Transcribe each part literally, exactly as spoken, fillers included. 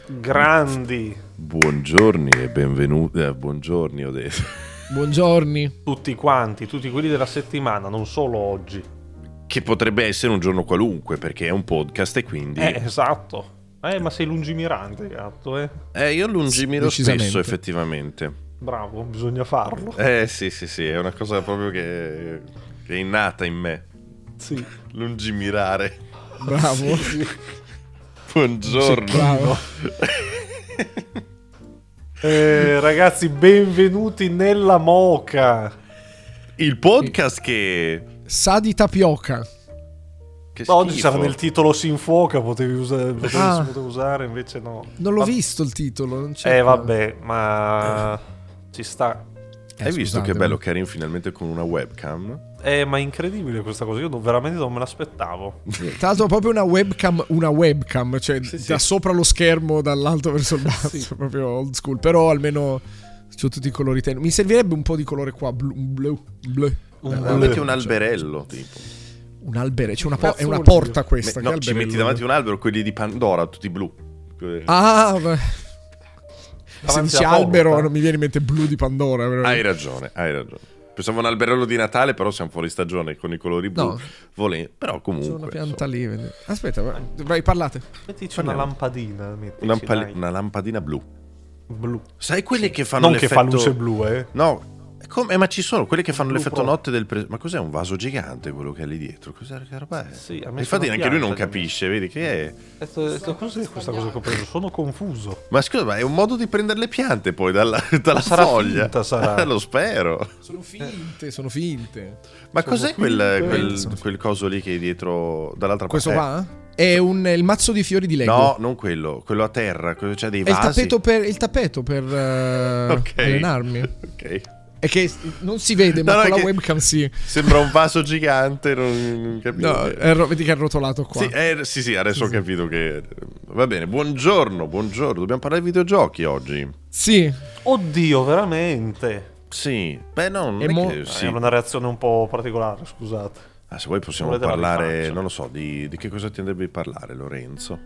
Grandi. Buongiorni e benvenuti. Eh, buongiorni, ho detto. Buongiorni. Tutti quanti, tutti quelli della settimana, non solo oggi. Che potrebbe essere un giorno qualunque, perché è un podcast e quindi... Eh, esatto. Eh, ma sei lungimirante, gatto, eh. Eh, io lungimirò Decisamente. spesso, effettivamente. Bravo, bisogna farlo. Eh, sì, sì, sì, è una cosa proprio che, che è innata in me. Sì. Lungimirare. Bravo. Buongiorno. Sì, bravo. Eh, ragazzi, benvenuti nella Moca. Il podcast che... Sa di tapioca. che Ma oggi schifo. sarà nel titolo Si infuoca, potevi usare, potevi, Ah. si poteva usare, invece no. Non l'ho Ma- visto il titolo. Non c'è Eh, qua. vabbè, ma ci sta. Eh, Hai visto scusate, che bello ma- Karim finalmente con una webcam? Eh, ma è incredibile questa cosa, io non- veramente non me l'aspettavo. Tra l'altro proprio una webcam, una webcam, cioè Sì, sì. da sopra lo schermo, dall'alto verso il basso, Sì. proprio old school. Però almeno c'ho tutti i colori tenui. Mi servirebbe un po' di colore qua, blu, blu, blu. Un Ma blu. metti un alberello, tipo. Un albero, c'è una, po- Cazzo è una vuol porta dire? questa. Me- che no, ci alberello? metti davanti un albero, quelli di Pandora, tutti blu. Ah, beh. Se Davanti dici alla albero porta. non mi viene in mente blu di Pandora. veramente. Hai ragione, hai ragione. Pensavo a un alberello di Natale, però siamo fuori stagione con i colori blu. No. Vole- Però C'è comunque... una pianta insomma, lì. vedi. Aspetta, vai, vai, parlate. Mettici una Parliamo. lampadina. Mettici, una, pal- dai. una lampadina blu. Blu. Sai quelle che fanno Non che l'effetto... fa luce blu, eh. No, è come- eh, ma ci sono quelle che fanno Blu l'effetto pro. notte del... Pre- ma cos'è un vaso gigante quello che è lì dietro? Cos'è che roba è? Sì, ha messo Infatti una anche lui non pianta, capisce, vedi che è... Detto, detto, cos'è questa cosa che ho preso? Sono confuso. Ma scusa, ma è un modo di prendere le piante poi dalla, dalla sarà foglia. finta, sarà. Lo spero. Sono finte, sono finte. Ma Sono cos'è quel, finte. quel, Sono quel coso lì che è dietro dall'altra Questo parte? qua? È un, il mazzo di fiori di Eh, Lego. no, non quello, quello a terra, quello c'è dei È il vasi. tappeto per, il tappeto per eh, Ok. allenarmi. Ok. È che non si vede, No, ma no, con è la che webcam sì. Sembra un vaso gigante, non, non capisco. No, è ro- vedi che è arrotolato qua. Sì, eh, sì, sì, adesso Sì, ho sì. capito che... Va bene, buongiorno, buongiorno. Dobbiamo parlare di videogiochi oggi. Sì. Oddio, veramente. Sì, beh no, non E è mo- che... Sì. È una reazione un po' particolare, scusate. Ah, se vuoi possiamo Volete la parlare, rifaccia? non lo so, di, di che cosa ti andrebbe di parlare, Lorenzo?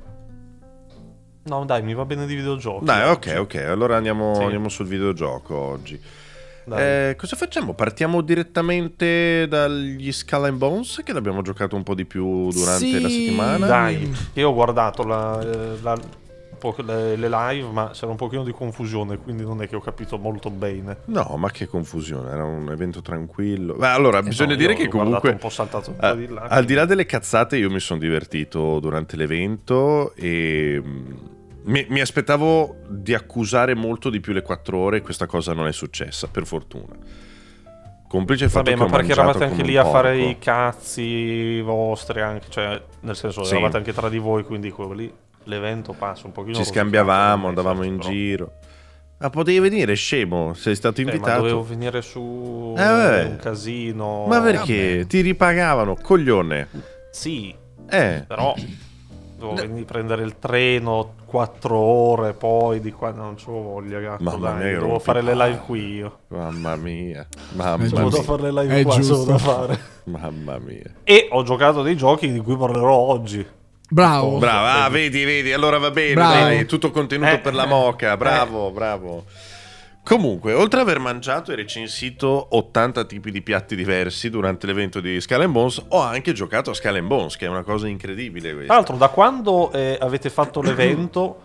No, dai, mi va bene di videogiochi. Dai, oggi. ok, ok, allora andiamo, Sì. andiamo sul videogioco oggi. Dai. Eh, cosa facciamo? Partiamo direttamente dagli Skull and Bones, che l'abbiamo giocato un po' di più durante Sì. la settimana. Dai, io ho guardato la, eh, la- un po' le, le live, ma c'era un pochino di confusione, quindi non è che ho capito molto bene. No, ma che confusione, era un evento tranquillo. Beh, allora, bisogna no, dire io che l'ho guardato comunque... un po' saltato un po' a- di là. al di là delle cazzate, io mi sono divertito durante l'evento e... mm, Mi, mi aspettavo di accusare molto di più le quattro ore e questa cosa non è successa, per fortuna. Complice il fatto Vabbè, che ma ho perché mangiato eravate anche come lì un a fare porco. i cazzi vostri, anche, cioè, nel senso, Sì. eravate anche tra di voi, quindi quello lì l'evento passa un pochino. Ci rosicato, scambiavamo, eh, andavamo certo, in però. giro. Ma potevi venire, scemo, sei stato Eh, ma invitato. dovevo venire su Eh, vabbè. un casino. Ma perché? vabbè. Ti ripagavano, coglione. Sì, Eh, però dovevo venire a prendere il treno quattro ore, poi di qua non c'ho voglia, gatto, Mamma dai, mia, che devo rompi- fare le live qui io. mamma mia, mamma Eh, Devo giusto. mia, fare le live È qua, giusto. solo da fare. mamma mia. E ho giocato dei giochi di cui parlerò oggi. Bravo. Brava, ah, vedi, vedi, allora va bene, Bravo. dai, tutto contenuto Eh, per la eh, moca, eh. bravo, bravo. Comunque, oltre ad aver mangiato e recensito ottanta tipi di piatti diversi durante l'evento di Skull and Bones, ho anche giocato a Skull and Bones, che è una cosa incredibile Tra questa. l'altro, da quando eh, avete fatto l'evento,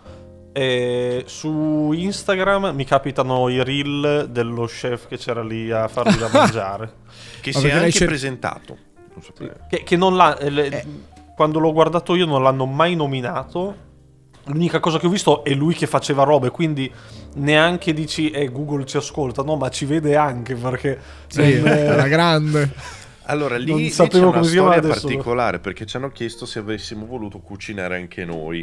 eh, su Instagram mi capitano i reel dello chef che c'era lì a farvi da mangiare. Che Ma si è perché l'hai anche cer- presentato. Non sapevo. Che, che non l'ha. eh, le- Eh. Quando l'ho guardato io non l'hanno mai nominato. L'unica cosa che ho visto è lui che faceva robe, quindi neanche dici eh, Google ci ascolta, no, ma ci vede anche perché Sì, non, eh, alla grande. Allora, lì, Non lì sapevo c'è una come si chiama storia adesso. particolare, perché ci hanno chiesto se avessimo voluto cucinare anche noi.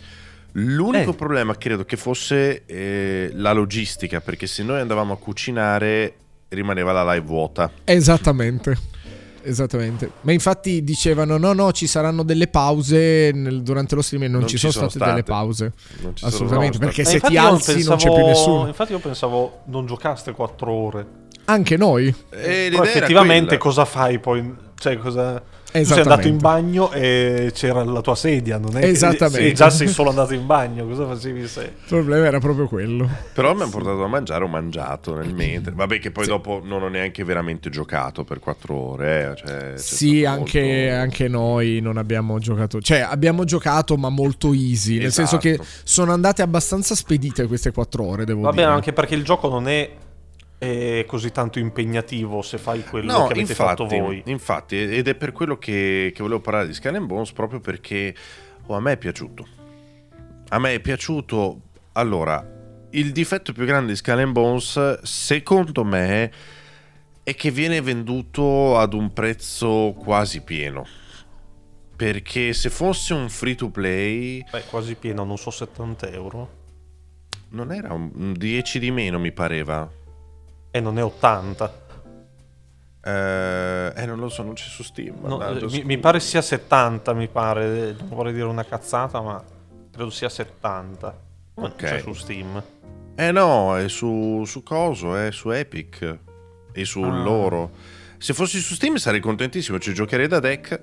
L'unico Eh. problema credo che fosse eh, la logistica, perché se noi andavamo a cucinare rimaneva la live vuota. Esattamente. Esattamente. Ma infatti dicevano no no ci saranno delle pause nel- durante lo stream e non, Non ci ci sono, sono state, delle state. pause. Non ci Assolutamente, sono perché Eh, se infatti ti io alzi non c'è più pensavo- nessuno. Infatti io pensavo non giocaste quattro ore. Anche noi. E l'idea Però era effettivamente quella. cosa fai poi? Cioè cosa... Tu sei andato in bagno e c'era la tua sedia, non è Esattamente. che già sei solo andato in bagno, cosa facevi se? Il problema era proprio quello. Però mi hanno portato a mangiare, ho mangiato nel mentre. Vabbè, che poi Sì. dopo non ho neanche veramente giocato per quattro ore. Eh. Cioè, c'è Sì, stato anche, molto... anche noi non abbiamo giocato. Cioè, abbiamo giocato, ma molto easy. Nel Esatto. senso che sono andate abbastanza spedite queste quattro ore, devo Vabbè, dire. anche perché il gioco non è, è così tanto impegnativo se fai quello No, che avete infatti, fatto voi. infatti, ed è per quello che, che volevo parlare di Skull and Bones, proprio perché oh, a me è piaciuto. A me è piaciuto. Allora, il difetto più grande di Skull and Bones, secondo me, è che viene venduto ad un prezzo quasi pieno. Perché se fosse un free to play, Beh, quasi pieno, non so, settanta euro. non era un un dieci di meno, mi pareva. E non è ottanta. Eh, eh, non lo so, non c'è su Steam. No, mannaggia, eh, mi, scusa. mi pare sia settanta, mi pare. Non vorrei dire una cazzata, ma credo sia settanta. Ma non Ok. c'è su Steam. Eh no, è su, su coso, è su Epic e su Ah. loro. Se fossi su Steam sarei contentissimo, ci giocherei da deck.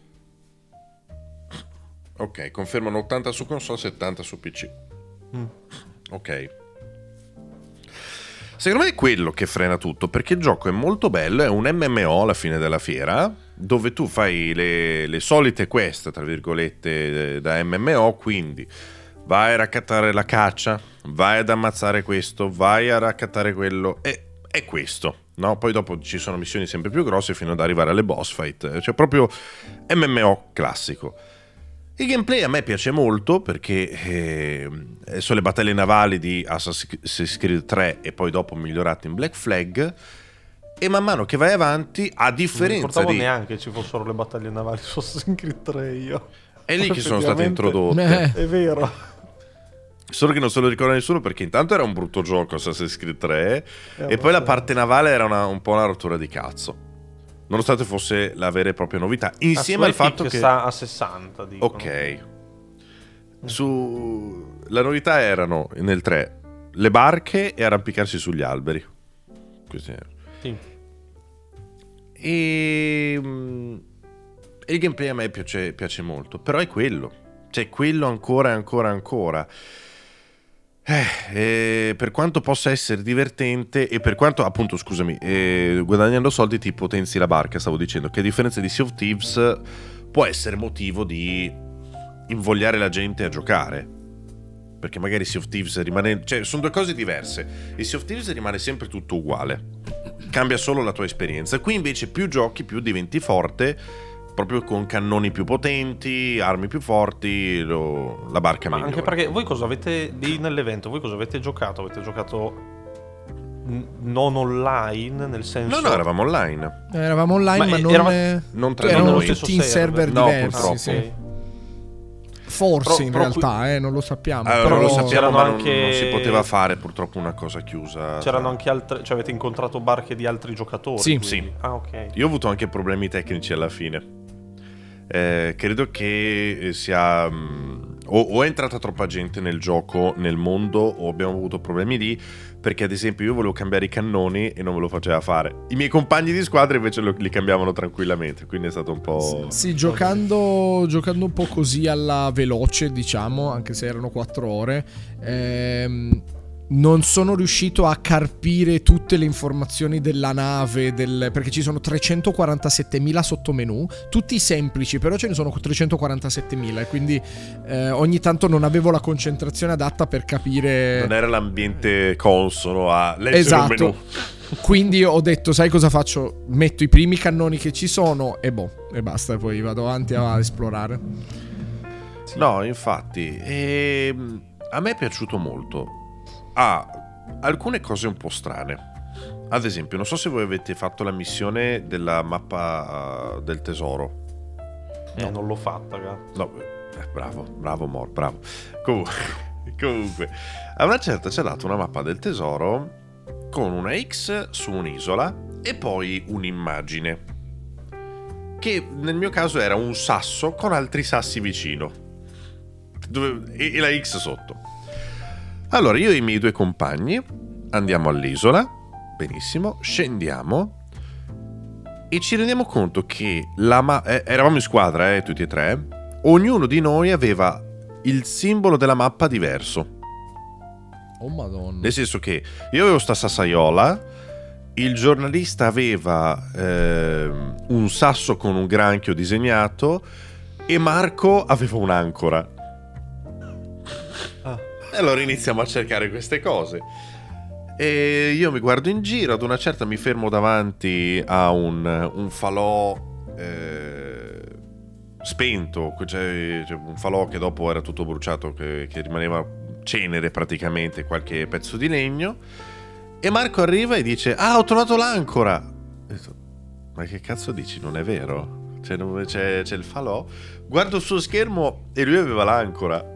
Ok, confermano ottanta su console, settanta su P C. Mm. Ok. Secondo me è quello che frena tutto, perché il gioco è molto bello, è un M M O alla fine della fiera, dove tu fai le, le solite quest, tra virgolette, eh, da M M O, quindi vai a raccattare la caccia, vai ad ammazzare questo, vai a raccattare quello, e è questo, no? Poi dopo ci sono missioni sempre più grosse fino ad arrivare alle boss fight, cioè proprio M M O classico. Il gameplay a me piace molto perché eh, sono le battaglie navali di Assassin's Creed tre e poi dopo migliorate in Black Flag, e man mano che vai avanti, a Non mi differenza ricordavo di... neanche ci fossero le battaglie navali su Assassin's Creed tre io. È lì che sono state Effettivamente, introdotte. Eh, È vero. Solo che non se lo ricorda nessuno perché intanto era un brutto gioco Assassin's Creed tre Eh, e poi la vabbè. parte navale era una- un po' una rottura di cazzo. Nonostante fosse la vera e propria novità. Insieme Ah, al su Epic fatto che... sta a sessanta, dicono. Ok. Su... La novità erano nel tre le barche e arrampicarsi sugli alberi. Questi erano. Sì. E... mm, e il gameplay a me piace, piace molto. Però è quello. Cioè quello ancora e ancora e ancora. Eh, eh, per quanto possa essere divertente e per quanto appunto scusami eh, guadagnando soldi ti potenzi la barca, stavo dicendo che a differenza di Sea of Thieves può essere motivo di invogliare la gente a giocare, perché magari Sea of Thieves rimane, cioè sono due cose diverse, e Sea of Thieves rimane sempre tutto uguale, cambia solo la tua esperienza. Qui invece più giochi più diventi forte, proprio con cannoni più potenti, armi più forti, lo- la barca Ma migliore. anche perché voi cosa avete lì nell'evento? Voi cosa avete giocato? Avete giocato n- non online, nel senso... No, no, eravamo online. eravamo online, Ma ma, e- non, eravamo- eh, Non tra erano noi. tutti in server No, diversi. purtroppo. Sì. ok. Forse Però- in però realtà, eh, non lo sappiamo. Allora, però non lo sappiamo, c'erano ma non, anche- non si poteva fare purtroppo una cosa chiusa. C'erano anche altre... Cioè avete incontrato barche di altri giocatori? Sì. quindi? Sì. Ah, ok. Io ho avuto anche problemi tecnici alla fine. Eh, credo che sia mh, o, o è entrata troppa gente nel gioco, nel mondo, o abbiamo avuto problemi lì, perché ad esempio io volevo cambiare i cannoni e non me lo faceva fare. I miei compagni di squadra invece lo- li cambiavano tranquillamente, quindi è stato un po'... Sì, giocando, giocando un po' così alla veloce, diciamo, anche se erano quattro ore, ehm, non sono riuscito a carpire tutte le informazioni della nave, del, perché ci sono trecentoquarantasettemila sottomenu, tutti semplici, però ce ne sono trecentoquarantasettemila e quindi eh, ogni tanto non avevo la concentrazione adatta per capire... Non era l'ambiente consono a leggere Esatto. un menù. Quindi ho detto, sai cosa faccio? Metto i primi cannoni che ci sono e boh, e basta, poi vado avanti a esplorare. No, infatti, ehm, a me è piaciuto molto. Ha alcune cose un po' strane. Ad esempio, non so se voi avete fatto la missione della mappa uh, del tesoro. Eh, non l'ho fatta, cazzo. No, eh, bravo, bravo Mor, bravo. Comunque, comunque, a una certa ci ha dato una mappa del tesoro con una X su un'isola e poi un'immagine, che nel mio caso era un sasso con altri sassi vicino, dove, e, e la X sotto. Allora io e i miei due compagni andiamo all'isola, benissimo, scendiamo e ci rendiamo conto che la ma- eh, eravamo in squadra, eh, tutti e tre. Ognuno di noi aveva il simbolo della mappa diverso. Oh madonna. Nel senso che io avevo sta sassaiola, il giornalista aveva ehm, un sasso con un granchio disegnato e Marco aveva un'ancora. Ah. E allora iniziamo a cercare queste cose. E io mi guardo in giro, ad una certa mi fermo davanti a un, un falò eh, spento, cioè, cioè un falò che dopo era tutto bruciato, che, che rimaneva cenere praticamente, qualche pezzo di legno, e Marco arriva e dice: ah, ho trovato l'ancora. Ho detto, ma che cazzo dici, non è vero? C'è, c'è, c'è il falò, guardo il suo schermo e lui aveva l'ancora.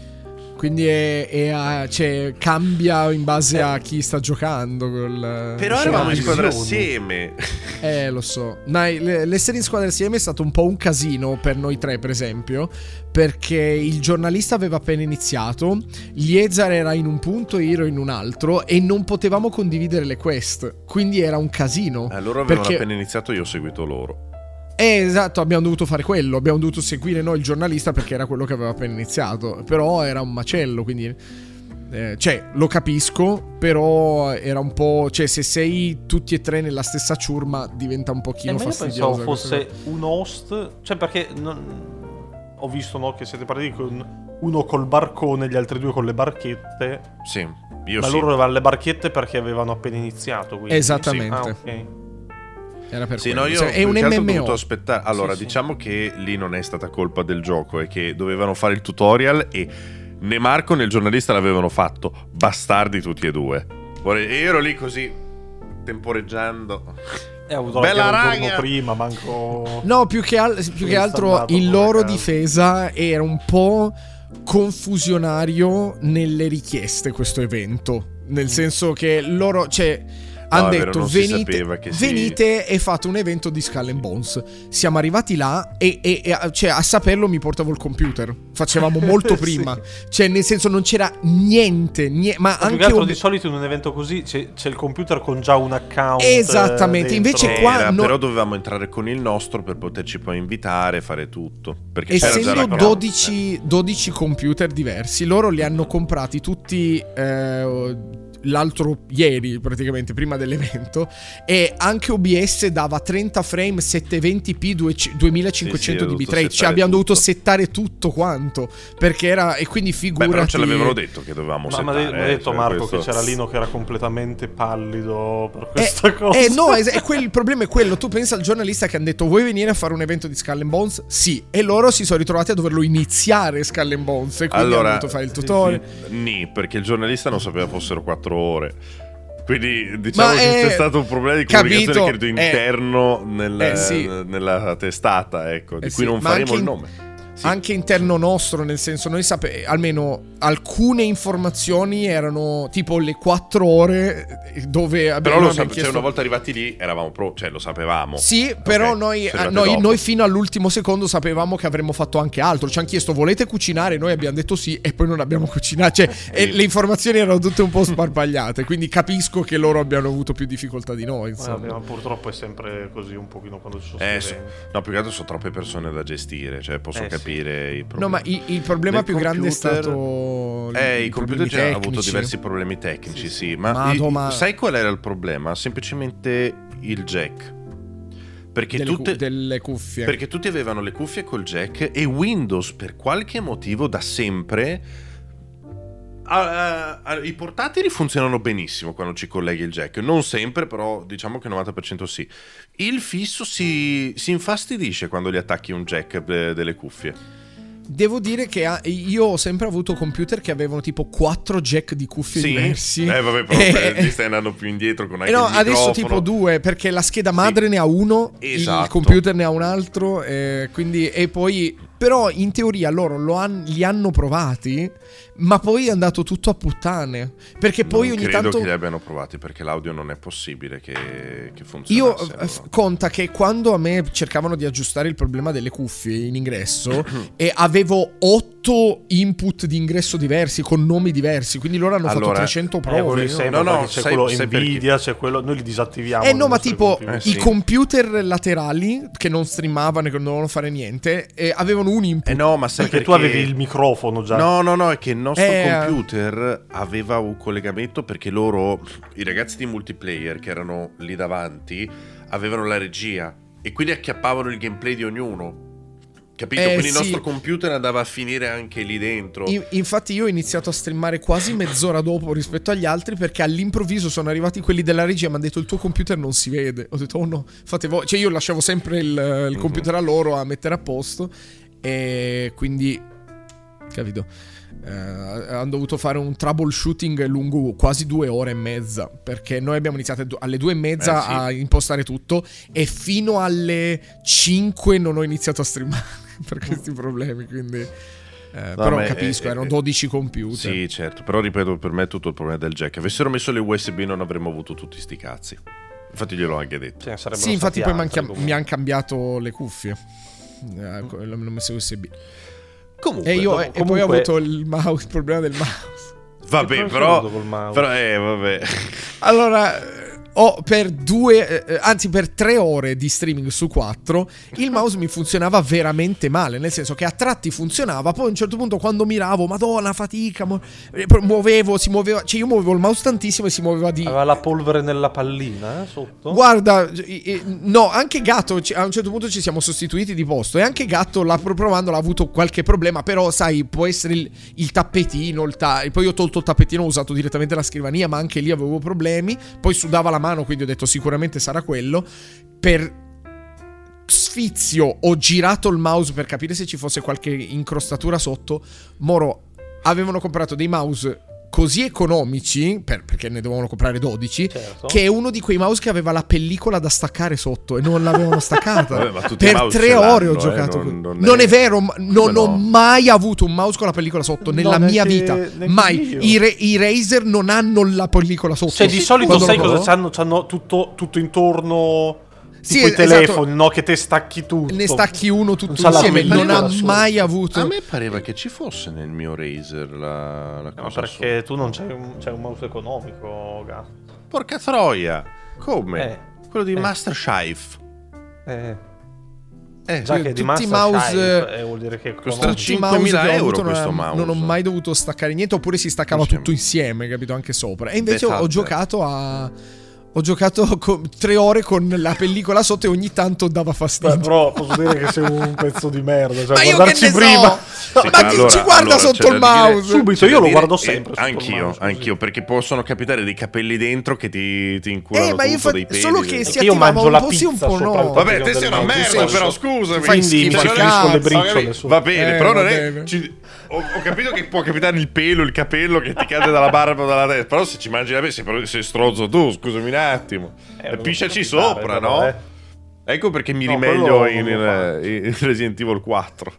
Quindi è, è, cioè, cambia in base a chi sta giocando col, però cioè, eravamo in squadra visioni. assieme. Eh, lo so. Ma l'essere in squadra assieme è stato un po' un casino per noi tre, per esempio, perché il giornalista aveva appena iniziato, Liezar era in un punto e io in un altro, e non potevamo condividere le quest. Quindi era un casino. Eh, loro avevano perché... appena iniziato, io ho seguito loro. Eh, esatto, abbiamo dovuto fare quello. Abbiamo dovuto seguire noi il giornalista perché era quello che aveva appena iniziato. Però era un macello, quindi... Eh, cioè, lo capisco, però era un po'... Cioè, se sei tutti e tre nella stessa ciurma diventa un pochino Eh, ma io fastidioso. pensavo fosse un host, cioè perché non... ho visto, no, che siete partiti con uno col barcone, gli altri due con le barchette. Sì, io ma sì. loro avevano le barchette perché avevano appena iniziato, quindi. Esattamente. Sì. Ah, ok. Era per Sì, quello. no, io Cioè, è un più che altro ho M M O. dovuto aspettare. Allora, Sì, sì. diciamo che lì non è stata colpa del gioco, è che dovevano fare il tutorial e né Marco né il giornalista l'avevano fatto. Bastardi tutti e due. E io ero lì così, temporeggiando. E ho avuto Bella la raga! un giorno prima, manco. No, più che, al- più che altro andato in poi a loro casa? difesa era un po' confusionario nelle richieste questo evento. Nel senso che loro, cioè, hanno è vero, detto non si venite, sapeva che si- venite e fate un evento di Skull and Bones. Siamo arrivati là e, e- e a- cioè, a saperlo mi portavo il computer. Facevamo molto Sì. prima. Cioè, nel senso non c'era niente, nie- ma Ma più che anche altro un- di solito in un evento così c'è, c'è il computer con già un account. Esattamente, eh, invece dentro. qua Era, no- però dovevamo entrare con il nostro per poterci poi invitare, fare tutto. Perché c'era già essendo l'account. dodici, dodici computer diversi, loro li hanno comprati tutti eh, l'altro ieri, praticamente prima dell'evento, e anche O B S dava trenta frame, settecentoventi p, duemilacinquecento Sì, sì, ho di dovuto bitrate, cioè settare abbiamo dovuto tutto. settare tutto quanto, perché era, e quindi Beh, figurati. però ce l'avevano detto che dovevamo Ma mi settare. ha eh, detto cioè, Marco questo- che c'era Lino che era completamente pallido per Eh, questa cosa. eh, no, es- è quel- il problema è quello. Tu pensa al giornalista che hanno detto: vuoi venire a fare un evento di Skull and Bones? Sì. E loro si sono ritrovati a doverlo iniziare Skull and Bones, e quindi Allora, hanno dovuto fare il tutorial. Nì, perché il giornalista non sapeva fossero quattro ore. Quindi diciamo Ma, che eh, c'è stato un problema di capito, comunicazione credo eh, interno nel- eh, sì. nella testata, ecco, di Eh cui sì, non ma faremo anche il in- nome. Sì. Anche interno nostro, nel senso, noi sapevamo, almeno alcune informazioni erano tipo le quattro ore dove Però abbiamo, lo abbiamo sape- cioè, chiesto... una volta arrivati lì eravamo pro, cioè lo sapevamo. Sì, però Ok, noi, siete arrivati noi, dopo. noi fino all'ultimo secondo sapevamo che avremmo fatto anche altro. Ci hanno chiesto: volete cucinare? Noi abbiamo detto sì, e poi non abbiamo cucinato. Cioè, e le informazioni erano tutte un po' sparpagliate. Quindi capisco che loro abbiano avuto più difficoltà di noi. Insomma. Vabbè, ma purtroppo è sempre così un pochino quando ci sono Eh, questi so- eventi. no, più che altro sono troppe persone da gestire, cioè posso Eh, sì. capire i problemi. No, ma il, il problema Nel più grande è computer- stato. Eh, i i computer problemi già hanno avuto tecnici. diversi problemi tecnici, sì, ma, Madò, i- ma- sai qual era il problema? Semplicemente il jack. Perché Delle, cu- tutte, delle cuffie. perché tutti avevano le cuffie col jack e Windows per qualche motivo da sempre ah, ah, i portatili funzionano benissimo quando ci colleghi il jack, non sempre, però diciamo che il novanta per cento sì. Il fisso si, si infastidisce quando gli attacchi un jack eh, delle cuffie. Devo dire che ha- io ho sempre avuto computer che avevano tipo quattro jack di cuffie Sì, diversi. eh vabbè, però Eh, ti stai andando più indietro con eh anche no, il adesso microfono. tipo due, perché la scheda madre ne ha uno, il Esatto. computer ne ha un altro, eh, quindi, e poi però in teoria loro lo han- li hanno provati, ma poi è andato tutto a puttane, perché poi non ogni credo tanto che li abbiano provati, perché l'audio non è possibile che, che io funzionasse. eh, f- conta che quando a me cercavano di aggiustare il problema delle cuffie in ingresso e avevo otto input di ingresso diversi con nomi diversi, quindi loro hanno Allora, fatto trecento Eh, prove. quelli no? sempre, no, no, perché c'è sai- quello sai Nvidia, c'è quello, noi li disattiviamo. Eh no, nei ma nostri tipo computer. Eh, i sì. computer laterali che non streamavano e che non dovevano fare niente eh, avevano un input. Eh no, ma sai perché, perché tu avevi il microfono già. No, no, no, è che il nostro Eh, computer aveva un collegamento perché loro, i ragazzi di multiplayer che erano lì davanti, avevano la regia e quindi acchiappavano il gameplay di ognuno. Capito? Eh, Quindi il sì. nostro computer andava a finire anche lì dentro. In- infatti io ho iniziato a streamare quasi mezz'ora dopo rispetto agli altri, perché all'improvviso sono arrivati quelli della regia e mi hanno detto il tuo computer non si vede. Ho detto oh no, fate voi. Cioè io lasciavo sempre il, il computer a loro a mettere a posto e quindi capito. Eh, hanno dovuto fare un troubleshooting lungo quasi due ore e mezza, perché noi abbiamo iniziato alle due e mezza Eh, sì. a impostare tutto e fino alle cinque non ho iniziato a streamare per questi problemi, quindi eh, No, però ma è- capisco, è- erano è- dodici computer. Sì, certo, però ripeto, per me è tutto il problema del jack. Avessero messo le U S B non avremmo avuto tutti sti cazzi. Infatti gliel'ho anche detto. Ce ne sarebbero Sì, infatti stati poi altri, mi comunque. hanno cambiato le cuffie. Eh, co- l'hanno messo U S B. Comunque, E, io, dopo- e poi ho comunque- avuto il mouse, il problema del mouse. vabbè, Che però, cosa col mouse? però eh, vabbè. Allora, eh, ho per due, eh, anzi per tre ore di streaming su quattro, il mouse mi funzionava veramente male, nel senso che a tratti funzionava, poi a un certo punto quando miravo, madonna, fatica, mu- eh, muovevo, si muoveva, cioè io muovevo il mouse tantissimo e si muoveva di... Aveva la polvere nella pallina, eh, sotto? Guarda, eh, eh, no, anche Gatto ci- a un certo punto ci siamo sostituiti di posto e anche Gatto l'ha pro- provando, l'ha avuto qualche problema, però sai, può essere il, il tappetino, il ta- poi ho tolto il tappetino, ho usato direttamente la scrivania, ma anche lì avevo problemi, poi sudava la mano, quindi ho detto sicuramente sarà quello. Per sfizio ho girato il mouse per capire se ci fosse qualche incrostatura sotto. Moro, avevano comprato dei mouse così economici, per- perché ne dovevano comprare dodici, Certo. che è uno di quei mouse che aveva la pellicola da staccare sotto e non l'avevano staccata. Vabbè, ma tutti i Per mouse tre ce ore ho l'hanno, giocato. eh, con- non- non, non è... è- vero, ma- non Come ho no? mai avuto un mouse con la pellicola sotto nella No, mia neanche- vita. neanche Mai. io. I, Ra- i Razer non hanno la pellicola sotto. Cioè, di solito Quando sai lo- cosa c'hanno? C'hanno tutto, tutto intorno. Sì, Tipo i esatto. telefoni, no? Che te stacchi tutto. Ne stacchi uno tutto Non c'ha la insieme. Non pellicola ha sotto. mai avuto. A me pareva che ci fosse nel mio Razer la, la No, cosa perché sotto. tu non c'hai un, c'hai un mouse economico, gatto. Porca troia! Come? Eh. Quello di Eh. Master Chief. Eh, Eh, già sì, che di tutti i Master mouse, Chief, eh, vuol dire che costa conosci. Tutti i mouse cinquemila che ho euro avuto non, questo ha- mouse. non ho mai dovuto staccare niente, oppure si staccava Sì. tutto insieme, capito? Anche sopra. E invece The ho Fat. giocato a. Ho giocato co- tre ore con la pellicola sotto e ogni tanto dava fastidio. Beh, però posso dire che sei un pezzo di merda. Cioè, Ma io che guardarci ne prima. so? Ma chi ci guarda sotto c'è il da dire- mouse? Subito, c'è io da lo dire- guardo eh, sempre sotto il Anch'io, mouse, così. anch'io, perché possono capitare dei capelli dentro che ti, ti inculano Eh, ma io tutto, fa- dei peli. solo che dei- si Perché io attivava mangio un la po' sì, un pizza po' sopra no. il Vabbè, tappeto te sei del una mouse, merda, sì, però sì. scusami. Fai Quindi schifo mi al preferisco le cazzo, briciole su. Va bene, Eh, però va non è. bene. ci- ho, ho capito che può capitare il pelo, il capello che ti cade dalla barba o dalla testa. Però se ci mangi la pelle, sei, sei strozzo tu, scusami un attimo. Eh, Eh, non pisciaci può capitare, sopra, però, no? eh. Ecco perché mi No, rimeglio quello in, non lo faccio. in- in Resident Evil quattro.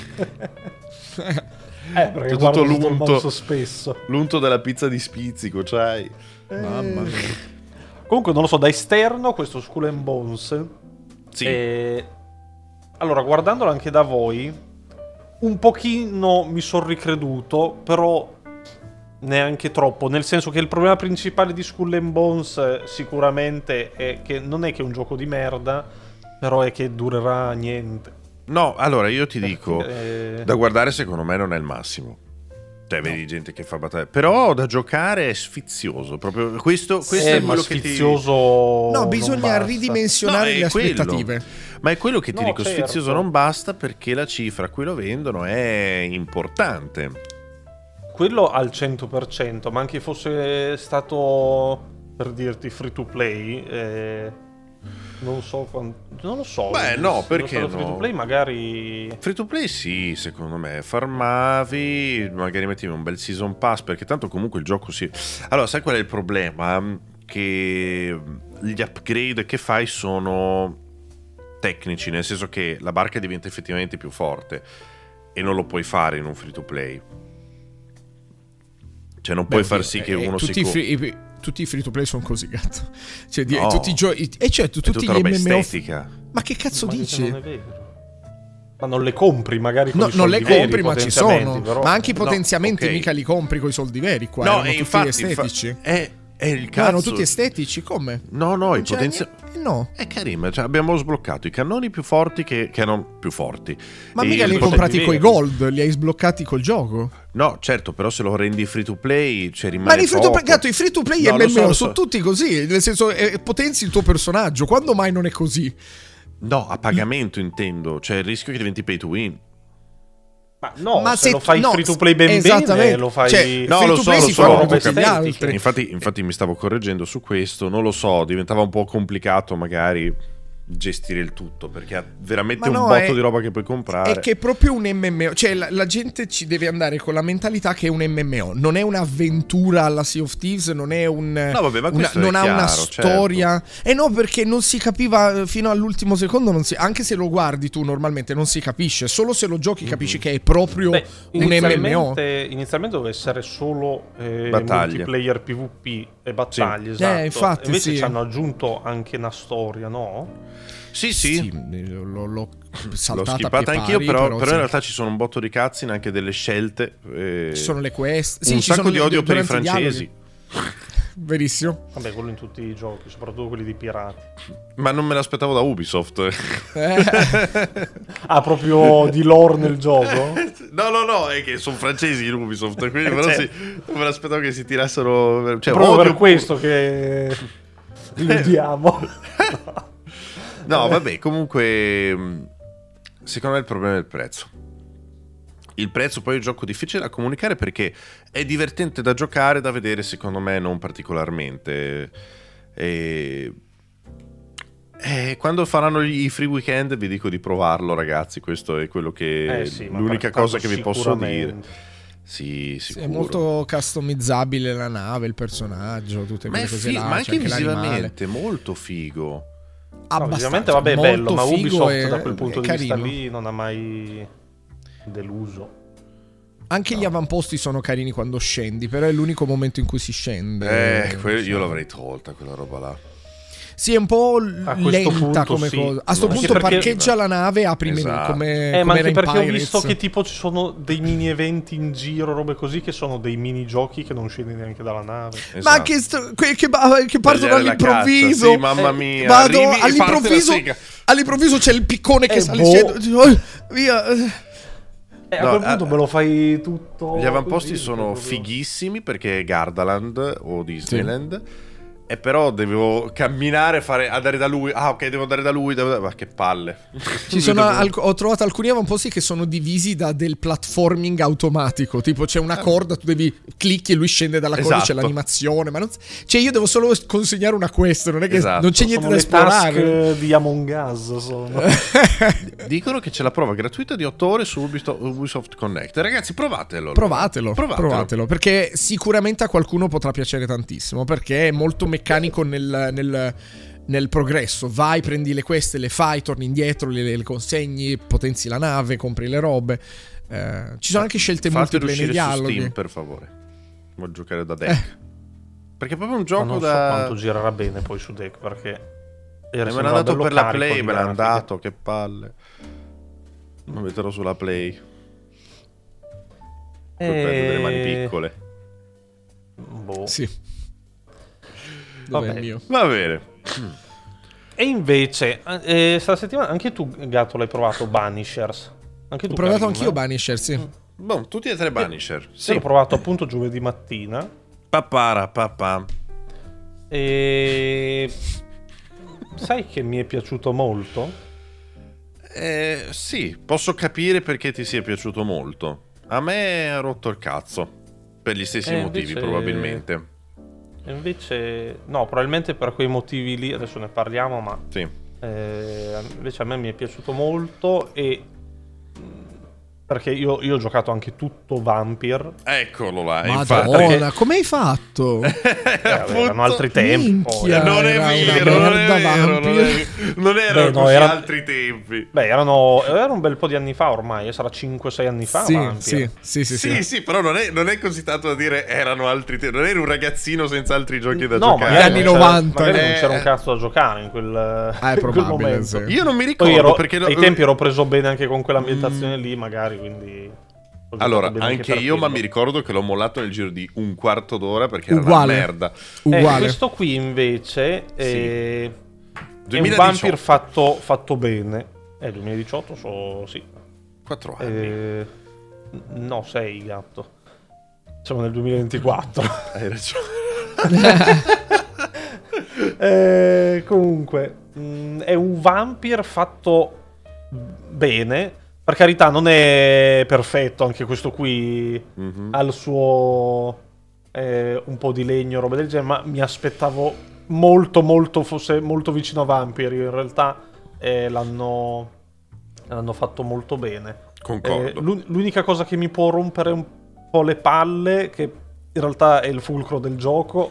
Eh, perché Tutto guardo tutto il l'unto. mouse spesso. L'unto della pizza di spizzico, c'hai. Mamma mia. Comunque, non lo so, da esterno, questo Skull and Bones. Sì. eh, allora, guardandolo anche da voi, un pochino mi sono ricreduto, però neanche troppo. Nel senso che il problema principale di Skull and Bones eh, sicuramente è che non è che è un gioco di merda, però è che durerà niente. No, allora io ti dico, Eh, da guardare secondo me non è il massimo. Cioè, vedi gente che fa battaglie. Però da giocare è sfizioso. Proprio questo, questo eh, è ma quello che ti. sfizioso. No, non bisogna basta. ridimensionare No, le è quello. aspettative. Ma è quello che ti No, dico, certo. sfizioso non basta perché la cifra a cui lo vendono è importante. Quello al cento per cento, ma anche fosse stato, per dirti, free to play, eh, non so quanto, non lo so. Beh, no, se perché fosse free no? to play magari. Free to play sì, secondo me. Farmavi, magari mettevi un bel season pass, perché tanto comunque il gioco si. Allora, sai qual è il problema? Che gli upgrade che fai sono tecnici, nel senso che la barca diventa effettivamente più forte e non lo puoi fare in un free to play. Cioè non puoi Beh, far sì eh, che uno tutti si i co- free, i- tutti i free to play sono così, gatto. Cioè, di- No. tutti i giochi e certo, è tutti tutta gli roba M M O. estetica. Ma che cazzo Ma che dici? non è vero. Ma non le compri magari con No, i non soldi le veri, compri, ma ci potenziamenti, sono. però. Ma anche i No, potenziamenti ok. mica li compri con i soldi veri. Qua No, erano e tutti infatti estetici. infa- è, è il No, cazzo. erano tutti estetici, come? No, no, i Non c'era potenzi- niente- No. È Karim, cioè abbiamo sbloccato i cannoni più forti che, che erano più forti. Ma E mica li hai il poten- comprati coi veri. gold, li hai sbloccati col gioco. No, certo, però se lo rendi free to play, cioè rimane Ma i free to play, poco. gatto, i free to play No, M lo M O so, lo sono so. tutti così. Nel senso, eh, potenzi il tuo personaggio. Quando mai non è così? No, a pagamento intendo, cioè il rischio che diventi pay to win. Ma no, Ma se, se lo fai no, free to play ben esattamente. bene, lo fai... Cioè, No, free lo to so, play lo si so, fanno roba tutti gli estetica. altri. Infatti, infatti mi stavo correggendo su questo, non lo so, diventava un po' complicato magari gestire il tutto, perché ha veramente Ma un no, botto è- di roba che puoi comprare. È che è proprio un M M O. Cioè, la, la gente ci deve andare con la mentalità che è un M M O. Non è un'avventura alla Sea of Thieves, non è un. No, vabbè, ma una- questo è non ha una chiaro, certo. storia. E no, perché non si capiva eh, fino all'ultimo secondo. Non si, anche se lo guardi tu normalmente, non si capisce. Solo se lo giochi capisci che è proprio Beh, un M M O. inizialmente, inizialmente doveva essere solo eh, Battaglie. multiplayer PvP e battaglie, Sì. esatto. Eh, infatti, Invece sì. ci hanno aggiunto anche una storia, no? Sì, sì, Sì, l'ho, l'ho saltata l'ho skippata a pie anch'io, pari, però, però sì. in realtà ci sono un botto di cutscene, anche delle scelte. eh, Ci sono le quest. Sì, un ci sacco sono di le- odio per i durante i francesi. dialoghi. Verissimo. Vabbè, quello in tutti i giochi, soprattutto quelli di pirati. Ma non me l'aspettavo da Ubisoft. Eh. Ah, proprio di lore nel gioco? No, no, no, è che sono francesi in Ubisoft, quindi Eh, però certo. sì, non me l'aspettavo che si tirassero... Cioè, Proprio odio- per questo che li odiamo. No, vabbè, comunque mh, secondo me il problema è il prezzo. Il prezzo poi è un gioco difficile da comunicare perché è divertente da giocare, da vedere, secondo me non particolarmente. E... e quando faranno i free weekend vi dico di provarlo, ragazzi, questo è quello che Eh sì, ma l'unica per- cosa tanto che vi posso dire. sicuramente. Sì, Sì, sicuro. è molto customizzabile la nave, il personaggio, tutte ma, quelle è cose fi- là. ma c'è anche anche l'animale. visivamente molto figo. No, Abbastanza, ovviamente vabbè è molto bello, ma figo Ubisoft e- da quel punto è di vista carino. lì non ha mai deluso. Anche gli avamposti sono carini quando scendi, però è l'unico momento in cui si scende. Eh, que- Sì. io l'avrei tolta quella roba là. Sì, è un po' l- A questo lenta punto come sì. cosa. A sto Anche punto perché- parcheggia la nave e apri il menu Esatto. come, Eh, ma come anche era in perché ho Pirates. visto che tipo ci sono dei mini eventi in giro, robe così, che sono dei mini giochi che non scendi neanche dalla nave. Ma Esatto. che, sto- que- che, ba- che partono Tagliare la all'improvviso. cazza, sì, mamma Eh, mia. Vado arrivi e parte all'improvviso. la sega. All'improvviso c'è il piccone che Eh, sale boh. scendo. Oh, via. Eh, a No, quel punto eh, me lo fai tutto. Gli avamposti così, sono proprio. fighissimi perché è Gardaland o Disneyland. E però devo camminare, fare, andare da lui. Ah, ok, devo andare da lui. Devo... Ma che palle. Ci sono Devo- alc- ho trovato alcuni avamposti che sono divisi da del platforming automatico. Tipo c'è una corda, tu devi clicchi e lui scende dalla corda, c'è Esatto. l'animazione. Ma non s- cioè, io devo solo consegnare una quest, non è che Esatto. non c'è niente Sono da le esplorare. task di Among Us sono. Dicono che c'è la prova gratuita di otto ore su Ubisoft, Ubisoft Connect. Ragazzi, provatelo. Provatelo, Provatelo. provatelo, perché sicuramente a qualcuno potrà piacere tantissimo, perché è molto meccanico nel, nel, nel progresso. Vai, prendi le queste, le fai, torni indietro, le, le consegni, potenzi la nave, compri le robe. Eh, ci sono anche scelte Fatelo multiple nei uscire su dialoghi. Steam, per favore. Voglio giocare da deck. Perché è proprio un Ma gioco non so da... quanto girerà bene poi su deck, perché Eh, era me l'ha sembrava dato bello per la carico Play, di me l'ha grafiche. dato, che palle. Lo metterò sulla Play. Poi Eh, prendo delle mani piccole. boh. Sì. Dov'è Vabbè. il mio? Va bene. E invece, eh, sta settimana anche tu, Gatto, l'hai provato Banishers. Anche tu, Ho provato Karim, anch'io eh? Banisher, sì. Boh, tutti e tre Banisher. Sì. Sì. L'ho provato appunto giovedì mattina. Papara, papà. E sai che mi è piaciuto molto? Eh, sì, posso capire perché ti sia piaciuto molto. A me ha rotto il cazzo. Per gli stessi Eh, motivi, invece- probabilmente. E invece, no, probabilmente per quei motivi lì, adesso ne parliamo, ma Sì. eh, invece a me mi è piaciuto molto e mh, Perché io, io ho giocato anche tutto Vampire. Eccolo là, Madonna, infatti. come hai fatto? Eh, vabbè, erano altri tempi. Poi. Minchia. Non è Era vero, una non è merda vero, non, Vampire. è, non erano Beh, no, così era- altri tempi. Beh, erano, era un bel po' di anni fa ormai, sarà cinque sei anni fa. Sì, Vampire. sì, sì, sì, Sì, sì. sì, però non è, non è così tanto da dire erano altri tempi. Non eri un ragazzino senza altri giochi da No, giocare. magari Anni non c'era- novanta. Magari non Eh. c'era un cazzo da giocare in quel, Ah, è in quel probabile, momento. sì. Io non mi Poi ricordo ero, perché... ai tempi ero preso bene anche con quell'ambientazione lì, magari, quindi... ho giocato Allora, bene anche per io, ma quello. mi ricordo che l'ho mollato nel giro di un quarto d'ora perché era Uguale. una merda. Eh, Uguale. questo qui invece è, è un duemiladiciotto. Vampire fatto, fatto bene. È duemiladiciotto, so, sì. Quattro anni. Eh, no, sei gatto. Siamo nel duemilaventiquattro. Hai ragione. Eh, comunque, mh, è un Vampire fatto bene. Per carità, non è perfetto, anche questo qui Mhm. ha il suo eh, un po' di legno, roba del genere, ma mi aspettavo molto, molto, fosse molto vicino a Vampire. In realtà eh, l'hanno, l'hanno fatto molto bene. Concordo. Eh, l'un- l'unica cosa che mi può rompere un po' le palle, che in realtà è il fulcro del gioco,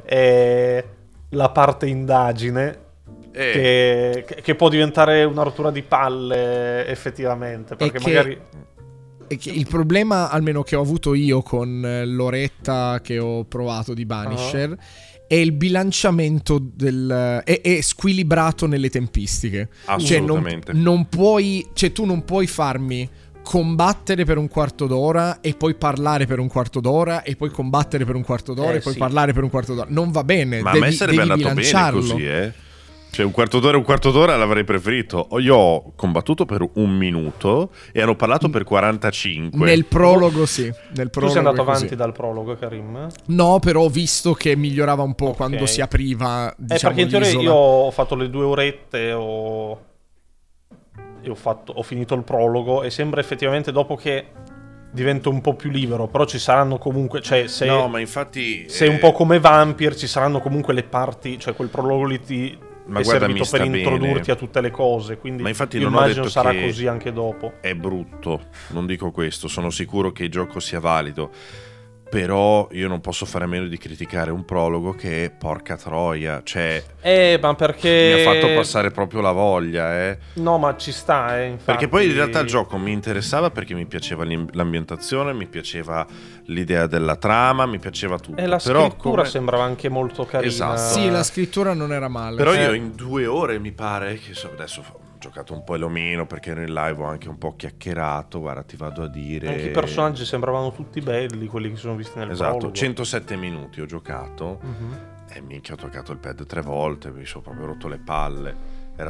è la parte indagine. Eh, Che, che- che può diventare una rottura di palle effettivamente, perché che- magari E che il problema, almeno che ho avuto io con eh, l'oretta che ho provato di Banisher, è il bilanciamento del. È, è squilibrato nelle tempistiche. Cioè, non, Assolutamente. non puoi. Cioè, tu non puoi farmi combattere per un quarto d'ora e poi parlare per un quarto d'ora e poi combattere per un quarto d'ora Eh, e poi sì. parlare per un quarto d'ora. Non va bene. Ma devi, a me sarebbe devi andato bene bilanciarlo. così, eh. Cioè, un quarto d'ora e un quarto d'ora l'avrei preferito. Io ho combattuto per un minuto e hanno parlato per quarantacinque. Nel prologo, sì. Nel tu prologo sei andato è così. avanti dal prologo, Karim. No, però ho visto che migliorava un po' Ok. quando si apriva, Eh, diciamo, perché in teoria l'isola. io ho fatto le due orette ho... e ho, fatto... ho finito il prologo e sembra effettivamente dopo che divento un po' più libero, però ci saranno comunque, cioè se, No, ma infatti... se eh, un po' come Vampire ci saranno comunque le parti, cioè quel prologo lì ti... Ma è guarda, servito mi per sta introdurti bene. a tutte le cose, quindi Ma infatti io non ho immagino detto sarà che- così anche dopo. È brutto, non dico questo, sono sicuro che il gioco sia valido, però io non posso fare a meno di criticare un prologo che, porca troia, cioè Eh, ma perché... mi ha fatto passare proprio la voglia, eh. No, ma ci sta, eh, infatti. Perché poi in realtà il gioco mi interessava perché mi piaceva l'im- l'ambientazione, mi piaceva l'idea della trama, mi piaceva tutto. E la però scrittura come- sembrava anche molto carina. Esatto. Sì, la scrittura non era male. Però Eh, io in due ore mi pare che so, adesso ho giocato un po' elomeno perché nel live ho anche un po' chiacchierato, guarda ti vado a dire... Anche i personaggi sembravano tutti belli, quelli che sono visti nel Esatto, prologo. centosette minuti ho giocato Mhm. e minchia ho toccato il pad tre volte, mi sono proprio rotto le palle. Era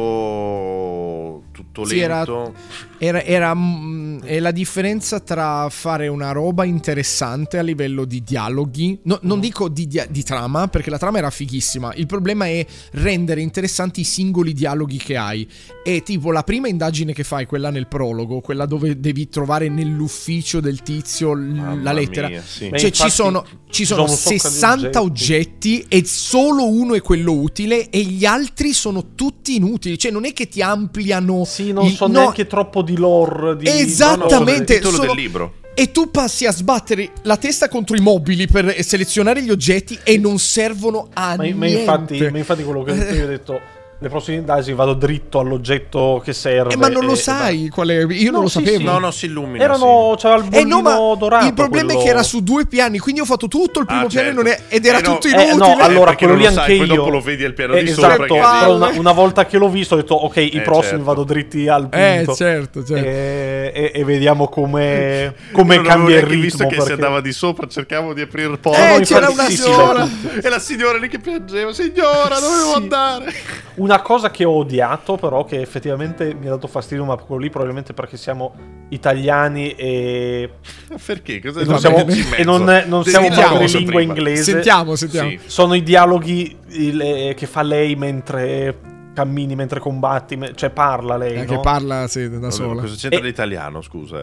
tutto tutto Sì, era- lento. Era, era, mm, è la differenza tra fare una roba interessante a livello di dialoghi. No, non dico di, dia- di trama, perché la trama era fighissima. Il problema è rendere interessanti i singoli dialoghi che hai. E tipo la prima indagine che fai, quella nel prologo, quella dove devi trovare nell'ufficio del tizio l- Mamma la lettera. mia, sì. Beh, Cioè ci infatti, sono, ci sono un sacco di sessanta oggetti. e solo uno è quello utile e gli altri sono tutti inutili. Cioè non è che ti ampliano. Sì, non il- so no, neanche troppo di lore. Di... Esattamente. Il titolo sono- del libro. E tu passi a sbattere la testa contro i mobili per selezionare gli oggetti e non servono a Ma, ma niente. infatti, ma infatti quello che ho detto io ho detto, le prossime indagini vado dritto all'oggetto che serve. Eh, ma non lo e- sai qual è? Io No, non lo sì, sapevo. sì. No, no, si illumina. Erano, c'era il Eh bollino no, ma dorato. il problema quello... è che era su due piani, quindi ho fatto tutto il primo Ah, piano e certo. non è- ed era Eh, no, tutto Eh, inutile. no, allora perché quello non lì lo sai, anche poi io. dopo lo vedi al piano Eh, di esatto, sopra. che palle. però una, una volta che l'ho visto ho detto ok, i Eh, prossimi certo. vado dritti al punto. Eh, certo, certo. E, e- e vediamo come, come Io non cambia avevo il neanche ritmo. visto che si perché- andava di sopra, cercavo di aprire il Eh, porto. no, c'era infatti una sì, sì, signora. beh, E la signora lì che piangeva, signora, dovevo Sì. andare. Una cosa che ho odiato, però, che effettivamente mi ha dato fastidio, ma quello lì probabilmente perché siamo italiani e, Perché? Cosa e non Va siamo, bene. e non, non siamo Sentiamo, madrelingua prima. inglese. Sentiamo, sentiamo. Sì. Sono i dialoghi il- eh, che fa lei mentre cammini, mentre combatti, me- cioè parla lei, Eh, no? che parla sì, da Vabbè, sola. cosa c'entra E- l'italiano, scusa?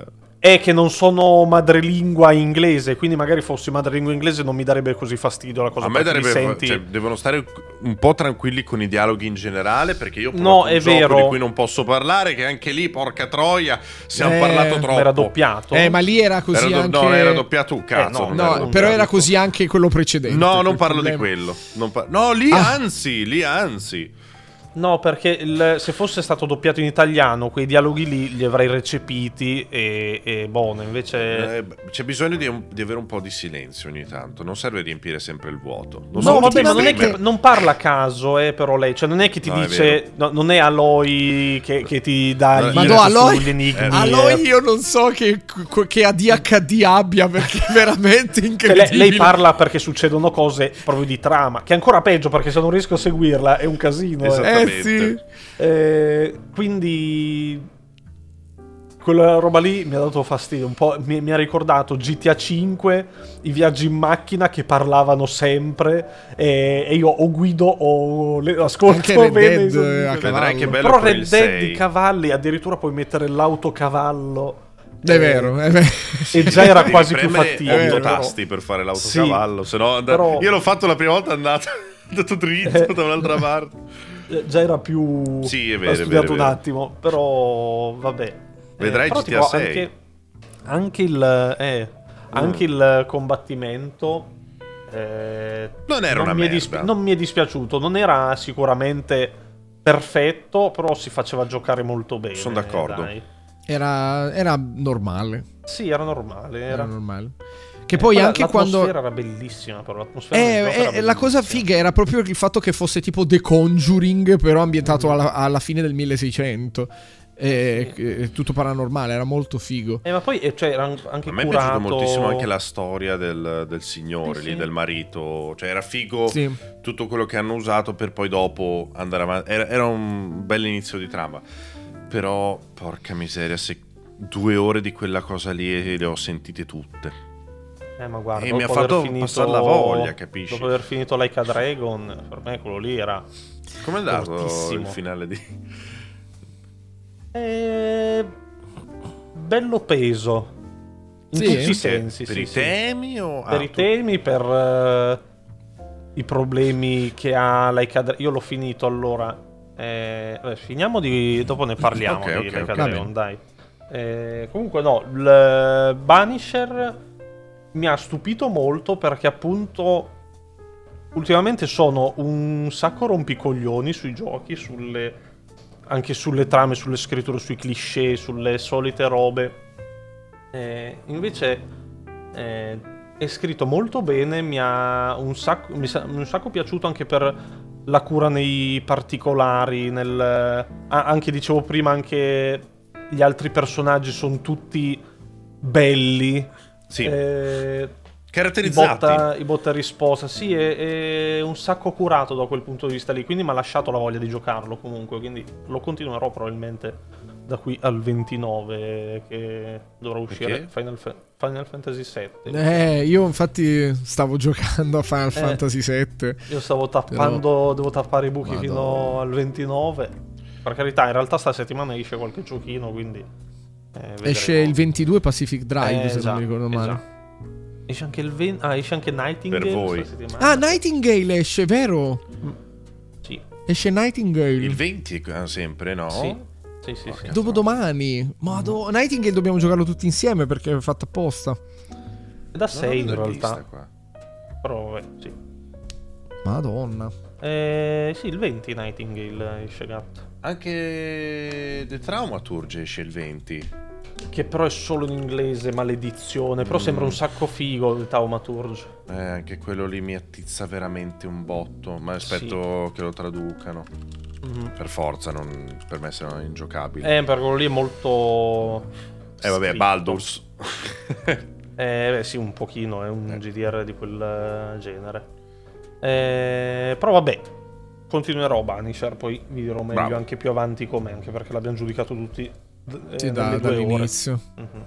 è che non sono madrelingua inglese, quindi magari fossi madrelingua inglese non mi darebbe così fastidio la cosa. A me darebbe, senti... cioè, devono stare un po' tranquilli con i dialoghi in generale, perché io ho no, un è gioco vero. di cui non posso parlare, che anche lì, porca troia, siamo Eh, parlato troppo. Era doppiato? Eh, ma lì era così Era do- anche... No, era doppiato un cazzo. Eh, no, non No, era però doppiato. era così anche quello precedente. No, non quel parlo problema. di quello. Non par- no, lì Ah. anzi, lì anzi. No, perché il- se fosse stato doppiato in italiano, quei dialoghi lì li avrei recepiti e, e buono, invece... Eh, c'è bisogno di, un- di avere un po' di silenzio ogni tanto. Non serve riempire sempre il vuoto. Non No, sono vabbè, tutti ma non è streamer. che non parla a caso, eh, però lei, cioè non è che ti No, è dice, vero. no, non è Aloy che, che ti dà No, gli Ma Io no, info Aloy, sugli enigmi. Eh, Aloy io non so che, che A D H D abbia, perché è veramente Cioè, incredibile. lei, lei parla perché succedono cose proprio di trama, che è ancora peggio perché se non riesco a seguirla è un casino. eh. Esatto. Eh sì. Eh, quindi quella roba lì mi ha dato fastidio un po', mi, mi ha ricordato G T A cinque, i viaggi in macchina che parlavano sempre e, e io o guido o le, ascolto Anche Red bene Dead, i suoni. eh, a Vedrai cavallo. che bello Però per Red il Dead sei. di cavalli addirittura puoi mettere l'autocavallo. È Eh, vero, è vero. E già era Devi quasi più premere fattibile. otto però. tasti per fare l'autocavallo, Sì, se no and- però- io l'ho fatto la prima volta, è andato, è andato dritto Eh. da un'altra parte. Eh, Già era più... Sì, è l'ho vero, è studiato vero, è un vero. attimo, però vabbè. Vedrai però, G T A tipo, sei. Anche, anche il... Eh, anche il combattimento... eh, Non era una mi è merda. dispi- non mi è dispiaciuto, non era sicuramente perfetto, però si faceva giocare molto bene. Sono d'accordo. dai. Era, era normale. Sì, era normale. Era... Era normale. Che poi Eh, anche quando... l'atmosfera era bellissima, però l'atmosfera del Eh, gioco eh, era la cosa bellissima. figa era proprio il fatto che fosse tipo The Conjuring, però ambientato alla, alla fine del milleseicento. E, e tutto paranormale, era molto figo. Eh, ma poi eh, cioè, era anche A me è curato... piaciuta moltissimo anche la storia del, del signore Sì, lì, sì. del marito. Cioè era figo Sì. tutto quello che hanno usato per poi dopo andare avanti. Era, era un bel inizio di trama. Però, porca miseria, se due ore di quella cosa lì le ho sentite tutte. Eh, ma guarda, E dopo mi ha aver fatto finito- passare la voglia, capisci? Dopo aver finito Like a Dragon, per me quello lì era... Com'è andato Fortissimo. il finale di... Eh, bello peso. In Sì? tutti i Per- sensi, per sì, i sì. temi o... Per ah, i tu- temi, per eh, i problemi che ha Like a Dra- Io l'ho finito allora. Eh, vabbè, finiamo di... Dopo ne parliamo Ok, di ok, Like a ok. Dragon, dai. Eh, comunque no, il Punisher mi ha stupito molto perché appunto ultimamente sono un sacco rompicoglioni sui giochi, sulle, anche sulle trame, sulle scritture, sui cliché, sulle solite robe. Eh, invece eh, è scritto molto bene, mi ha un sacco, mi sa- mi è un sacco piaciuto anche per la cura nei particolari, nel, ah, anche dicevo prima, anche gli altri personaggi sono tutti belli. Sì, Eh, caratterizzati. I botta, i botta e risposta, sì, è, è un sacco curato da quel punto di vista lì, quindi mi ha lasciato la voglia di giocarlo comunque, quindi lo continuerò probabilmente da qui al ventinove che dovrà uscire Perché? Final, Fa- Final Fantasy sette. Eh, io infatti stavo giocando a Final Eh. Fantasy sette. Io stavo tappando, devo tappare i buchi Madonna. fino al ventinove. Per carità, in realtà sta settimana esce qualche giochino, quindi eh, vedremo. Esce il ventidue Pacific Drive, Eh, se esatto, non mi ricordo male. esatto. Esce anche il venti... Ah, esce anche Nightingale Per voi. questa settimana. Ah, Nightingale esce, vero? Sì, Esce Nightingale. Il venti è sempre, no? sì, sì, sì, sì. Dopodomani. Madò, Nightingale dobbiamo giocarlo tutti insieme perché è fatto apposta. È da sei in Non l'ho realtà. vista qua. Però vabbè, sì. Madonna. Eh, sì, il venti Nightingale esce gatto. Anche The Thaumaturge esce il venti. Che però è solo in inglese, maledizione. Però Mm. sembra un sacco figo il Thaumaturge. Eh, anche quello lì mi attizza veramente un botto. Ma aspetto che lo traducano. Mhm. Per forza, non, per me se no è ingiocabile. Eh, per quello lì è molto... Eh, vabbè, scritto. Baldur's. Eh, beh, sì, un pochino, è un Eh. G D R di quel eh, genere. Eh, però vabbè, continuerò Punisher, poi vi dirò meglio Bravo. anche più avanti com'è, anche perché l'abbiamo giudicato tutti eh, Sì, da- nelle due ore. dall'inizio. Mhm.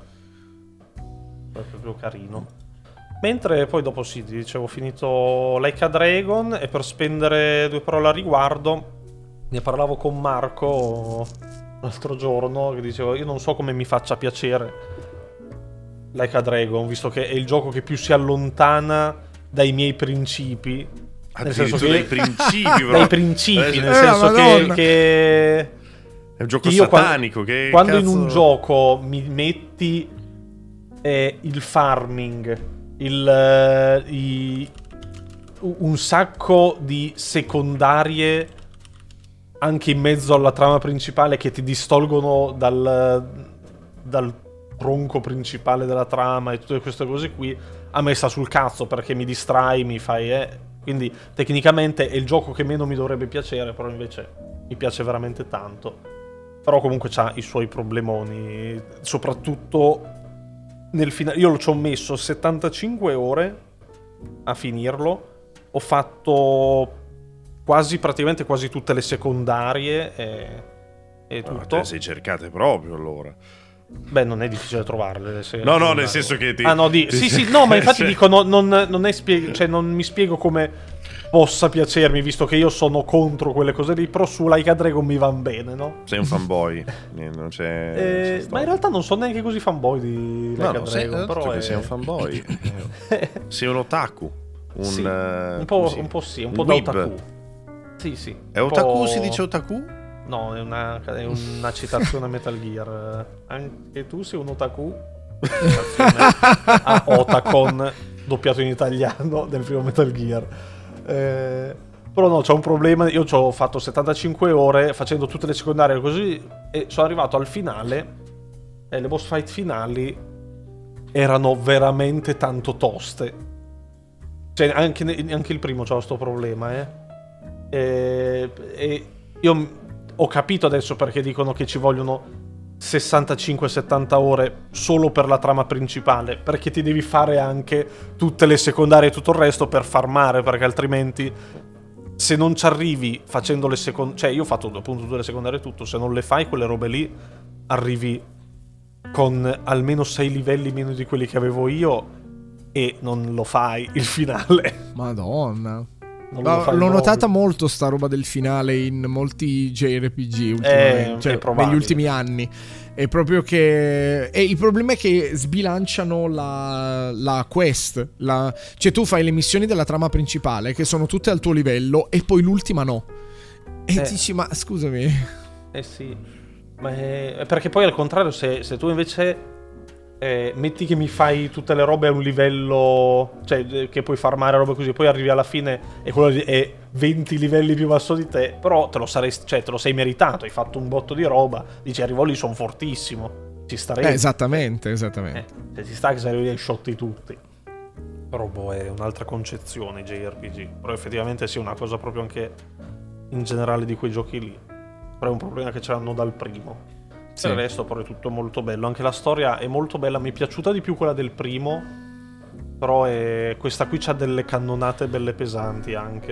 È proprio carino. Mentre poi dopo sì, ti dicevo, ho finito Like a Dragon e per spendere due parole a riguardo ne parlavo con Marco l'altro giorno che dicevo io non so come mi faccia piacere Like a Dragon, visto che è il gioco che più si allontana dai miei principi. Nel senso che dai principi, bro. dai principi, nel Eh, senso che, Madonna. che È un gioco che io satanico. Quando, che quando in cazzo- un gioco mi metti eh, il farming, il, eh, i- un sacco di secondarie anche in mezzo alla trama principale che ti distolgono dal, dal tronco principale della trama e tutte queste cose qui, a me sta sul cazzo perché mi distrai, mi fai eh. Quindi tecnicamente è il gioco che meno mi dovrebbe piacere, però invece mi piace veramente tanto. Però comunque c'ha i suoi problemoni, soprattutto nel finale. Io ci ho messo settantacinque ore a finirlo, ho fatto quasi praticamente quasi tutte le secondarie e, e No, tutto. te sei cercate proprio allora. Beh, non è difficile trovarle. le se- No, no, secondarie. nel senso che ti- Ah, no, di... ti- sì, sì, no, ma infatti cioè- dico, no, non, non è spie- cioè, non mi spiego come possa piacermi, visto che io sono contro quelle cose lì, però su Like a Dragon mi van bene, no? Sei un fanboy. Eh, non c'è, Eh, non c'è ma storia. in realtà non sono neanche così fanboy di Like No, a no, sei, Dragon, ho detto però che è... sei un fanboy. Sei un otaku. Un, Sì, eh, un, po', così. un po' sì, un Un po' da weeb. otaku. Sì, sì. È un otaku? po'- Si dice otaku? No, è una, è una citazione a Metal Gear. Anche tu sei un otaku? Citazione a Otacon, doppiato in italiano, del primo Metal Gear. Eh, però no, c'è un problema. Io ci ho fatto settantacinque ore facendo tutte le secondarie così e sono arrivato al finale e le boss fight finali erano veramente tanto toste. Cioè, anche, ne- anche il primo c'ha sto problema, eh. E, e io m- ho capito adesso perché dicono che ci vogliono sessantacinque settanta ore solo per la trama principale, perché ti devi fare anche tutte le secondarie e tutto il resto per farmare, perché altrimenti se non ci arrivi facendo le secondarie, cioè io ho fatto appunto tutte le secondarie e tutto, se non le fai quelle robe lì arrivi con almeno sei livelli meno di quelli che avevo io e non lo fai il finale. Madonna. Non Ma lo fai l'ho proprio. notata molto sta roba del finale in molti J R P G ultimamente, Eh, cioè è probabile. negli ultimi anni. È proprio che e il problema è che sbilanciano la, la quest, la... cioè tu fai le missioni della trama principale che sono tutte al tuo livello e poi l'ultima no. E Eh. dici ma scusami. Eh sì, ma è... perché poi al contrario se, se tu invece eh, metti che mi fai tutte le robe a un livello, cioè eh, che puoi farmare robe così, poi arrivi alla fine e quello lì è venti livelli più basso di te, però te lo saresti, cioè te lo sei meritato, hai fatto un botto di roba, dici arrivo lì, sono fortissimo, ci starei. Eh, esattamente, esattamente. Eh, se ci sta che sarei lì ai shotti tutti. Però boh, è un'altra concezione i J R P G, però effettivamente sì, è una cosa proprio anche in generale di quei giochi lì. Però è un problema che ce l'hanno dal primo. Sì. Per il resto però è tutto molto bello. Anche la storia è molto bella. Mi è piaciuta di più quella del primo. Però è... questa qui c'ha delle cannonate belle pesanti anche.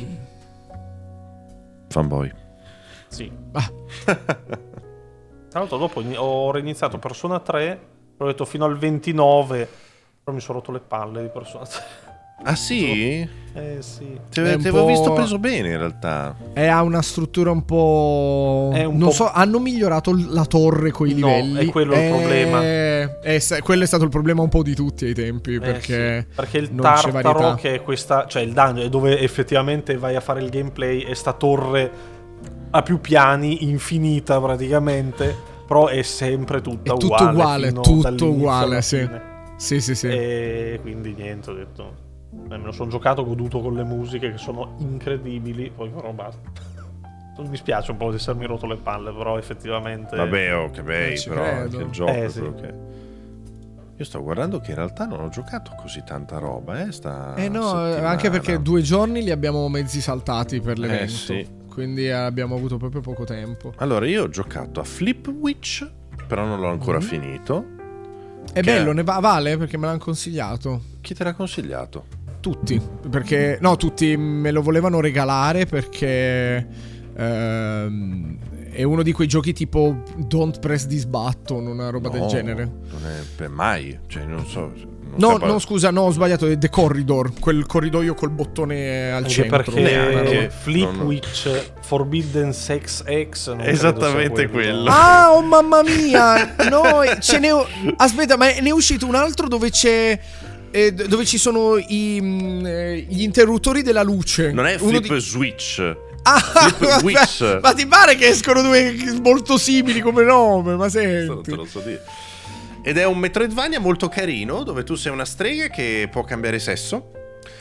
Fanboy. Sì. Ah. Tra l'altro dopo ini- ho reiniziato Persona tre. Ho detto fino al ventinove. Però mi sono rotto le palle di Persona tre. Ah sì? Eh sì. Ti È ave- un ti avevo po'- visto preso bene in realtà. E ha una struttura un po'. È un non po'- so, hanno migliorato l- la torre con i No, livelli. è quello il problema. È sta- quello è stato il problema un po' di tutti ai tempi. Eh Perché, sì, perché il non c'è Tartaro, varietà. che è questa, cioè il dungeon, è dove effettivamente vai a fare il gameplay, è sta torre a più piani, infinita praticamente, però è sempre tutta È tutto uguale. uguale, fino tutto dall'inizio uguale, alla sì. fine. Sì, sì, sì. E quindi niente, ho detto. eh, me lo sono giocato, ho goduto con le musiche che sono incredibili, poi però basta. Mi spiace un po' di essermi rotto le palle, però effettivamente. Vabbè, oh, che bei, Non ci però credo. anche il gioco Eh, è sì. quello che... Io sto guardando che in realtà non ho giocato così tanta roba, eh, sta Eh no, settimana. anche perché due giorni li abbiamo mezzi saltati per l'evento. Eh, sì. Quindi abbiamo avuto proprio poco tempo. Allora, io ho giocato a Flip Witch, però non l'ho ancora Mhm. finito. È Che- bello, ne va- vale perché me l'hanno consigliato. Chi te l'ha consigliato? Tutti, perché no, tutti me lo volevano regalare perché ehm, è uno di quei giochi tipo Don't Press This Button, una roba No, del genere. Non è per mai, cioè non so. Non No, sembra- no, scusa, no, ho sbagliato, è The Corridor, quel corridoio col bottone al Anche centro. perché Neanche. Flip Non- Witch Forbidden Sex X non credo Esattamente sia quello. quello. Ah, oh mamma mia! No, ce n'è. Aspetta, ma ne è uscito un altro dove c'è. eh, dove ci sono i, mm, eh, gli interruttori della luce. Non è Uno Flip di- Switch. Ah, Flip vabbè, Witch. ma ti pare che escono due molto simili come nome? Ma Questo non senti. te lo so dire. Ed è un Metroidvania molto carino, dove tu sei una strega che può cambiare sesso.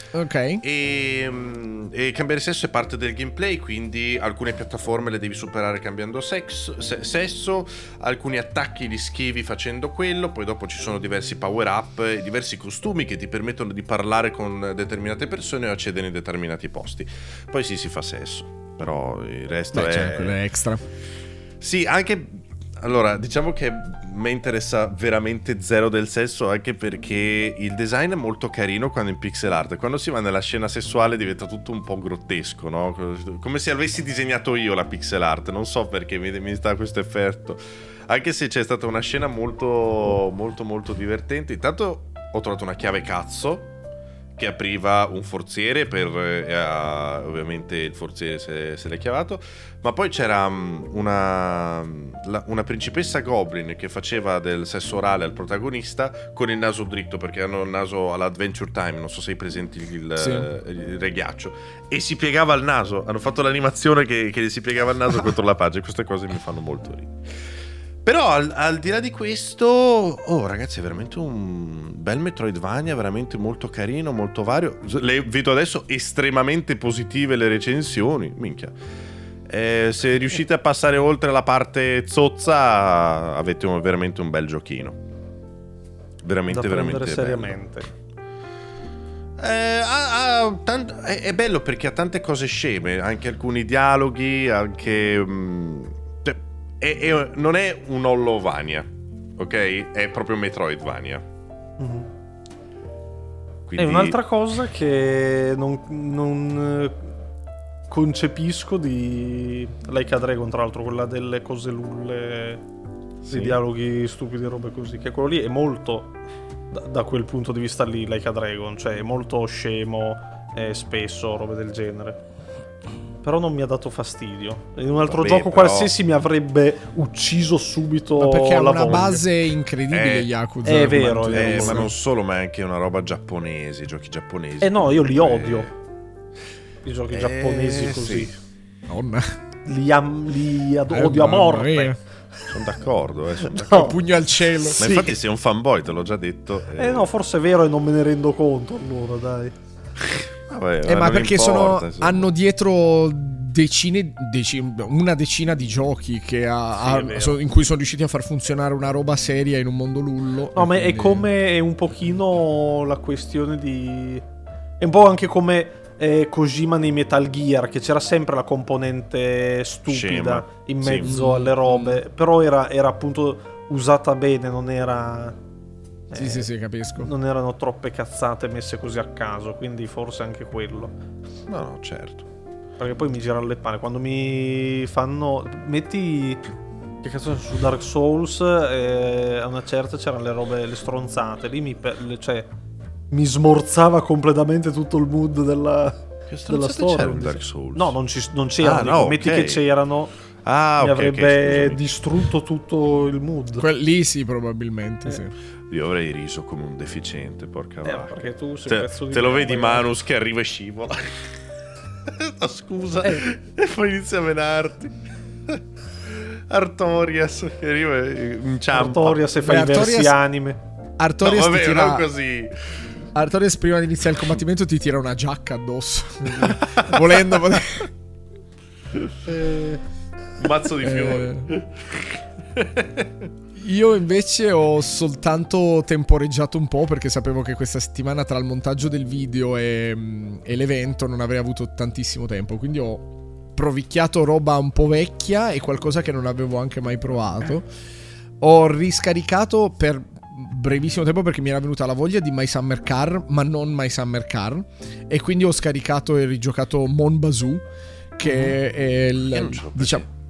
Ok. E, mm, e cambiare sesso è parte del gameplay, quindi alcune piattaforme le devi superare cambiando sex- se- sesso, alcuni attacchi li schivi facendo quello, poi dopo ci sono diversi power up e diversi costumi che ti permettono di parlare con determinate persone o accedere in determinati posti. Poi sì, si fa sesso, però il resto Beh, è... cioè, quello è extra. Sì, anche... Allora, diciamo che mi interessa veramente zero del sesso, anche perché il design è molto carino quando in pixel art. Quando si va nella scena sessuale diventa tutto un po' grottesco, no? Come se avessi disegnato io la pixel art. Non so perché mi, mi sta questo effetto. Anche se c'è stata una scena molto, molto, molto divertente. Intanto ho trovato una chiave cazzo che apriva un forziere per eh, ovviamente il forziere se, se l'è chiavato, ma poi c'era um, una, la, una principessa goblin che faceva del sesso orale al protagonista con il naso dritto, perché hanno il naso all'Adventure Time, non so se hai presenti il, Sì. il re ghiaccio, e si piegava il naso, hanno fatto l'animazione che, che si piegava il naso contro la pagina. Queste cose mi fanno molto ridere. Però al, al di là di questo, oh ragazzi, è veramente un bel Metroidvania, veramente molto carino, molto vario. Le vedo adesso estremamente positive le recensioni, minchia. Eh, se riuscite a passare oltre la parte zozza, avete un- veramente un bel giochino. Veramente, Da veramente prendere bello. seriamente. Eh, ha- ha tant- è, è bello perché ha tante cose sceme, anche alcuni dialoghi, anche... mm, cioè, è- è- non è un Hollovania, ok? È proprio Metroidvania. Mhm. Quindi... E un'altra cosa che non, non eh, concepisco di Like a Dragon, tra l'altro, quella delle cose lulle, Sì. dei dialoghi stupidi e robe così, che quello lì è molto, da, da quel punto di vista lì, Like a Dragon, cioè è molto scemo e spesso, robe del genere. Però non mi ha dato fastidio. In un altro Vabbè, gioco però- qualsiasi mi avrebbe ucciso subito Ma perché ha la una voglia. base incredibile Eh, Yakuza. è come vero, tu- è Eh, vero. ma non solo, ma è anche una roba giapponese, giochi giapponesi. Eh no, io li comunque- odio. I giochi Eh, giapponesi così. sì. Madonna. Li, am- li ad- Eh, odio a mamma morte. mia. Sono d'accordo, eh, son d'accordo. No. Pugno al cielo. Ma Sì. infatti sei un fanboy, te l'ho già detto. Eh no, forse è vero e non me ne rendo conto allora, dai. Vabbè, Eh, ma non perché importa, sono, insomma. hanno dietro decine, deci- una decina di giochi che ha- Sì, ha- è vero. so- in cui sono riusciti a far funzionare una roba seria in un mondo lullo. No, E ma è quindi- come è un pochino la questione di... È un po' anche come eh, Kojima nei Metal Gear, che c'era sempre la componente stupida Scema. in Sì. mezzo alle robe, però era, era appunto usata bene, non era... Sì, eh, sì, sì, capisco. Non erano troppe cazzate messe così a caso, quindi forse anche quello. No, no, certo. Perché poi mi girano le palle quando mi fanno. Metti. Che cazzo su Dark Souls. eh, a una certa c'erano le robe, le stronzate. Lì mi. pe- le- cioè. Mi smorzava completamente tutto il mood della. Che della stronzate storia. c'era in Dark Souls? No, non, ci, non c'erano. Ah, dico, no, metti ok. che c'erano. Ah, mi ok, ok, avrebbe scusami. distrutto tutto il mood. Que- lì sì, probabilmente, Eh. sì. Io avrei riso come un deficiente, porca Eh, vacca. perché tu sei un Te, pezzo di te lo merda, vedi guarda. Manus che arriva e scivola. No, scusa. Eh. E poi inizia a menarti. Artorias che arriva e inciampa. Artoria se fai Beh, i versi Artorias- anime. No, Artorias ti vabbè, tira... non così. Artorias prima di iniziare il combattimento ti tira una giacca addosso. Volendo poter... Eh, Un mazzo di fiori. Eh, Io invece ho soltanto temporeggiato un po' perché sapevo che questa settimana tra il montaggio del video e, e l'evento non avrei avuto tantissimo tempo, quindi ho provicchiato roba un po' vecchia e qualcosa che non avevo anche mai provato. Ho riscaricato per brevissimo tempo perché mi era venuta la voglia di My Summer Car, ma non My Summer Car, e quindi ho scaricato e rigiocato Mon Bazoo, che è il, Io non ce l'ho diciamo,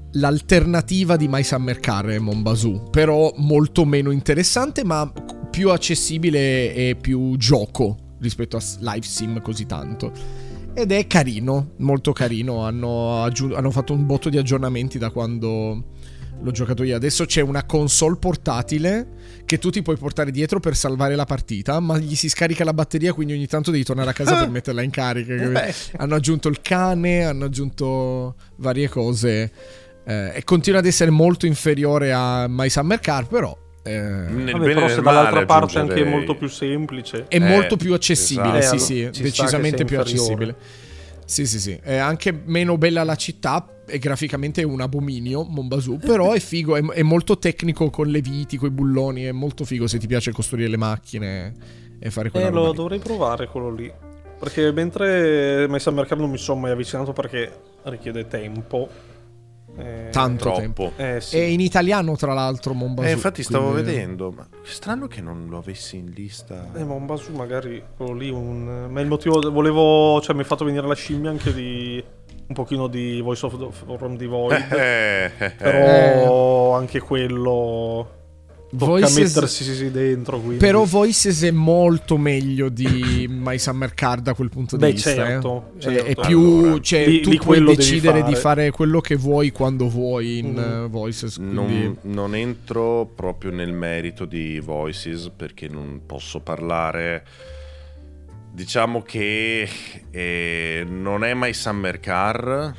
l'alternativa di My Summer Car è Monbasu, però molto meno interessante, ma più accessibile e più gioco rispetto a Live Sim così tanto. Ed è carino, molto carino. Hanno, aggiun- hanno fatto un botto di aggiornamenti da quando l'ho giocato io. Adesso c'è una console portatile che tu ti puoi portare dietro per salvare la partita, ma gli si scarica la batteria, quindi ogni tanto devi tornare a casa per metterla in carica. Hanno aggiunto il cane, hanno aggiunto varie cose, eh, e continua ad essere molto inferiore a My Summer Car, però eh, Nel Vabbè, bene però e se nel dall'altra male parte anche è aggiungerei- molto più semplice. è Eh, molto più accessibile. esatto. Sì, Eh, sì, ci sta decisamente che sia più inferiore. accessibile. Sì, sì, sì. È anche meno bella la città e graficamente è un abominio, Monbasu, però è figo, è, è molto tecnico con le viti, con i bulloni, è molto figo se ti piace costruire le macchine e fare quella Eh, roba lo lì. dovrei provare quello lì. Perché mentre My Summer Car non mi sono mai avvicinato perché richiede tempo. Eh, Tanto tempo. Troppo. Eh sì. È in italiano, tra l'altro, Monbasu. Eh, infatti stavo quindi- vedendo, ma è strano che non lo avessi in lista. Eh, ma un Basu magari quello lì un... Ma il motivo volevo, cioè mi ha fatto venire la scimmia anche di un pochino di Voice of the, from the Void. Eh, eh, eh. Però anche quello tocca Voices- mettersi sì, sì, dentro, quindi. Però Voices è molto meglio di My Summer Car da quel punto Beh, di vista. certo, eh. certo. È, è più. Allora, cioè, lì- tu lì puoi quello devi decidere fare. di fare quello che vuoi quando vuoi in Mm. uh, Voices. Quindi... Non, non entro proprio nel merito di Voices perché non posso parlare. Diciamo che eh, non è mai Summer Car,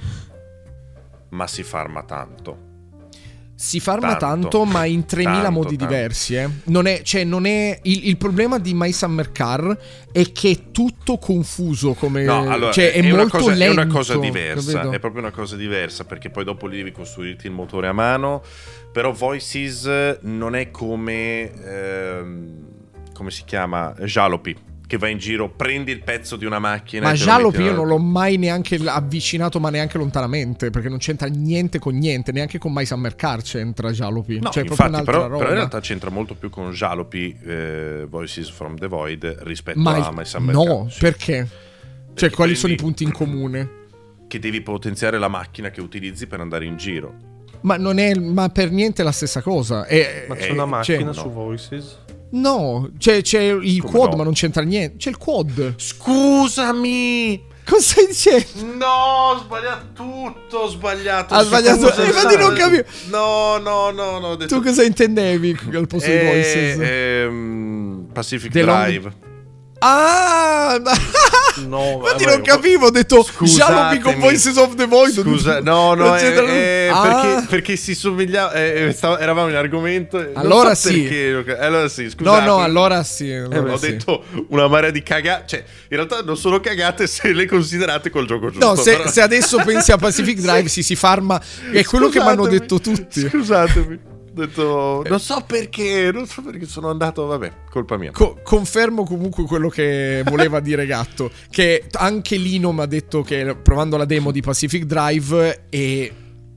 ma si farma tanto. Si farma Tanto. tanto, ma in tremila Tanto, modi tanto. diversi. Eh. Non è, cioè, non è il, il problema di My Summer Car è che è tutto confuso. Come, No, allora cioè, è, è, una molto cosa, lento. è una cosa diversa, capito? è proprio una cosa diversa perché poi dopo lì devi costruirti il motore a mano. Però Voices non è come ehm, come si chiama? Jalopy, che va in giro, prendi il pezzo di una macchina. Ma e te lo Jalopy metti io nella- non l'ho mai neanche avvicinato, ma neanche lontanamente, perché non c'entra niente con niente, neanche con My Summer Car c'entra Jalopy. No, cioè, è proprio infatti, un'altra però, roba. però in realtà c'entra molto più con Jalopy, eh, Voices from the Void, rispetto Ma a il- My Summer no, Car. Sì. perché? Cioè, Perché quali sono i prendi- punti in comune? Che devi potenziare la macchina che utilizzi per andare in giro. Ma non è ma per niente la stessa cosa. È- Ma c'è Eh, una macchina cioè, su no. Voices? No, c'è, c'è il Come quad, no? ma non c'entra niente. C'è il quad. Scusami! Cosa stai dicendo? No, ho sbagliato tutto, ho sbagliato. Ha sbagliato- Scusa, eh, infatti non capivo. No, no, no, no, ho detto... Tu cosa intendevi al posto di Eh, Voices? ehm, Pacific The Long- Drive. Ah! No, Infatti vabbè, non capivo, ho detto Scusatemi. Jalopy con Voices of the Void. Scusa, no, no, Non eh, c'entra eh, nulla. perché, Ah. perché si somigliava, eh, stava- eravamo in argomento. non Allora so sì. perché, ok, allora sì, No, scusate. no, allora sì. allora beh, Ho sì. detto una marea di cagate. Cioè, in realtà non sono cagate se le considerate col gioco giusto. No, se, però- se adesso pensi a Pacific Drive, si si farma. È quello che mi hanno Scusatemi, detto tutti. Scusatemi. Ho detto, non so perché, non so perché sono andato, vabbè, colpa mia. Co- confermo comunque quello che voleva dire Gatto. Che anche Lino mi ha detto che provando la demo di Pacific Drive è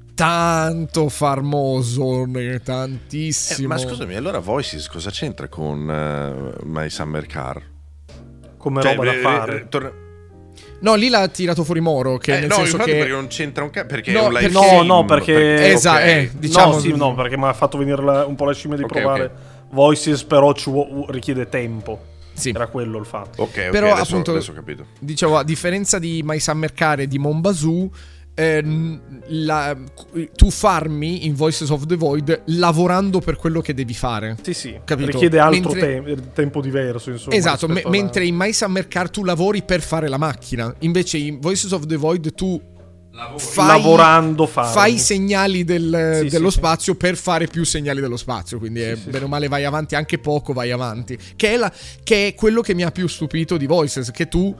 tanto farmoso, ne- Eh, tantissimo. ma scusami, allora Voices cosa c'entra con eh, My Summer Car? come Cioè, roba da eh, fare. eh, torna- No, lì l'ha tirato fuori Moro. Che Eh, nel no, senso infatti che. perché non c'entra un cazzo. Perché No, è un live per- No, game, no, perché- Esatto, ok. eh, diciamo- no, sì, no, perché mi ha fatto venire la- un po' la scimmia di Ok, provare ok. Voices, però ci vuo- richiede tempo. Sì. Era quello il fatto. Ok, ok, Però, adesso, appunto, adesso ho capito. Dicevo, a differenza di My Summer Car e di Monbasu, ehm, la- tu farmi in Voices of the Void lavorando per quello che devi fare. Sì, sì, Capito? richiede altro Mentre- tem- tempo diverso, insomma. Esatto, me- rispetto alla- mentre in My Summer Car tu lavori per fare la macchina. Invece in Voices of the Void tu fai, lavorando farmi. fai i segnali del- Sì, dello sì, sì. spazio per fare più segnali dello spazio. Quindi è, sì, bene o male vai avanti, anche poco vai avanti. Che è, la- che è quello che mi ha più stupito di Voices, che tu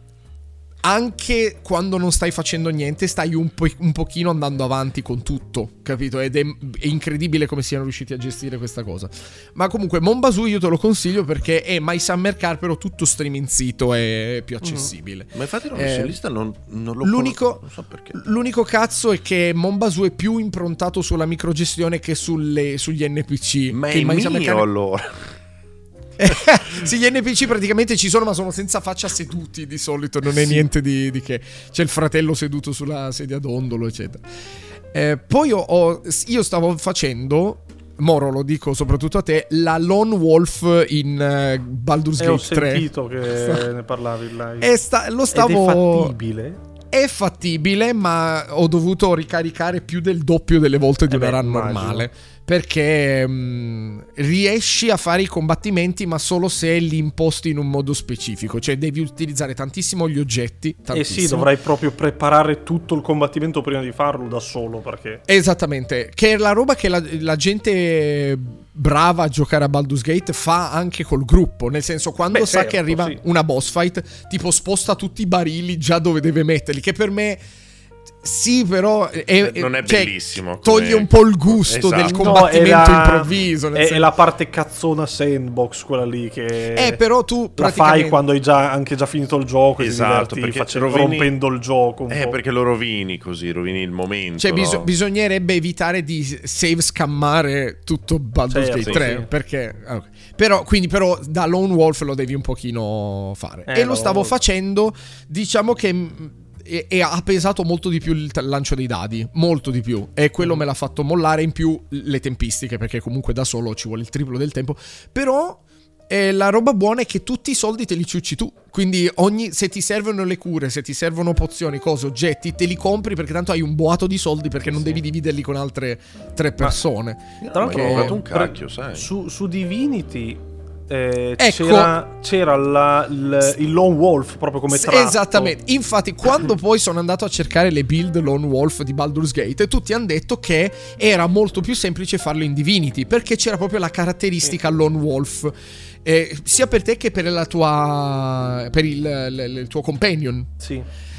anche quando non stai facendo niente stai un, po- un pochino andando avanti con tutto, capito? Ed è, è incredibile come siano riusciti a gestire questa cosa. Ma comunque Monbasu io te lo consiglio perché è My Summer Car, però tutto streaming sito è più accessibile. Ma infatti l'ho Eh, messo in lista, non, non lo l'unico- conosco, non so perché. L'unico cazzo è che Monbasu è più improntato sulla microgestione che sulle- sugli N P C. Ma che è My Summer mio Car- allora. Sì, gli N P C praticamente ci sono, ma sono senza faccia seduti di solito. Non è Sì. niente di, di che. C'è il fratello seduto sulla sedia dondolo, eccetera. Eh, poi ho, ho- io stavo facendo, Moro, lo dico soprattutto a te, la Lone Wolf in eh, Baldur's E ho Gate tre. sentito che ne parlavi in live. E sta- lo Ed stavo... è fattibile? È fattibile, ma ho dovuto ricaricare più del doppio delle volte di Eh una beh, run immagino. normale. Perché mh, riesci a fare i combattimenti, ma solo se li imposti in un modo specifico. Cioè devi utilizzare tantissimo gli oggetti. Eh Tantissimo. sì, dovrai proprio preparare tutto il combattimento prima di farlo da solo, perché... Esattamente, che è la roba che la, la gente brava a giocare a Baldur's Gate fa anche col gruppo. Nel senso, quando Beh, sa certo, che arriva sì. una boss fight, tipo sposta tutti i barili già dove deve metterli. Che per me... Sì, però è, Non è cioè, bellissimo come- toglie un po' il gusto Esatto. del No, combattimento è la- improvviso. nel È, senso- è la parte cazzona sandbox, quella lì che... Eh, però tu la praticamente... fai quando hai già, anche già finito il gioco e Esatto, ti diverti perché facendo, rovini- rompendo il gioco un Eh, po'. perché lo rovini così, rovini il momento. Cioè, bis- no? bisognerebbe evitare di save scammare tutto Baldur's Certo, Gate sì, tre. sì. Perché, ah, ok. Però, quindi, però, da Lone Wolf lo devi un pochino fare. Eh, e lo no, stavo molto. facendo, diciamo che. mh, E, e ha pesato molto di più il t- lancio dei dadi, molto di più, e quello me l'ha fatto mollare, in più le tempistiche, perché comunque da solo ci vuole il triplo del tempo. Però eh, la roba buona è che tutti i soldi te li ciucci tu, quindi ogni, se ti servono le cure, se ti servono pozioni, cose, oggetti, te li compri, perché tanto hai un boato di soldi, perché non sì. devi dividerli con altre tre persone. Tra l'altro, ho Che- provato un per- cacchio, sai. Su, su Divinity eh, Ecco. c'era, c'era la- il, il Lone Wolf proprio come S- tratto. Esattamente. Infatti, quando poi sono andato a cercare le build Lone Wolf di Baldur's Gate, tutti hanno detto che era molto più semplice farlo in Divinity, perché c'era proprio la caratteristica Lone Wolf. Eh, sia per te che per la tua. Per il, l- il tuo companion, Sì.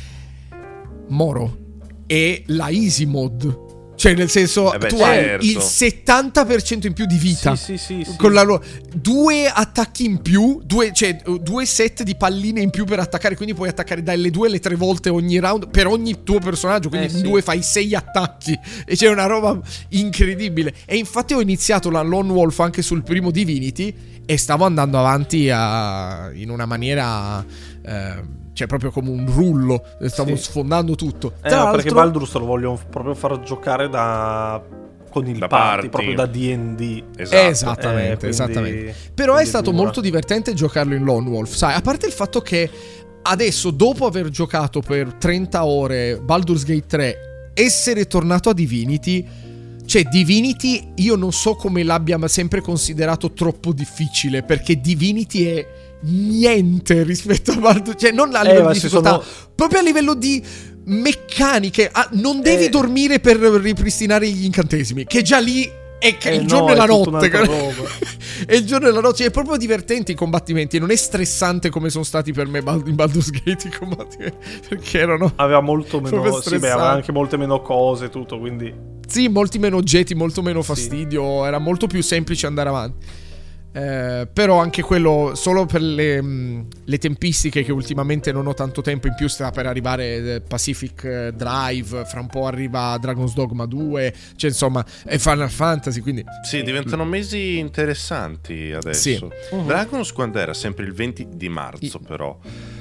Moro. E la easy mod. Cioè, nel senso, Eh beh, tu certo. hai il settanta per cento in più di vita. Sì, sì, sì, sì. Con la loro- due attacchi in più, due, cioè due set di palline in più per attaccare, quindi puoi attaccare dalle due alle tre volte ogni round per ogni tuo personaggio, quindi Eh, in sì. due fai sei attacchi e c'è una roba incredibile. E infatti ho iniziato la Lone Wolf anche sul primo Divinity e stavo andando avanti a- in una maniera eh, cioè proprio come un rullo, stavo Sì. sfondando tutto. Eh, Tra no, perché l'altro- Baldur's te lo vogliono proprio far giocare da con il Da party, party. proprio da D and D. Esatto. Esattamente, Eh, quindi- esattamente. Però è quindi stato dura. molto divertente giocarlo in Lone Wolf, sai, a parte il fatto che adesso, dopo aver giocato per trenta ore Baldur's Gate tre, essere tornato a Divinity, cioè Divinity io non so come l'abbia sempre considerato troppo difficile, perché Divinity è niente rispetto a Baldur's, cioè non a Eh, livello ma di ci difficoltà, sono- proprio a livello di meccaniche. Ah, non devi Eh. dormire per ripristinare gli incantesimi, che già lì è che Eh, il no, giorno e è la tutta notte. un'altra roba. E il giorno e la notte è proprio divertente i combattimenti. Non è stressante come sono stati per me Bal- in Baldur's Gate i combattimenti, perché erano Aveva molto meno, proprio sì, beh, stressanti. aveva anche molte meno cose, tutto, quindi sì, molti meno oggetti, molto meno Sì. fastidio. Era molto più semplice andare avanti. Eh, però anche quello solo per le, mh, le tempistiche, che ultimamente non ho tanto tempo, in più sta per arrivare eh, Pacific eh, Drive, fra un po' arriva Dragon's Dogma due, cioè insomma è Final Fantasy, quindi Sì, diventano mesi interessanti adesso. Sì. Dragons quando era? Sempre il venti di marzo, però.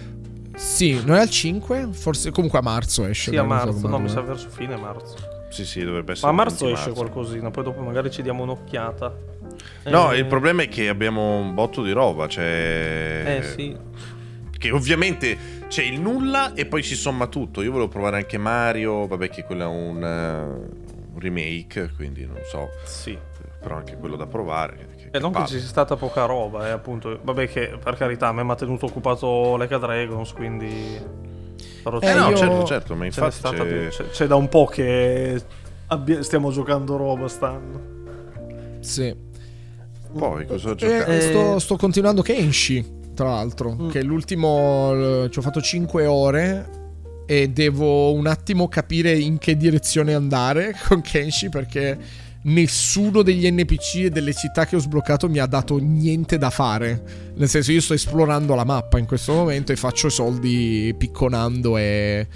sì, non è al cinque, forse comunque a marzo esce. sì, a Dragon's marzo, Dogma no, mi due. sa verso fine marzo. Sì, sì, dovrebbe Ma essere. a il marzo venti esce qualcosina, poi dopo magari ci diamo un'occhiata. No, Eh, il problema è che abbiamo un botto di roba, cioè. Eh sì. Che ovviamente c'è il nulla e poi si somma tutto. Io volevo provare anche Mario, vabbè che quello è un, uh, un remake, quindi non so, Sì. però anche quello da provare. Che, che E non che palle. ci sia stata poca roba, eh, appunto. Vabbè che, per carità, a me mi ha tenuto occupato Like a Dragons, quindi... Però Eh, Eh no, io- certo, certo, ma ce n'è, infatti stata c'è... più- c'è, c'è da un po' che abbia- stiamo giocando roba stanno. Sì. Poi cosa ho Eh, giocato? Eh, sto, sto continuando Kenshi, tra l'altro, Mm. che è l'ultimo, l- ci ho fatto cinque ore e devo un attimo capire in che direzione andare con Kenshi, perché nessuno degli N P C e delle città che ho sbloccato mi ha dato niente da fare. Nel senso, io sto esplorando la mappa in questo momento e faccio soldi picconando e...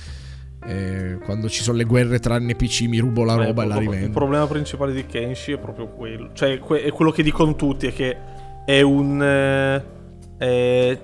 e quando ci sono le guerre tra N P C mi rubo la Beh, roba e la il pro- Il rivendo. problema principale di Kenshi è proprio quello. Cioè, que- è quello che dicono tutti, è che è un... eh, è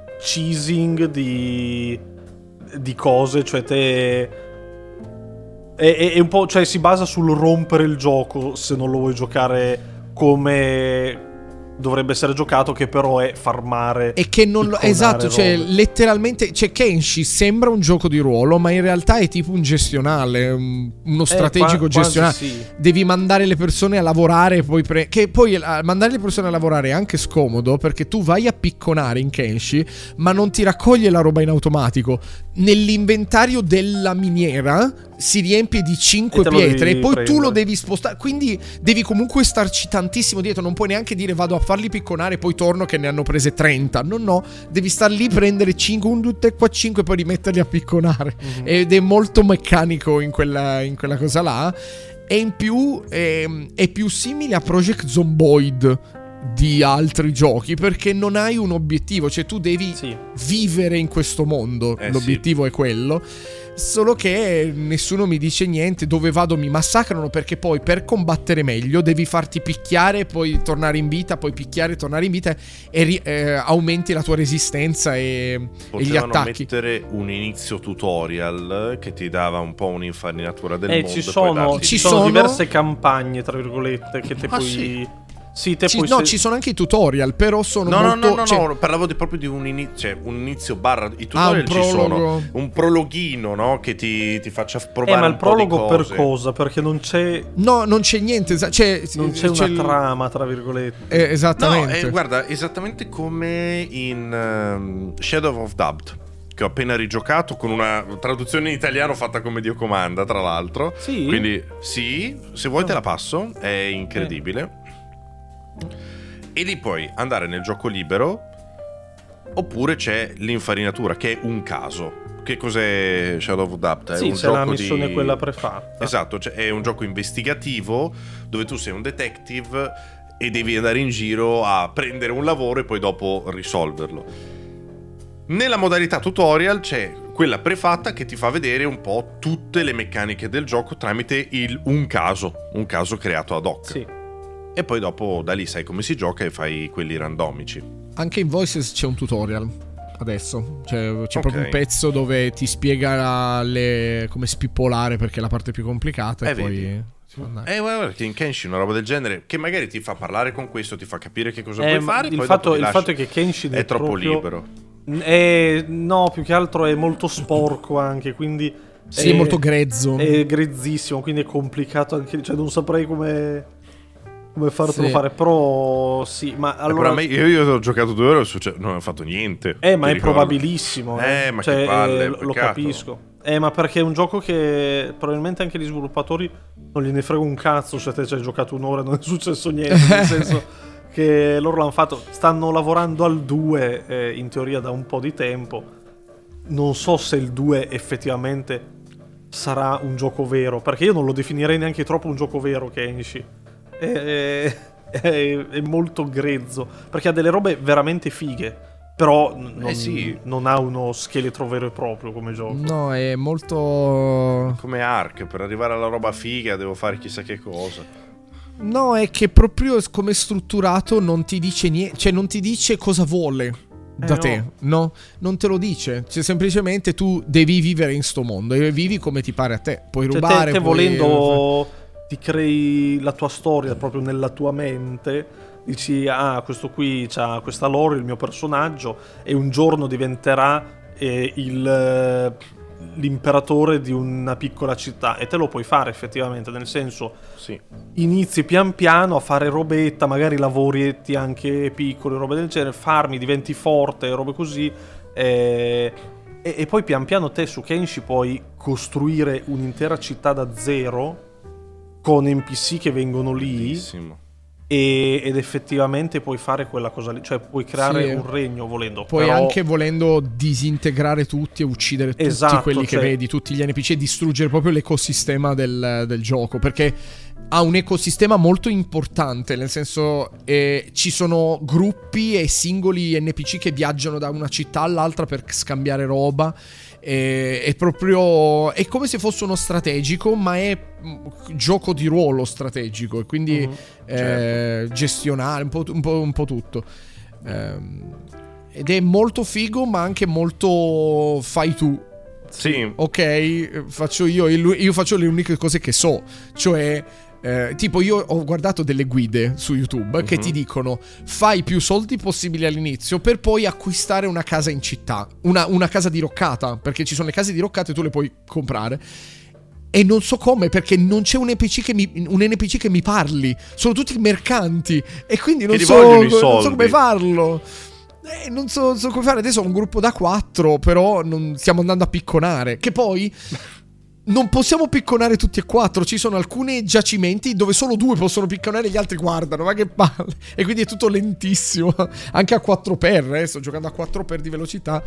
cheesing di... di cose, cioè te... è, è, è un po', cioè si basa sul rompere il gioco se non lo vuoi giocare come dovrebbe essere giocato, che però è farmare e che non lo, esatto, cioè robe. letteralmente, cioè Kenshi sembra un gioco di ruolo, ma in realtà è tipo un gestionale, un- uno strategico Eh, qua- gestionale. quasi sì. Devi mandare le persone a lavorare e poi pre- che poi eh, mandare le persone a lavorare è anche scomodo, perché tu vai a picconare in Kenshi ma non ti raccoglie la roba in automatico. Nell'inventario della miniera si riempie di cinque E te lo pietre e devi poi tu prendere. lo devi spostare, quindi devi comunque starci tantissimo dietro. Non puoi neanche dire vado a farli picconare e poi torno che ne hanno prese trenta. No, no, devi star lì, prendere cinque, un, due, tre, quattro, cinque e poi rimetterli a picconare. Mhm. Ed è molto meccanico in quella, in quella cosa là. E in più ehm, è più simile a Project Zomboid di altri giochi, perché non hai un obiettivo, cioè tu devi Sì. vivere in questo mondo, Eh, l'obiettivo è quello. Solo che nessuno mi dice niente, dove vado mi massacrano, perché poi per combattere meglio devi farti picchiare, poi tornare in vita, poi picchiare, tornare in vita e ri- eh, aumenti la tua resistenza e, e gli Potevano attacchi. mettere un inizio tutorial che ti dava un po' un'infarinatura del Eh, mondo. ci e poi sono, darti- ci Ci sono sono- diverse campagne, tra virgolette, che te Ah, puoi... sì? Sì, te Ci- puoi no, se- ci sono anche i tutorial, però sono No, molto... no, no, no, cioè- no, parlavo di, proprio di un inizio, cioè un inizio barra. I Ah, un tutorial ci sono. prologo. Un prologhino, no? Che ti, ti faccia provare Eh, ma un il po' di prologo per cose. cosa? Perché non c'è, No, non c'è niente, esa- cioè, non c'è una il- trama, tra virgolette. eh, No, esattamente. eh, guarda, esattamente come in ehm, Shadow of Doubt, che ho appena rigiocato con una traduzione in italiano fatta come Dio comanda, tra l'altro. Sì? Quindi sì, se vuoi te la passo, è incredibile. E lì puoi andare nel gioco libero, oppure c'è l'infarinatura, che è un caso. Che cos'è Shadow of Doubt? È Sì, un c'è la gioco missione di... quella prefatta. Esatto, cioè è un gioco investigativo dove tu sei un detective e devi andare in giro a prendere un lavoro e poi dopo risolverlo. Nella modalità tutorial c'è quella prefatta che ti fa vedere un po' tutte le meccaniche del gioco tramite il un caso, un caso creato ad hoc. Sì. E poi dopo da lì sai come si gioca e fai quelli randomici. Anche in Voices c'è un tutorial adesso, cioè, c'è Ok. proprio un pezzo dove ti spiega le- come spippolare, perché è la parte più complicata, Eh, e poi vedi. si fa andare. Eh, guarda che in Kenshin una roba del genere che magari ti fa parlare con questo, ti fa capire che cosa Eh, puoi ma fare. il poi fatto, dopo ti il lascia. fatto è che Kenshin è, è troppo proprio- libero. è- no, più che altro è molto sporco anche, quindi Sì, è molto grezzo. È grezzissimo, quindi è complicato anche, cioè non saprei come come fartelo Sì. fare, però sì, ma Eh, allora però a me, io, io ho giocato due ore e succe- non ho fatto niente. Eh, ma ti è ricordo. probabilissimo. Eh, Eh, ma Cioè, che palle, eh, lo lo peccato. capisco. Eh, ma perché è un gioco che probabilmente anche gli sviluppatori non gliene frega un cazzo se te ci hai giocato un'ora e non è successo niente. Nel senso che loro l'hanno fatto. Stanno lavorando al due, eh, in teoria da un po' di tempo. Non so se il due effettivamente sarà un gioco vero, perché io non lo definirei neanche troppo un gioco vero, Kenshi. È, è, è molto grezzo, perché ha delle robe veramente fighe. Però n- non, Eh sì. non ha uno scheletro vero e proprio come gioco. No, è molto... Come Ark, per arrivare alla roba figa devo fare chissà che cosa. No, è che proprio come è strutturato non ti dice niente, cioè non ti dice cosa vuole da Eh, te, no. Non te lo dice, cioè semplicemente tu devi vivere in sto mondo e vivi come ti pare a te, puoi Cioè, rubare, te, te puoi- volendo ti crei la tua storia proprio nella tua mente. Dici, ah, questo qui c'ha questa lore, il mio personaggio, e un giorno diventerà eh, il, eh, l'imperatore di una piccola città. E te lo puoi fare effettivamente, nel senso, Sì. inizi pian piano a fare robetta, magari lavoretti anche piccoli, robe del genere, farmi, diventi forte, robe così, eh, e, e poi pian piano te su Kenshi puoi costruire un'intera città da zero con N P C che vengono lì. Bellissimo. E- ed effettivamente puoi fare quella cosa lì, cioè puoi creare Sì. un regno volendo. Puoi però- anche volendo disintegrare tutti e uccidere tutti Esatto, quelli che cioè- vedi, tutti gli N P C, e distruggere proprio l'ecosistema del, del gioco, perché ha un ecosistema molto importante, nel senso eh, ci sono gruppi e singoli N P C che viaggiano da una città all'altra per scambiare roba. E- È proprio è come se fosse uno strategico, ma è mm, gioco di ruolo strategico, e quindi Mhm. eh, gestionare un po', un po', un po' tutto. Ehm, ed è molto figo, ma anche molto fai tu. Sì. Ok, faccio io, io faccio le uniche cose che so, cioè eh, tipo io ho guardato delle guide su YouTube che Mhm. ti dicono fai più soldi possibili all'inizio per poi acquistare una casa in città, una, una casa diroccata, perché ci sono le case diroccate e tu le puoi comprare. E non so come, perché non c'è un N P C che mi, un N P C che mi parli. Sono tutti mercanti. E quindi non, Che ti so, vogliono i non so soldi. come farlo. Eh, non so, non so come fare. Adesso ho un gruppo da quattro, però non stiamo andando a picconare. Che poi non possiamo picconare tutti e quattro. Ci sono alcuni giacimenti dove solo due possono picconare e gli altri guardano. Ma che palle. E quindi è tutto lentissimo. Anche a quattro per. Eh. Sto giocando a quattro per di velocità.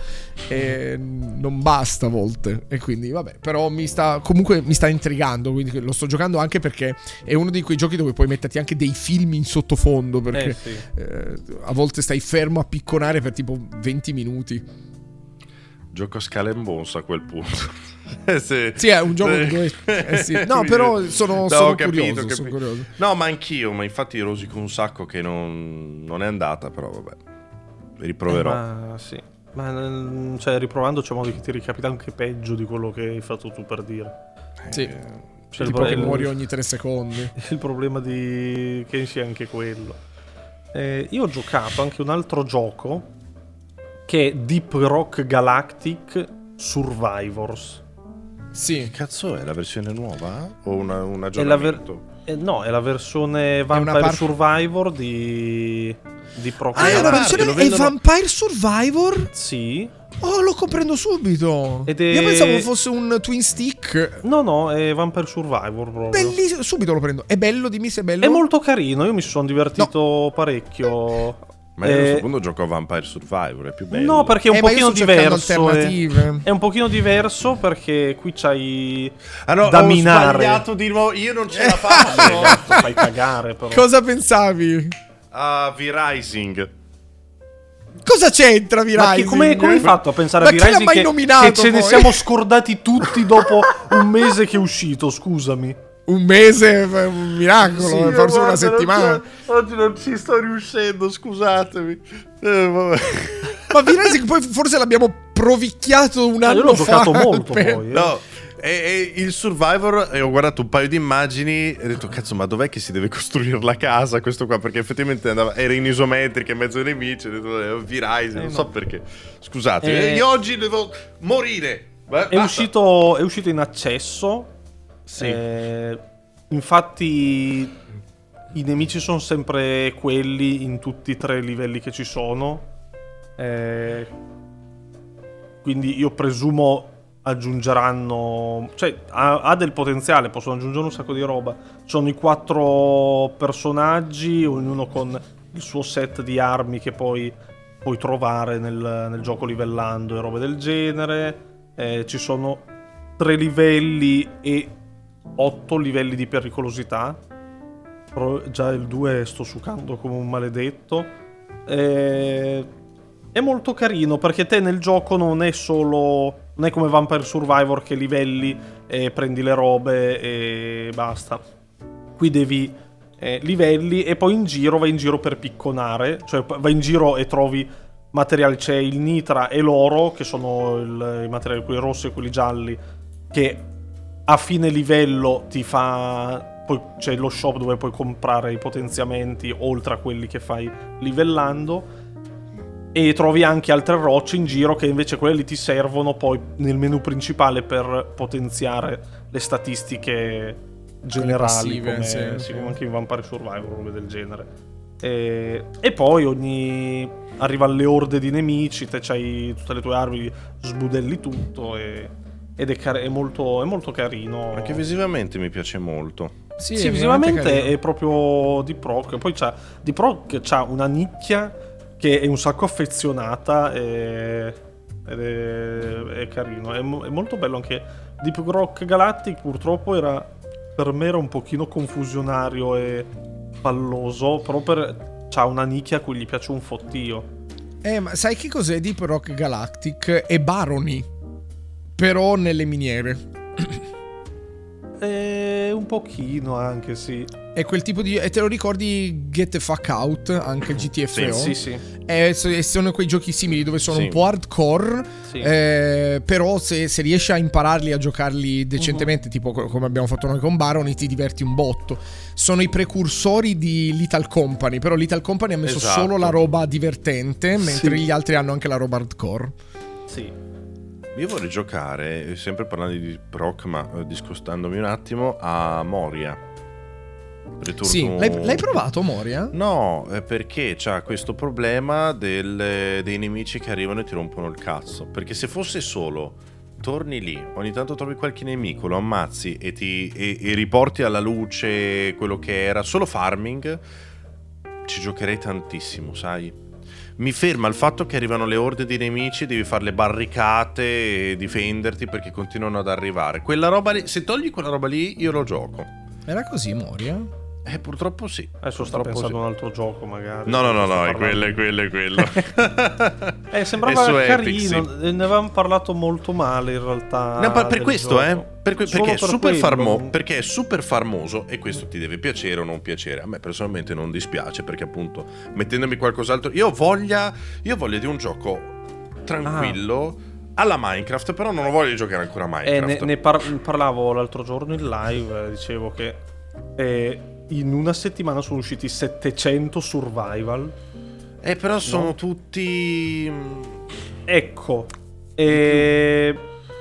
E non basta a volte. E quindi vabbè. Però mi sta. Comunque mi sta intrigando. Quindi lo sto giocando anche perché è uno di quei giochi dove puoi metterti anche dei film in sottofondo. Perché Eh, sì. eh, a volte stai fermo a picconare per tipo venti minuti. Gioco a Skull and Bones a quel punto. Eh, sì. Sì, è un gioco dove- eh sì. No, però sono- No, sono ho capito, curioso, ho capito. sono curioso. No, ma anch'io, ma infatti rosico un sacco che non, non è andata, però vabbè. Riproverò. Eh, ma sì. Ma mm, cioè, riprovando c'è modo che ti ricapita anche peggio di quello che hai fatto tu, per dire. Sì. Eh, Cioè, Tipo il, che il- muori ogni tre secondi. il problema di Kenshi è anche quello. Eh, io ho giocato anche un altro gioco che è Deep Rock Galactic Survivors. Sì. Che cazzo è? La versione nuova? O una, un È la, ver- aggiornamento? eh, no, è la versione una Vampire par- Survivor di Deep Rock Ah, è una Galactic. versione. lo È vendono- Vampire Survivor? Sì. Oh, lo comprendo subito. Ed è- Io pensavo fosse un twin stick. No, no, è Vampire Survivor proprio. Bellissimo. Subito lo prendo. È bello, dimmi se è bello. È molto carino, io mi sono divertito parecchio. Ma io a Eh, questo punto gioco a Vampire Survivor, è più bello. No, perché è un Eh, ma io pochino sto cercando diverso. eh. alternative. È un pochino diverso perché qui c'hai Ah no, da ho minare. sbagliato di nuovo, io non ce la Vabbè, faccio. cazzo, fai cagare però. Cosa pensavi? Ah, V-Rising. Cosa c'entra V-Rising? Ma chi- come, come hai fatto a pensare Ma a chi l'ha V-Rising mai che, nominato, che ce ne poi? siamo scordati tutti dopo un mese che è uscito, scusami. Un mese, un miracolo, forse una settimana. Oggi non ci sto riuscendo, scusatemi. Eh, vabbè. Ma V-Rising poi forse l'abbiamo provicchiato un Ah, anno io l'ho fa. giocato molto per- poi. eh. No, e, e il Survivor, e ho guardato un paio di immagini e ho detto cazzo, ma dov'è che si deve costruire la casa questo qua? Perché effettivamente andava, era in isometrica in mezzo ai nemici, ho detto eh, V-Rising, Eh, non no. so perché. Scusate, Eh, io oggi devo morire. Beh, È basta. uscito, è uscito in accesso. Sì. Eh, infatti i nemici sono sempre quelli in tutti e tre i livelli che ci sono. Eh, quindi io presumo aggiungeranno, cioè ha, ha del potenziale, possono aggiungere un sacco di roba. Ci sono i quattro personaggi, ognuno con il suo set di armi che poi puoi trovare nel, nel gioco livellando e robe del genere. Eh, ci sono tre livelli e otto livelli di pericolosità. Però già il due sto sucando come un maledetto. Eh, è molto carino perché te nel gioco non è solo, non è come Vampire Survivor che livelli e prendi le robe e basta. Qui devi eh, livelli e poi in giro vai in giro per picconare, cioè vai in giro e trovi materiali, c'è il nitra e l'oro che sono il, i materiali quelli rossi e quelli gialli che a fine livello ti fa, poi c'è lo shop dove puoi comprare i potenziamenti oltre a quelli che fai livellando. E trovi anche altre rocce in giro che invece quelle lì ti servono poi nel menu principale per potenziare le statistiche generali, passive, come, sì, sì, sì. come anche in Vampire Survivor, robe del genere. E, e poi ogni arriva alle orde di nemici, te c'hai tutte le tue armi, sbudelli tutto e, ed è, car- è, molto, è molto carino. Anche visivamente mi piace molto. Sì, Sì, è visivamente veramente carino. è proprio Deep Rock. Poi c'ha Deep Rock c'ha una nicchia che è un sacco affezionata e, ed è, è carino. È, mo- è molto bello anche Deep Rock Galactic. Purtroppo era per me era un pochino confusionario e palloso, però per, c'ha una nicchia a cui gli piace un fottio. Eh, ma sai che cos'è Deep Rock Galactic? È Barony, però nelle miniere. È un pochino anche, sì. È quel tipo di... E te lo ricordi Get the Fuck Out, anche G T F O? Sì, sì. Eh, sono quei giochi simili dove sono sì. un po' hardcore, sì. eh, però se, se riesci a impararli, a giocarli decentemente, uh-huh. tipo come abbiamo fatto noi con Barony, ti diverti un botto. Sono i precursori di Lethal Company, però Lethal Company ha messo esatto. solo la roba divertente, mentre sì. gli altri hanno anche la roba hardcore. Sì. Io vorrei giocare, sempre parlando di proc, ma eh, discostandomi un attimo, a Moria. Ritorno... Sì, l'hai, l'hai provato Moria? No, eh, perché c'ha questo problema del, dei nemici che arrivano e ti rompono il cazzo. Perché se fosse solo, torni lì, ogni tanto trovi qualche nemico, lo ammazzi e, ti, e, e riporti alla luce quello che era, solo farming, ci giocherei tantissimo, sai? Mi ferma il fatto che arrivano le orde di nemici, devi fare le barricate e difenderti perché continuano ad arrivare. Quella roba lì, se togli quella roba lì, io lo gioco. Era così Moria? Eh, purtroppo sì. Adesso sto purtroppo pensando sì. a un altro gioco, magari. No, no, no, no, è parlando. quello, è quello, è quello. eh, sembrava È su carino. Epic, sì. Ne avevamo parlato molto male, in realtà. No, per, per del questo, gioco. eh. Per que- Solo perché, è per super quello. farmo- perché è super farmoso e questo ti deve piacere o non piacere. A me personalmente non dispiace perché, appunto, mettendomi qualcos'altro. Io ho voglia, io ho voglia di un gioco tranquillo. Ah. Alla Minecraft, però non ho voglia di giocare ancora a Minecraft. Eh, ne, ne par- parlavo l'altro giorno in live, eh, dicevo che eh, in una settimana sono usciti settecento survival. Eh, però sono no? tutti... Ecco, eh,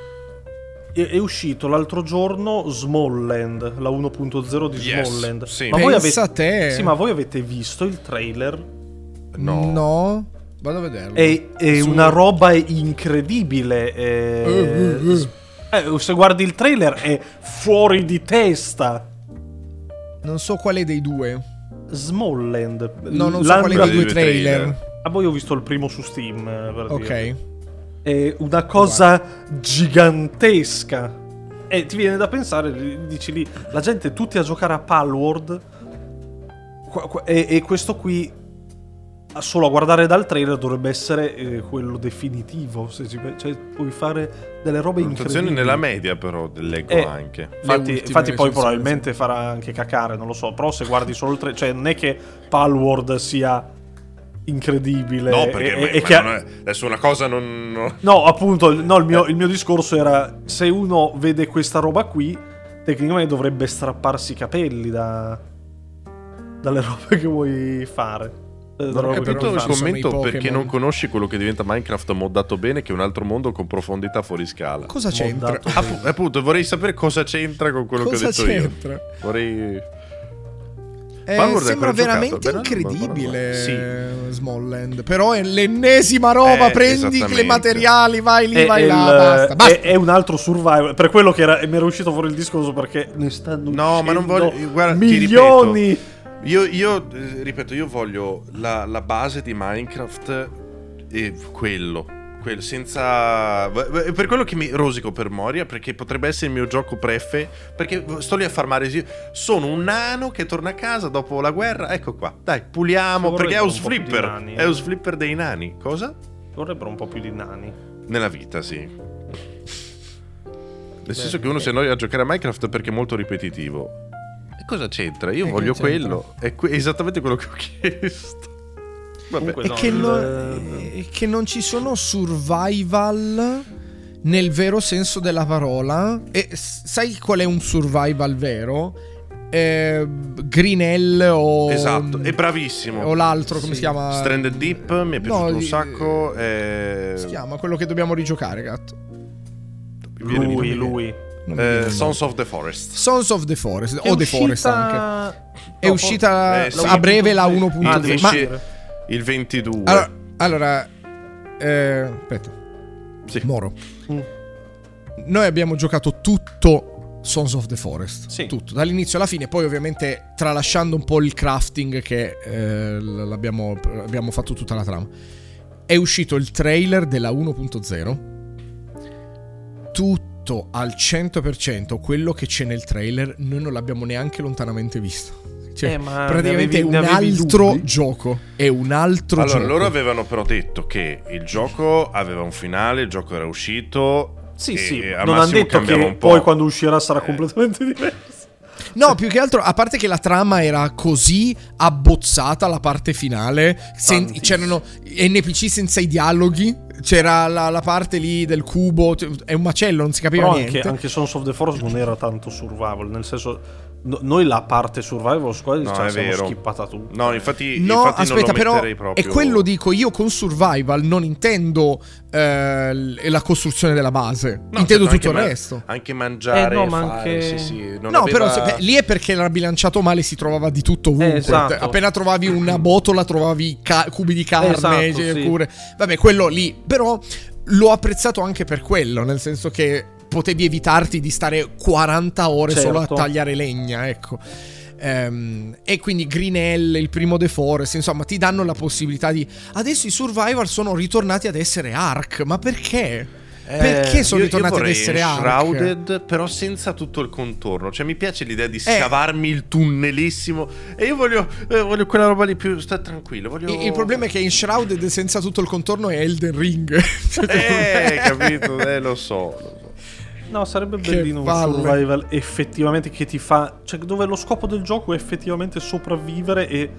è, è uscito l'altro giorno Smallland, la uno punto zero di Yes, Smallland. sì. Ma voi Pensa avete, te. Sì, ma voi avete visto il trailer? No. No. Vado a vederlo. È, è Su- una roba incredibile. eh, Uh, uh, uh. eh, se guardi il trailer è fuori di testa. Non so quale dei due. Smallland. No, non so Land- quale dei due due trailer. trailer. Ah, poi ho visto il primo su Steam. eh, Per Ok. dire. È una cosa gigantesca. E ti viene da pensare, dici lì, la gente tutti a giocare a Palworld. Qua- qua- E, e questo qui, solo a guardare dal trailer, dovrebbe essere eh, quello definitivo. Se ci, cioè, puoi fare delle robe Valutazioni incredibili. nella media, però, leggo Eh, anche. Infatti, ultime infatti poi recensioni, probabilmente farà anche cacare, non lo so. Però se guardi solo il trailer, cioè non è che Palworld sia incredibile. No, perché e, ma- e ma che non è- adesso una cosa non... non- No, appunto, no, il, mio, il mio discorso era: se uno vede questa roba qui, tecnicamente dovrebbe strapparsi i capelli da, dalle robe che vuoi fare. Eh, Non dalle ho robe che capito vuoi il sono fare. commento i Pokémon. perché non conosci quello che diventa Minecraft moddato bene, che è un altro mondo con profondità fuori scala. Cosa c'entra? Moddato. Appu- appunto, vorrei sapere cosa c'entra con quello Cosa che ho detto c'entra? io. Vorrei... Eh, Palworld è sembra ancora veramente giocato? Beh, no, incredibile Sì. Smallland. Però è l'ennesima roba. Eh, Prendi i esattamente. materiali, vai lì, È, vai è là. il- Basta, basta. è- è un altro survival. Per quello che era, mi era uscito fuori il discorso, perché ne stanno No, ma non uscendo voglio- guarda, ti milioni. Io, io eh, ripeto, io voglio la, la base di Minecraft e quello, quello senza... È per quello che mi rosico per Moria, perché potrebbe essere il mio gioco prefe, perché sto lì a farmare. Sono un nano che torna a casa dopo la guerra, ecco qua, dai, puliamo, Ci perché è vorrebbero un un po' più di flipper, nani, è eh. un flipper dei nani. Cosa? Vorrebbero un po' più di nani. Nella vita, sì. Nel senso che uno si annoia a giocare a Minecraft perché è molto ripetitivo. E cosa c'entra? Io E voglio che c'entra? quello. È que- esattamente quello che ho chiesto. Vabbè. Comunque E no, che, il- non, e che non ci sono survival nel vero senso della parola. E s- sai qual è un survival vero? Eh, Greenhell o Esatto, è bravissimo. o l'altro, come Sì. si chiama? Stranded Deep mi è piaciuto No, un di- sacco. eh, Si chiama quello che dobbiamo rigiocare, gatto. viene di Lui, nome. lui. Non mi viene Eh, il Sons nome. of the Forest. Sons of the Forest Che o è The Forest uscita- anche. È No, uscita eh, sì. a breve la Ah, uno punto deve zero. Ma esce- Il ventidue. allora, allora eh, aspetta. Sì. Moro. Mm. Noi abbiamo giocato tutto Sons of the Forest, Sì. tutto, dall'inizio alla fine, poi ovviamente tralasciando un po' il crafting che eh, l'abbiamo, abbiamo fatto tutta la trama. È uscito il trailer della uno punto zero, tutto al cento per cento quello che c'è nel trailer noi non l'abbiamo neanche lontanamente visto. Cioè, Eh, ma praticamente è ne un avevi- ne avevi altro dubbi? gioco, è un altro Allora, gioco. loro avevano però detto che il gioco aveva un finale, il gioco era uscito. Sì, e sì, al non hanno massimo detto cambiava che un po'. poi quando uscirà sarà Eh. completamente diverso. No, più che altro, a parte che la trama era così abbozzata, la parte finale, sen- c'erano N P C senza i dialoghi, c'era la, la parte lì del cubo, è un macello, non si capiva Però niente. anche, anche Sons of the Forest non era tanto survival, nel senso, no, noi la parte survival squad No, ce la è siamo vero. skippata tutta. No, infatti, No, infatti aspetta, non lo però metterei proprio. è quello dico io con survival non intendo eh, l- la costruzione della base, No, intendo certo, tutto il anche ma- resto. Anche mangiare, Eh, no, ma fare, anche- sì, sì, non No, aveva- però se- beh, lì è perché l'ha bilanciato male, si trovava di tutto ovunque. Eh, esatto. Appena trovavi una botola trovavi ca- cubi di carne, Esatto, cioè, sì. pure. Vabbè, quello lì, però l'ho apprezzato anche per quello, nel senso che potevi evitarti di stare quaranta ore solo a Certo. tagliare legna, ecco. Ehm, e quindi Greenhell, il primo The Forest, insomma, ti danno la possibilità di. Adesso i survival sono ritornati ad essere Ark, ma perché? Perché sono Io- ritornati io ad vorrei essere Ark? Shrouded, però senza tutto il contorno. Cioè, mi piace l'idea di scavarmi il tunnelissimo. E io voglio, eh, voglio quella roba lì più. Sta tranquillo. Voglio... Il, il problema è che in Shrouded senza tutto il contorno è Elden Ring. Eh, capito? Eh, lo so. Lo so. No, sarebbe Che bellino un palle. survival effettivamente che ti fa... Cioè, dove lo scopo del gioco è effettivamente sopravvivere e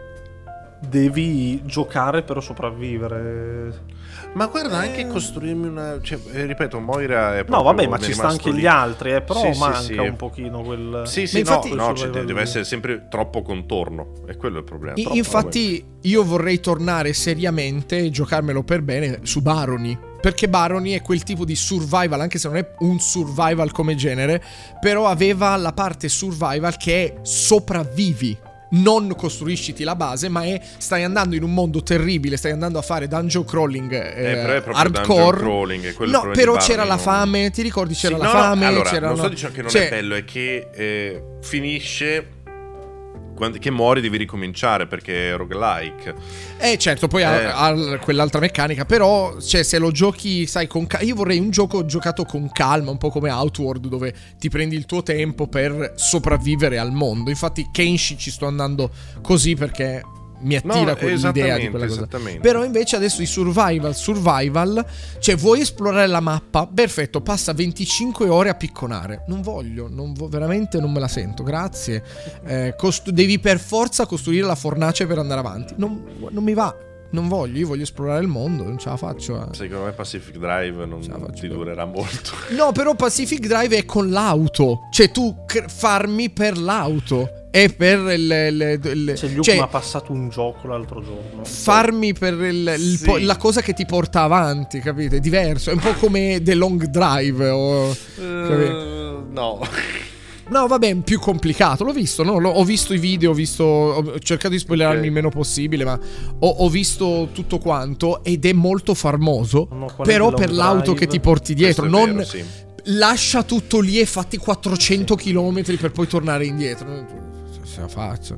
devi giocare per sopravvivere. Ma guarda, anche costruirmi una. Cioè, eh, ripeto, Moira è proprio. No, vabbè, ma mi è ci sta rimasto anche lì. gli altri, eh, però Sì, sì, manca sì. un pochino quel... Sì, sì, Ma infatti- no, no, quel cioè, survival deve lì. essere sempre troppo contorno. E quello è il problema. I- troppo, Infatti, io vorrei tornare seriamente e giocarmelo per bene su Barony. Perché Barony è quel tipo di survival, anche se non è un survival come genere, però aveva la parte survival che è sopravvivi. Non costruisciti la base, ma è stai andando in un mondo terribile, stai andando a fare dungeon crawling eh, Eh, però è proprio hardcore. dungeon crawling, è quello il No, problema però di c'era Barony, la no? fame, ti ricordi c'era Sì, la no, no, fame, allora, c'era non no- sto dicendo che non cioè, è bello, è che eh, finisce quando, che muori devi ricominciare perché è roguelike. Eh certo, poi Eh. ha, ha quell'altra meccanica, però cioè, se lo giochi, sai, con calma. Io vorrei un gioco giocato con calma, un po' come Outward, dove ti prendi il tuo tempo per sopravvivere al mondo. Infatti Kenshi ci sto andando così perché mi attira No, quell'idea di quella cosa. esattamente. Però invece adesso i survival, survival, cioè vuoi esplorare la mappa? Perfetto, passa venticinque ore a picconare. Non voglio, non vo- veramente non me la sento, grazie. Eh, costu- devi per forza costruire la fornace per andare avanti. Non, non mi va, non voglio, io voglio esplorare il mondo, non ce la faccio. eh. Secondo me Pacific Drive non Ce la faccio ti io. durerà molto. No, però Pacific Drive è con l'auto, cioè tu cr- farmi per l'auto. E per il, il, il- Cioè, Luke cioè, mi ha passato un gioco l'altro giorno. farmi per il, il Sì. po- la cosa che ti porta avanti, capite? È diverso, è un po' come The Long Drive o capito? Eh, no. No, vabbè, più complicato. L'ho visto, no? L'ho- ho visto i video, ho visto ho cercato di spoilerarmi Ok. il meno possibile, ma ho, ho visto tutto quanto ed è molto famoso, No, qual è però The per Long l'auto Drive? che ti porti dietro, Questo è non vero, sì. lascia tutto lì e fatti quattrocento chilometri per poi tornare indietro. Se la faccio.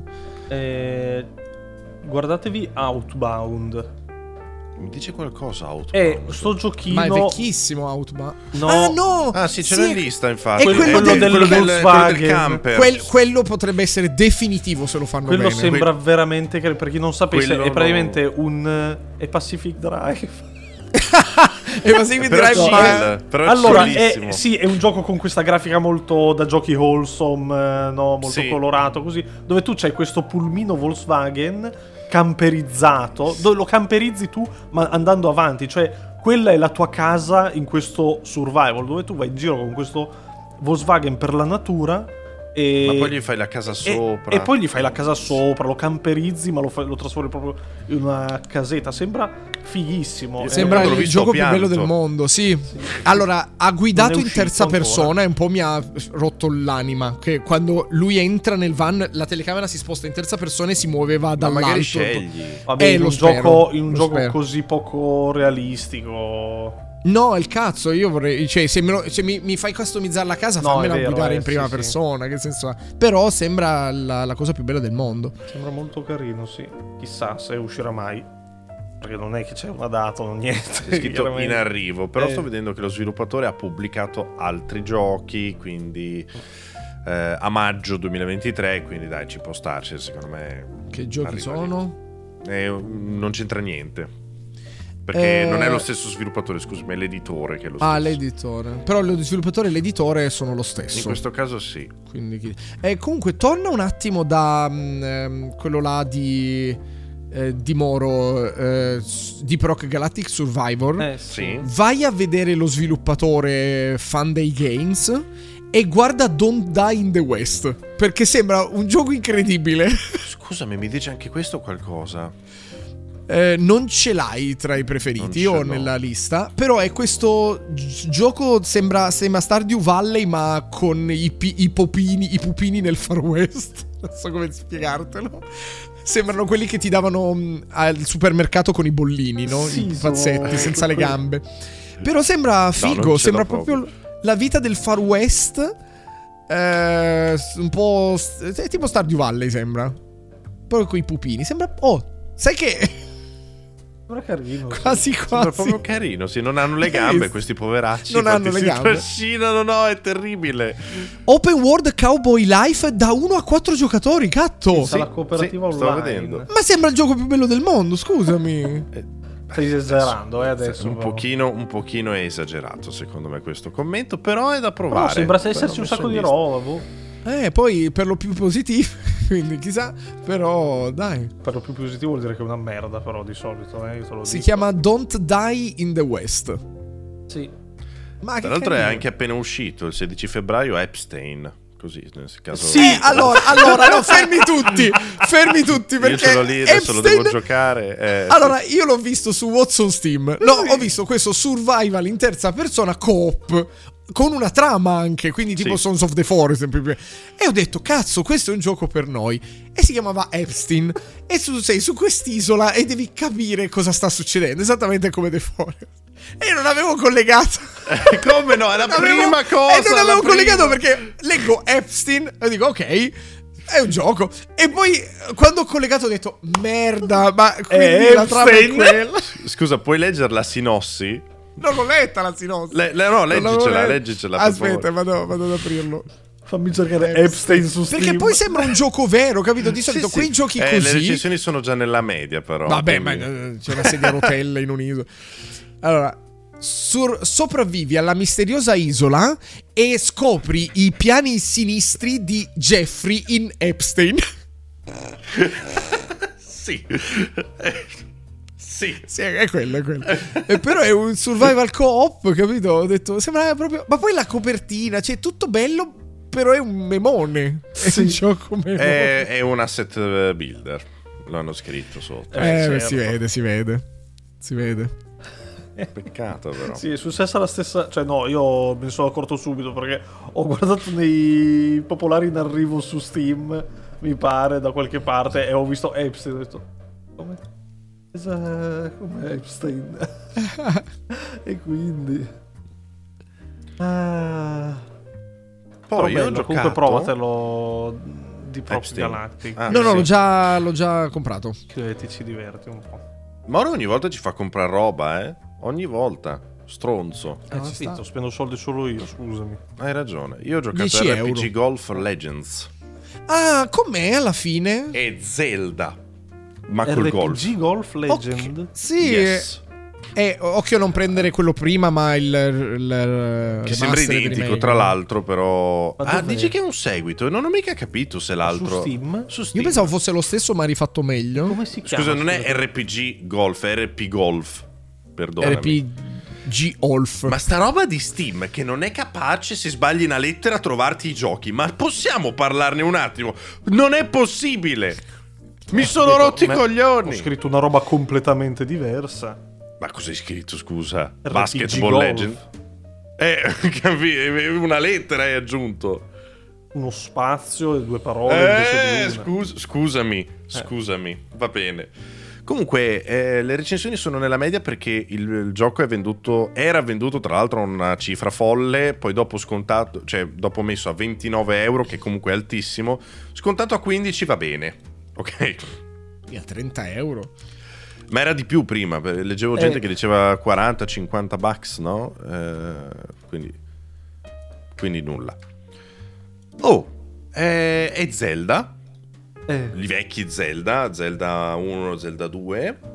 Eh, guardatevi Outbound. Mi dice qualcosa auto. È sto giochino... Ma è vecchissimo Outbound. No. Ah no! Ah, sì, ce Sì, l'ho in lista, infatti. è quello del- del quello Volkswagen. del camper. Quel- quello potrebbe essere definitivo se lo fanno Quello bene. sembra veramente che per chi non sapesse Quello è praticamente no. un eh, è Pacific Drive. E Pacific Però Drive chill, ma- però Allora, chillissimo. è, sì, è un gioco con questa grafica molto da giochi wholesome, eh, no, molto Sì. colorato così, dove tu c'hai questo pulmino Volkswagen camperizzato, dove lo camperizzi tu ma andando avanti, cioè quella è la tua casa in questo survival, dove tu vai in giro con questo Volkswagen per la natura e... Ma poi gli fai la casa e- sopra. E, poi gli fai la casa sopra, lo camperizzi, ma lo, fai- lo trasformi proprio in una caseta. Sembra fighissimo. Io Sembra quando l'ho il visto gioco ho più bello pianto. del mondo, sì. Allora, ha guidato Non è in uscito terza ancora. persona e un po' mi ha rotto l'anima. Che quando lui entra nel van, la telecamera si sposta in terza persona e si muoveva Ma dall'alto. magari scegli. Vabbè, Eh, in lo un spero, gioco, in un lo gioco spero. così poco realistico. No, il cazzo, io vorrei. Cioè, se, me lo- se mi, mi fai customizzare la casa, No, fammela è vero, guidare eh, in prima sì, sì. persona. Che senso ha? Però sembra la, la cosa più bella del mondo. Sembra molto carino, sì. Chissà se uscirà mai. Perché non è che c'è una data o niente. È scritto in chiaramente. arrivo. Però Eh. sto vedendo che lo sviluppatore ha pubblicato altri giochi. Quindi eh, a maggio duemilaventitré. Quindi dai, ci può starci. Secondo me Che giochi arriva sono? lì. Eh, non c'entra niente. Perché Eh, non è lo stesso sviluppatore, scusami, è l'editore che è lo stesso. Ah, l'editore. Però lo sviluppatore e l'editore sono lo stesso. In questo caso sì. Quindi chi- eh, comunque torna un attimo da mm, ehm, quello là di eh, di Moro, eh, s- Deep Rock Galactic Survivor. Eh, Sì. Vai a vedere lo sviluppatore Fun Day Games e guarda Don't Die in the West, perché sembra un gioco incredibile. Scusami, mi dice anche questo qualcosa? Eh, non ce l'hai tra i preferiti Non ce o l'ho. nella lista, però è questo gi- gioco sembra, sembra Stardew Valley ma con i, pi- i popini, i pupini nel Far West. Non so come spiegartelo. Sembrano quelli che ti davano mh, al supermercato con i bollini, no? Sì, I sono- pazzetti senza le quelli- gambe. Però sembra non figo, ce sembra l'ho proprio proprio. la vita del Far West. eh, un po' st- è tipo Stardew Valley sembra. Poi con i pupini. Sembra... Oh, sai che... Sembra carino. sì. Quasi Sembra quasi. proprio carino. Sì, non hanno le Hai gambe, visto? questi poveracci. Non quanti hanno le si gambe. trascinano, no, è terribile. Open World Cowboy Life da uno a quattro giocatori, gatto. Sarà cooperativa sì, stavo online. vedendo. Ma sembra il gioco più bello del mondo, scusami. Stai esagerando, eh, adesso. un però. pochino, un pochino è esagerato secondo me questo commento, però è da provare. Però sembra Però esserci un messo sacco in di lista. roba, boh. Eh, poi per lo più positivo, quindi chissà, però dai. Per lo più positivo vuol dire che è una merda, però di solito, eh, io te lo Si dico. chiama Don't Die in the West. Sì. Ma che Tra l'altro è carino. anche appena uscito, il sedici febbraio, Epstein. Così, nel caso... Sì. Eh, allora, allora, no, fermi tutti, fermi tutti, perché Io ce l'ho lì, adesso lo Epstein- devo giocare. eh, Allora, io l'ho visto su What's on Steam. No, ho visto questo survival in terza persona co-op con una trama anche, quindi tipo Sì. Sons of the Forest. E ho detto, cazzo, questo è un gioco per noi. E si chiamava Epstein. E tu sei su quest'isola e devi capire cosa sta succedendo, esattamente come The Forest. E io non avevo collegato. sì. Come no? È la Non avevo- prima cosa. E non la avevo prima. collegato perché leggo Epstein e dico, ok, è un gioco. E poi quando ho collegato ho detto, merda, ma quindi È la trama è Epstein? quella. Scusa, puoi leggere la sinossi? Non l'ho letta la sinossi. Le- le- no, Non l'avevo leggicela, letta. leggicela, per Aspetta, favore. vado, vado ad aprirlo. Fammi cercare Epstein su Steam. Perché poi sembra un gioco vero, capito? Di solito Sì, sì. quei giochi Eh, Le così. recensioni sono già nella media, però. Vabbè, ma quindi- eh, c'è una sedia a rotelle in un'isola. Allora, sur- sopravvivi alla misteriosa isola e scopri i piani sinistri di Jeffrey in Epstein. Sì. Sì. Sì, è quello, è quello. Eh, però è un survival co-op, capito? Ho detto, sembra proprio... Ma poi la copertina, cioè, tutto bello, però è un memone. È Sì. un gioco memone. È, è un asset builder. Lo hanno scritto sotto. Eh, Eh, si certo. vede, si vede. Si vede. Peccato, però. Sì, è successa la stessa. Cioè, no, io me ne sono accorto subito perché ho guardato nei popolari in arrivo su Steam, mi pare, da qualche parte, e ho visto Epstein. Ho detto, come? Cosa- Come Epstein? E quindi. Ah. Poi io ho bello, giocato. comunque provatelo di Prop Epstein. Galactic. Ah, No, no, sì. l'ho già, l'ho già comprato. Che ti ci diverti un po'. Mauro ogni volta ci fa comprare roba, eh. Ogni volta. Stronzo. Eh, ci capito, sta. spendo soldi solo io, scusami. Hai ragione. Io ho giocato dieci R P G euro. Golf Legends. Ah, com'è alla fine? E Zelda. Ma col R P G golf. Golf Legend. Ok, sì, Yes. eh, occhio a non prendere quello prima, ma il, il Che sembra remastered identico, remake. tra l'altro, però. Ma Ah, dov'è? dici che è un seguito? Non ho mica capito se l'altro. Su Steam? Su Io Steam. pensavo fosse lo stesso, ma rifatto meglio. Come si chiama? Scusa, non è scusa? R P G Golf, è R P Golf. Perdonami. R P G Olf. Ma sta roba di Steam che non è capace, se sbagli una lettera, a trovarti i giochi. Ma possiamo parlarne un attimo? Non è possibile. Mi sono Ho detto, rotti i me- coglioni. Ho scritto una roba completamente diversa. Ma cosa hai scritto, scusa? R P G Basketball Golf. Legend? Eh, capi- una lettera hai aggiunto. Uno spazio e due parole invece Eh, di una. scus- scusami, scusami, va bene. Comunque, eh, le recensioni sono nella media perché il, il gioco è venduto, era venduto tra l'altro a una cifra folle, poi dopo scontato, cioè dopo messo a ventinove euro, che comunque è altissimo, scontato a quindici va bene, ok? A trenta euro. Ma era di più prima, perché leggevo gente Eh. che diceva quaranta cinquanta bucks, no? Eh, quindi, quindi nulla. Oh, eh, è Zelda. Eh, I vecchi Zelda, Zelda uno, Zelda due,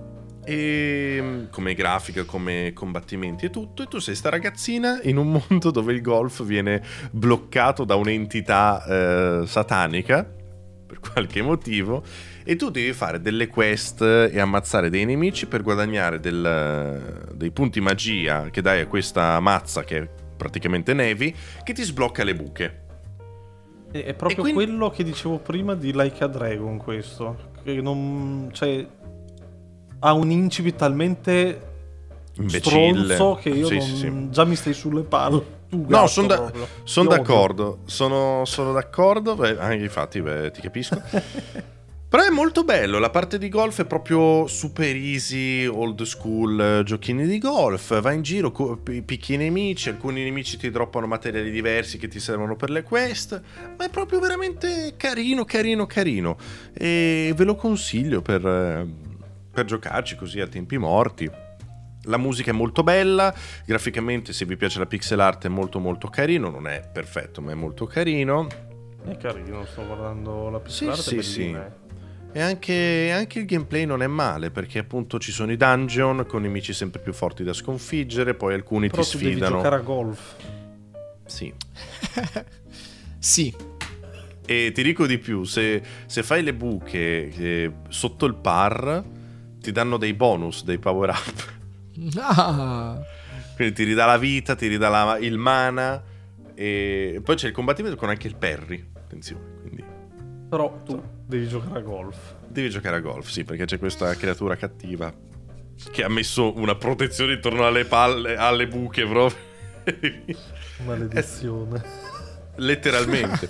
E come grafica, come combattimenti e tutto, e tu sei sta ragazzina in un mondo dove il golf viene bloccato da un'entità eh, satanica per qualche motivo, e tu devi fare delle quest e ammazzare dei nemici per guadagnare del, dei punti magia che dai a questa mazza che è praticamente Navy, che ti sblocca le buche. È proprio quindi... quello che dicevo prima di Like a Dragon, questo, che non, cioè, ha un incipit talmente imbecille, stronzo che io sì, non, sì, sì. già mi stai sulle palle. Tu, no, sono da, son Io d'accordo, sono, sono d'accordo, beh, anche infatti beh, ti capisco. Però è molto bello, la parte di golf è proprio super easy, old school, giochini di golf, vai in giro, picchi i nemici, alcuni nemici ti droppano materiali diversi che ti servono per le quest, ma è proprio veramente carino, carino, carino, e ve lo consiglio per, per giocarci così a tempi morti. La musica è molto bella, graficamente se vi piace la pixel art è molto molto carino, non è perfetto ma è molto carino. È carino, sto guardando la pixel sì, art, sì, è bellina, sì. eh. E anche, anche il gameplay non è male, perché appunto ci sono i dungeon con nemici sempre più forti da sconfiggere, poi alcuni però ti sfidano. Devi giocare a golf. Sì. Sì. E ti dico di più, se, se fai le buche eh, sotto il par ti danno dei bonus, dei power up. Ah. Quindi ti ridà la vita, ti ridà la, il mana, e poi c'è il combattimento con anche il parry, attenzione, quindi... Però tu devi giocare a golf. Devi giocare a golf, sì, perché c'è questa creatura cattiva che ha messo una protezione intorno alle palle, alle buche proprio. Maledizione. Letteralmente.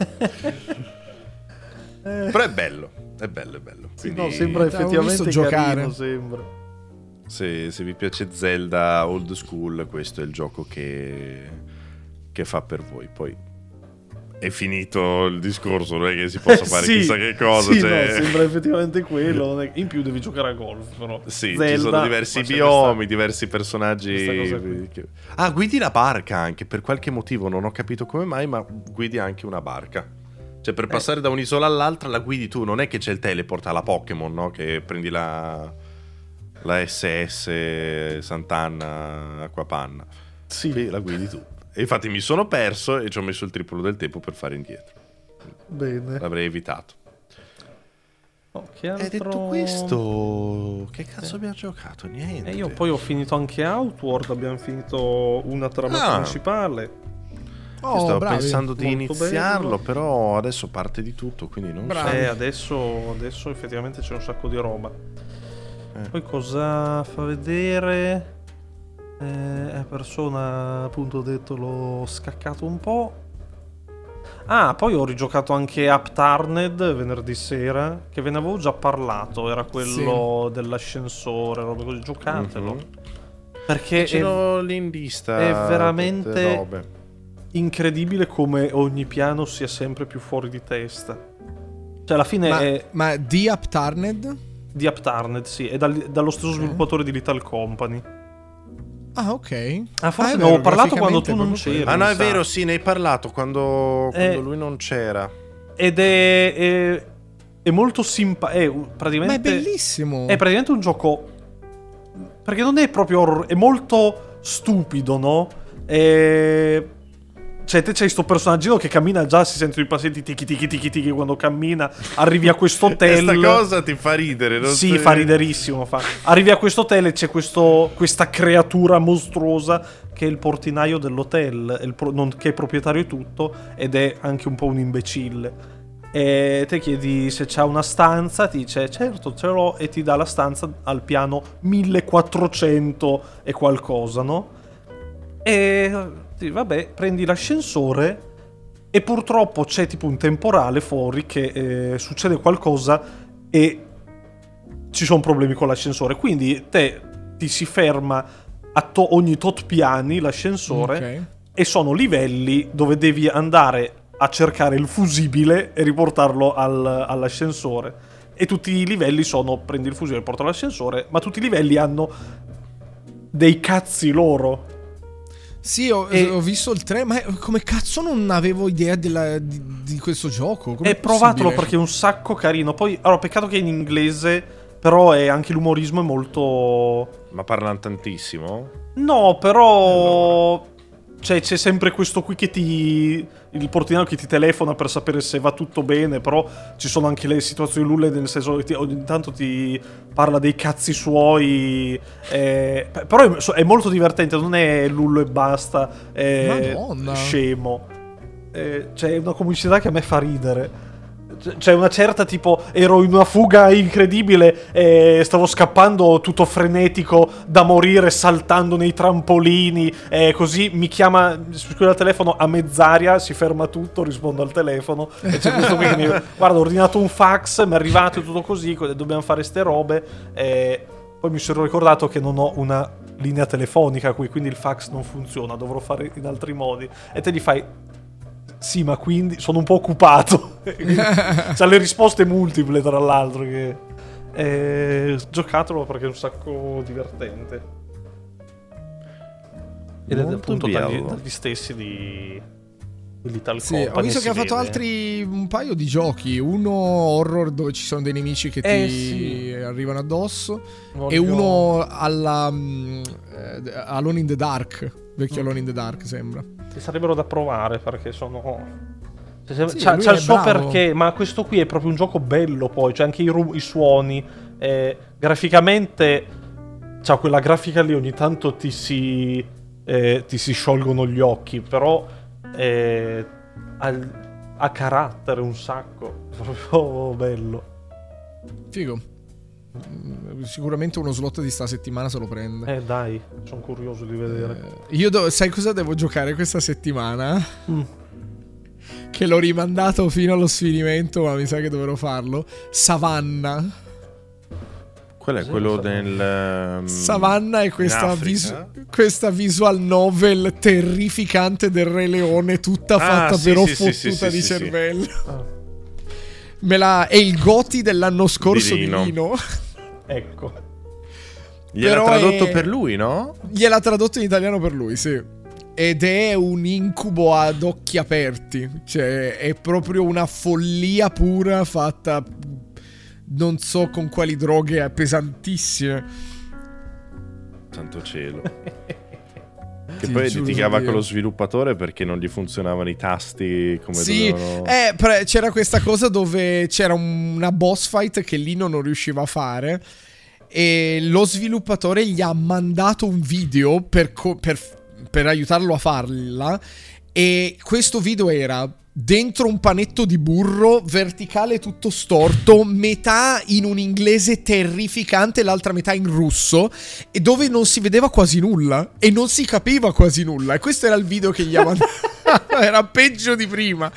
Però è bello, è bello, è bello. Sì, Quindi, no, sembra effettivamente carino, giocare. Sembra. Se, se vi piace Zelda old school, questo è il gioco che, che fa per voi. Poi è finito il discorso, non è che si possa fare sì, chissà che cosa. Sì, cioè... no, sembra effettivamente quello. In più devi giocare a golf, però. Sì, Zelda, ci sono diversi biomi, questa, diversi personaggi. Che... Ah, guidi la barca anche, per qualche motivo, non ho capito come mai, ma guidi anche una barca. Cioè, per passare eh. da un'isola all'altra la guidi tu, non è che c'è il teleport alla Pokémon, no? Che prendi la, la S S Sant'Anna Acquapanna. Sì. Qui la guidi tu. E infatti mi sono perso e ci ho messo il triplo del tempo per fare indietro. Bene. L'avrei evitato. Oh, che altro... E detto questo, che cazzo abbiamo giocato? Niente. E io poi ho finito anche Outward, abbiamo finito una trama ah. principale. Oh, io stavo bravi. pensando di Molto iniziarlo, bello. Però adesso parte di tutto, quindi non Bravi. so. Eh, adesso, adesso effettivamente c'è un sacco di roba. Eh. Poi cosa fa vedere? Eh, persona, appunto, ho detto, l'ho scaccato un po'. Ah, poi ho rigiocato anche Upturned venerdì sera, che ve ne avevo già parlato, era quello sì. dell'ascensore, robe così, giocatelo. Mm-hmm. Perché ce l'ho lì in lista. È veramente robe. incredibile come ogni piano sia sempre più fuori di testa. Cioè alla fine ma, è... Ma di Upturned? Di Upturned, sì, è dal, dallo stesso okay. sviluppatore di Little Company. Ah, ok. Ah, forse ah, ne avevo parlato quando tu non c'eri. Ah, no, è vero, sì, ne hai parlato quando, quando è, lui non c'era. Ed è, è, è molto simpatico. Praticamente. Ma è bellissimo. È praticamente un gioco. Perché non è proprio horror, è molto stupido, no? E... Cioè, te c'hai sto personaggino che cammina, già si sentono i passetti tichi tichi tichi tichi quando cammina. Arrivi a questo hotel. Questa cosa ti fa ridere, non Sì, sei... fa riderissimo. Fa. Arrivi a questo hotel e c'è questo, questa creatura mostruosa che è il portinaio dell'hotel, il pro, non, che è proprietario di tutto ed è anche un po' un imbecille. E te chiedi se c'ha una stanza, ti dice certo ce l'ho e ti dà la stanza al piano millequattrocento e qualcosa, no? E... vabbè, prendi l'ascensore e purtroppo c'è tipo un temporale fuori che eh, succede qualcosa e ci sono problemi con l'ascensore, quindi te ti si ferma a to- ogni tot piani l'ascensore, okay. E sono livelli dove devi andare a cercare il fusibile e riportarlo al- all'ascensore, e tutti i livelli sono prendi il fusibile e portalo all'ascensore, ma tutti i livelli hanno dei cazzi loro. Sì, ho, e... ho visto il tre, ma come cazzo non avevo idea della, di, di questo gioco? Com'è e provatelo perché è un sacco carino. Poi, allora, peccato che è in inglese però è anche l'umorismo è molto... Ma parlano tantissimo? No, però... Cioè, c'è sempre questo qui che ti... il portinaio che ti telefona per sapere se va tutto bene, però ci sono anche le situazioni lulle, nel senso che ti, ogni tanto ti parla dei cazzi suoi, eh, però è, è molto divertente, non è lullo e basta, è Madonna. scemo. Eh, c'è una comicità che a me fa ridere. C'è una certa tipo, ero in una fuga incredibile e stavo scappando tutto frenetico da morire saltando nei trampolini e così mi chiama, scrive al telefono a mezz'aria, si ferma tutto, rispondo al telefono e c'è questo qui che mi guarda, ho ordinato un fax, mi è arrivato e tutto così, dobbiamo fare ste robe e poi mi sono ricordato che non ho una linea telefonica qui, quindi il fax non funziona, dovrò fare in altri modi e te gli fai... Sì, ma quindi sono un po' occupato. C'ha le risposte multiple, tra l'altro. Che... Eh, giocatelo perché è un sacco divertente. Ed è Molto appunto dagli, bello. dagli stessi di, di Little Sì, Company. ho visto si che ha fatto vede. altri un paio di giochi, uno horror dove ci sono dei nemici che ti Eh, sì. arrivano addosso Voglio- e uno alla mm, eh, Alone in the Dark, vecchio Mm. Alone in the Dark sembra. Che sarebbero da provare perché sono... C'ha, Sì, c'ha lui c'ha è il suo bravo. perché, ma questo qui è proprio un gioco bello poi, c'è anche i, ru- i suoni, eh, graficamente c'ha quella grafica lì, ogni tanto ti si, eh, ti si sciolgono gli occhi, però eh, ha, ha carattere un sacco, è proprio bello. Figo. Mm, Sicuramente uno slot di sta settimana se lo prende. Eh dai, sono curioso di vedere. Eh, io do- sai cosa devo giocare questa settimana? Mm. Che l'ho rimandato fino allo sfinimento, ma mi sa che dovrò farlo. Savannah. Qual è Cos'è quello Savannah? del... ehm, Savannah è questa, in Africa? vis- questa visual novel terrificante del Re Leone, tutta Ah, fatta sì, però sì, sì, fottuta sì, sì, di sì, cervello. Ah, Me la... È il Goti dell'anno scorso Di di Lino. Lino. ecco. Gliel'ha Però tradotto è- per lui, no? Gliel'ha tradotto in italiano per lui, sì. Ed è un incubo ad occhi aperti. Cioè, è proprio una follia pura fatta non so con quali droghe pesantissime. Santo cielo. Che Ti poi giuro litigava Dio. con lo sviluppatore perché non gli funzionavano i tasti come Sì, dovevano. eh, pre- c'era questa cosa dove c'era un- una boss fight che Lino non riusciva a fare e lo sviluppatore gli ha mandato un video per, co- per, per aiutarlo a farla e questo video era dentro un panetto di burro, verticale tutto storto, metà in un inglese terrificante, l'altra metà in russo, e dove non si vedeva quasi nulla e non si capiva quasi nulla. E questo era il video che gli ha mandato. Era peggio di prima.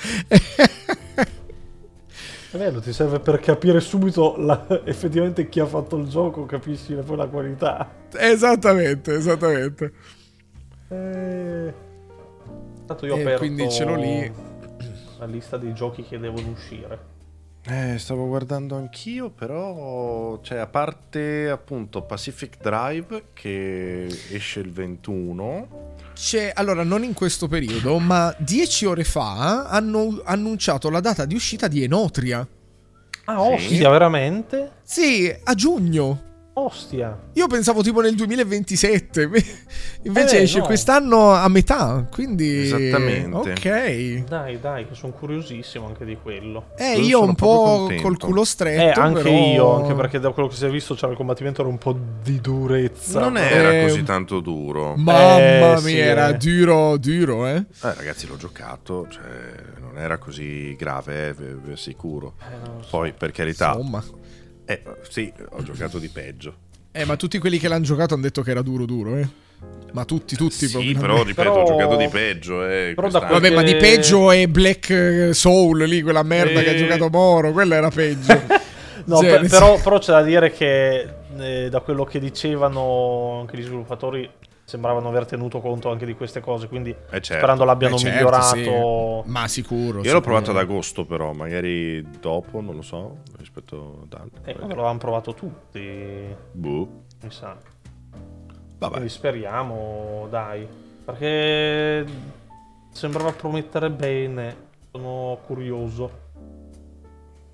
È bello, ti serve per capire subito la- effettivamente chi ha fatto il gioco, capisci poi la qualità. Esattamente, esattamente. Eh... Tanto io ho E aperto quindi ce l'ho lì. la lista dei giochi che devono uscire. Eh, stavo guardando anch'io, però, cioè, a parte appunto Pacific Drive che esce il ventuno. C'è, allora, non in questo periodo, ma dieci ore fa hanno annunciato la data di uscita di Enotria. Ah, Sì. ostia, veramente? Sì, a giugno. Ostia. Io pensavo tipo nel duemilaventisette. Invece Eh, esce no. quest'anno a metà. Quindi. Esattamente. Ok. Dai, dai, che sono curiosissimo anche di quello. Eh, Io io sono un proprio po' contento. col culo Eh, stretto. anche però- io, anche perché da quello che si è visto c'era il combattimento, era un po' di durezza. Non però- era Eh, così tanto duro. Mamma Eh, mia, sì, era eh. duro, duro, eh. Eh, ragazzi, l'ho giocato, cioè, non era così grave, eh, vi, vi assicuro. Eh, non lo so. Poi, per carità, Insomma. eh, sì, ho giocato di peggio. Eh, ma tutti quelli che l'hanno giocato hanno detto che era duro, duro, eh. Ma tutti, tutti. Sì, proprio. però, ripeto, Però- ho giocato di peggio, eh, però da quest'anno. Vabbè, ma di Eh, peggio è Black Soul lì, quella merda Eh. che ha giocato Moro. Quella era peggio. No, Cioè, per- nel però, però c'è da dire che eh, da quello che dicevano anche gli sviluppatori sembravano aver tenuto conto anche di queste cose, quindi Eh, certo. sperando l'abbiano Eh, certo, migliorato. sì. Ma sicuro. Io sicuro. l'ho provato ad agosto, però, magari dopo, non lo so, rispetto ad altri. Eh, ma lo hanno provato tutti, Boh. mi sa. Vabbè. Quindi speriamo, dai, perché sembrava promettere bene, sono curioso.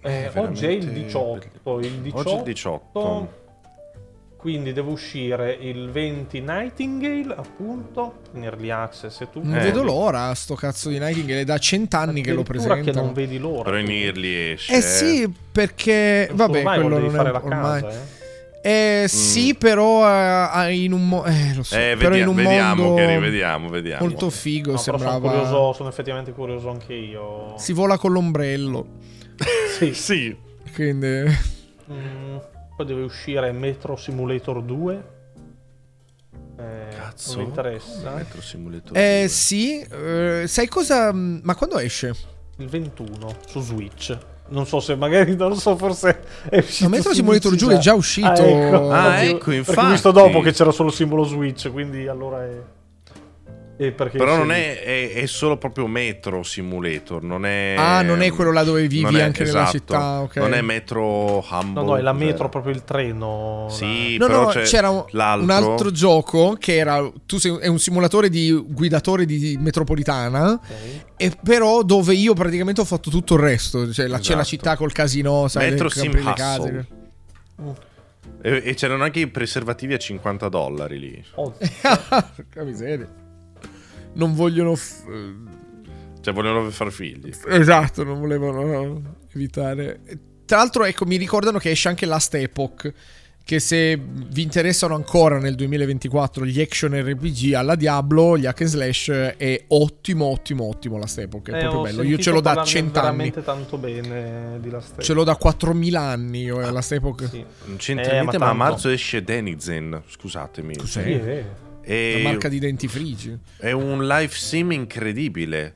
Eh, oggi è il diciotto, il diciotto, Oggi è il diciotto. Quindi deve uscire il venti Nightingale, appunto, in early access e tutto. Non Eh. vedo l'ora, sto cazzo di Nightingale, è da cent'anni che lo Addirittura presentano. che non vedi l'ora. Però in early esce. Eh sì, perché Un vabbè, survival, quello devi non fare è la ormai. casa, eh. Eh sì, però eh, in un mo- eh, lo so, Eh, però vedia- in un vediamo, mondo Kerry, vediamo, vediamo. molto figo, No, però sono sembrava. curioso, sono effettivamente curioso anche io. Si vola con l'ombrello. Sì. Sì. Quindi Mm, poi deve uscire Metro Simulator due. Eh, Cazzo. non mi interessa. Metro Simulator eh due. sì, eh, sai cosa? Ma quando esce? Il ventuno su Switch. Non so se magari, non so, forse è uscito. No, Metro su Simulator Switch giù è già uscito. Ah, ecco, Ah, Infatti- ecco, Perché ho infatti. visto dopo che c'era solo simbolo Switch, quindi allora è. E perché Però sì. non è, è, è solo proprio Metro Simulator, non è... Ah, non è quello là dove vivi non è- anche nella esatto. città, ok. Non è Metro Humble. No, no, è la cos'è? metro, proprio il treno. Sì, No, però no, c'è c'era un, l'altro. un altro gioco che era. Tu sei, è un simulatore di guidatore di metropolitana. La... ok. E però dove io praticamente ho fatto tutto il resto. Cioè, la- c'è la Esatto. città col casino, sai, Metro le- Sim apri le Hustle. case. Mm. E, e c'erano anche i preservativi a cinquanta dollari lì. Oh, Porca miseria. Non vogliono. f- Cioè, volevano far figli. Esatto, non volevano evitare. Tra l'altro, ecco, mi ricordano che esce anche Last Epoch. Che se vi interessano ancora nel duemilaventiquattro gli action R P G alla Diablo, gli hack and slash, è ottimo, ottimo, ottimo Last Epoch. È eh, proprio ho bello. Io sentito ce l'ho da parlarne cent'anni. veramente tanto bene di Last Ce l'ho da quattromila anni io, eh, Last Epoch. Sì. Non c'entra niente, Eh, ma ma a tanto. marzo esce Denizen. Scusatemi. Cos'è? Sì, è E La marca di dentifrici. è un live sim incredibile.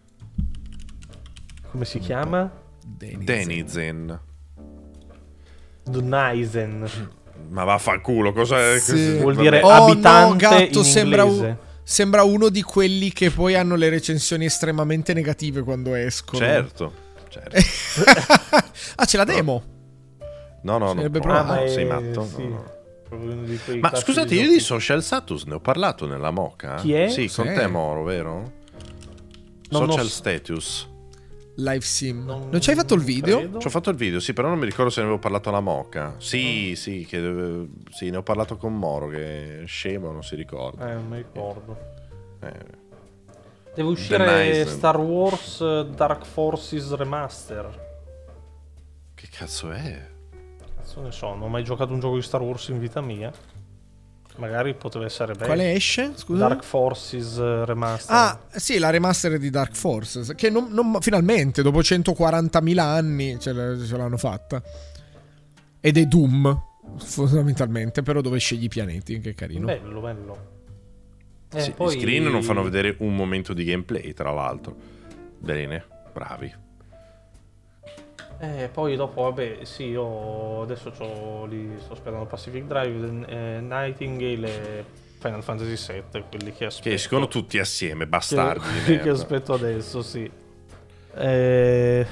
Come si chiama? Denizen. Dunizen. Ma vaffanculo, cosa Sì. cosa- Vuol vabbè. dire Oh, abitante no, gatto, in sembra un- inglese. Sembra uno di quelli che poi hanno le recensioni estremamente negative quando escono. Certo, certo. Ah, c'è la demo. No, no, no. Sarebbe no, proprio- no, Ah, ma sei è- matto? sì. No, no. Proprio uno di quei Ma cazzo scusate, di io giochi. di Social Status ne ho parlato nella moca. Chi è? Sì, con Sì. te Moro, vero? Non Social ho- Status. Live sim. Non- Non ci hai fatto il non video? credo. Ci ho fatto il video, sì, però non mi ricordo se ne avevo parlato alla moca. Sì, sì, che, eh, sì, ne ho parlato con Moro, che è scemo, non si ricorda. Eh, non mi ricordo. Eh. Deve uscire Denizen. Star Wars eh, Dark Forces Remaster. Che cazzo è? Cazzo ne so, non ho mai giocato un gioco di Star Wars in vita mia. Magari poteva essere bello. Quale esce? Scusa. Dark Forces eh, Remaster. Ah, sì, la remaster di Dark Forces. Che non, non- finalmente, dopo centoquarantamila anni, ce, l- ce l'hanno fatta. Ed è Doom, fondamentalmente, però dove scegli i pianeti. Che carino. Bello, bello. Eh, Sì, poi- I screen non fanno vedere un momento di gameplay, tra l'altro. Bene, bravi. Eh, poi dopo, vabbè, sì, io adesso c'ho lì, sto aspettando Pacific Drive, eh, Nightingale e Final Fantasy sette, quelli che aspetto. Che escono tutti assieme, bastardi di che, che merda. aspetto adesso, sì. Eh...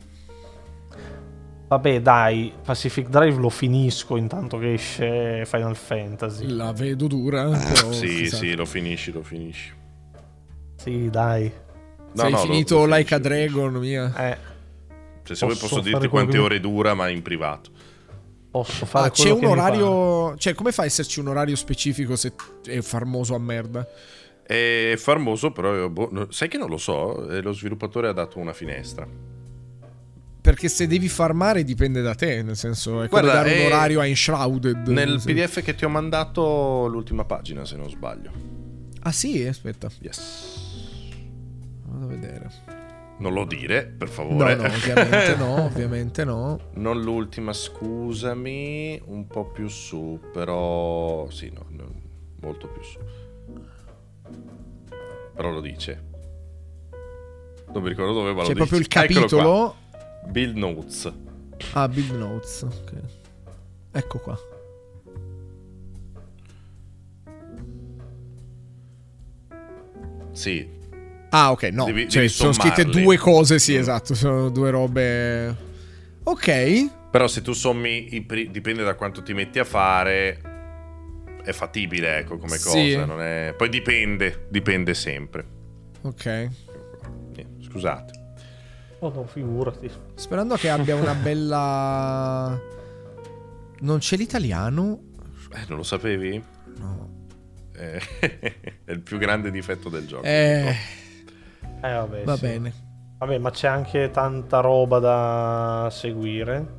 Vabbè, dai, Pacific Drive lo finisco intanto che esce Final Fantasy. La vedo dura. Però, Sì, si sa. sì, lo finisci, lo finisci. Sì, dai. No, Sei no, lo- finito lo Like a finisci, lo Dragon, mia. Eh, Cioè, se vuoi Posso posso fare dirti quello quante che- ore dura, ma in privato. posso fare Ah, c'è quello un che mi pare. orario. Cioè, come fa a esserci un orario specifico se è farmoso a merda? È famoso, però io, boh, no- sai che non lo so, eh, lo sviluppatore ha dato una finestra. Perché se devi farmare dipende da te, nel senso è come Guarda, dare un è- a Enshrouded. Nel Sì. P D F che ti ho mandato, l'ultima pagina, se non sbaglio. Ah sì? Aspetta, Yes. vado a vedere. Non lo dire, per No, favore. no, ovviamente no, ovviamente no. Non l'ultima, scusami, un po' più su, però sì, no, no, molto più su. Però lo dice. Non mi ricordo dove, ma C'è lo proprio il dice. Eccolo qua. capitolo. Build Notes. Ah, Build Notes. Ok. Ecco qua. Sì, Ah, ok, no. Devi- cioè, devi sono scritte sommarli. due cose, sì, Mm. esatto. Sono due robe. Ok. però se tu sommi, i pri- dipende da quanto ti metti a fare, è fattibile, ecco, come Sì. cosa. Non è... Poi dipende, dipende sempre. Ok. Niente, scusate. Oh no, figurati. Sperando che abbia una bella... Non c'è l'italiano? Eh, non lo sapevi? No. Eh, è il più grande difetto del gioco. Eh, Eh vabbè, va sì. bene. Vabbè, ma c'è anche tanta roba da seguire.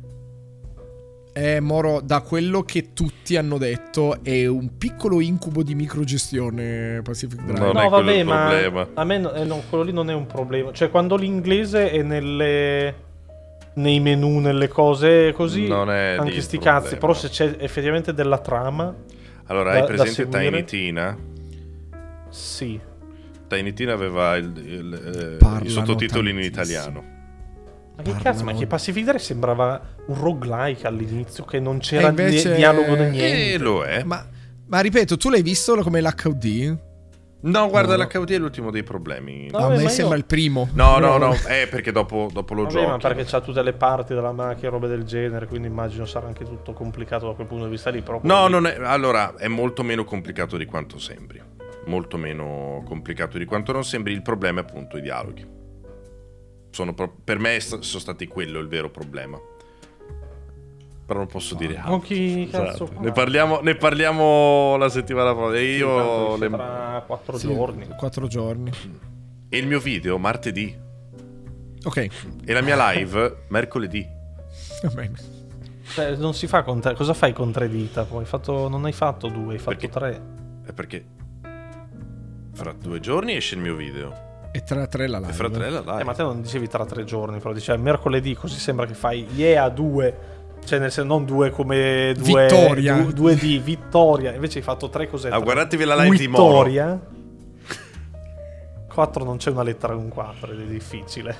Eh, Moro, da quello che tutti hanno detto, è un piccolo incubo di microgestione Pacific Drive. Non no, è quello vabbè, il ma problema. a me no, eh, no, quello lì non è un problema. Cioè, quando l'inglese è nelle nei menu, nelle cose così, Non è lì anche il sti problema. cazzi. Però se c'è effettivamente della trama, Allora, da- hai da presente seguire? Tiny Tina? sì. Tiny Tina aveva il- il- eh, Parlano i sottotitoli in tantissimo. italiano. Ma che Parlano- cazzo, ma che Pacific Drive sembrava un roguelike all'inizio, che non c'era E invece- di- dialogo né niente. E lo è. Ma, ma ripeto, tu l'hai visto come l'H D? No, guarda, No. l'H D è l'ultimo dei problemi. No, a vabbè, me ma sembra io- il primo. No, no, no, è perché dopo, dopo lo Vabbè, giochi. ma perché c'ha tutte le parti della macchina e robe del genere, quindi immagino sarà anche tutto complicato da quel punto di vista lì. Però No, quello lì- non è. Allora, è molto meno complicato di quanto sembri. Molto meno complicato di quanto non sembri. Il problema è appunto i dialoghi. Sono pro- per me st- sono stati quello il vero problema. Però non posso dire altro. Ma chi cazzo Scusate. fa? Ne parliamo, ne parliamo la settimana prossima. E Sì, io tanto esce le- tra quattro Sì, giorni. Quattro giorni. e il mio video martedì. Ok, E la mia live mercoledì. va bene. Cioè, non si fa con tre. Cosa fai con tre dita? Poi hai fatto... non hai fatto due, hai fatto Perché? tre. È perché fra due giorni esce il mio video. E tra tre la live. E fra tre la live. Eh, ma te non dicevi tra tre giorni, però dicevi mercoledì, così sembra che fai yeah due. Cioè, nel senso, non due come due. Vittoria. du- due D, vittoria. Invece hai fatto tre cosette. Ah, guardatevi la live di Moro. Vittoria. quattro non c'è una lettera con quattro, ed è difficile.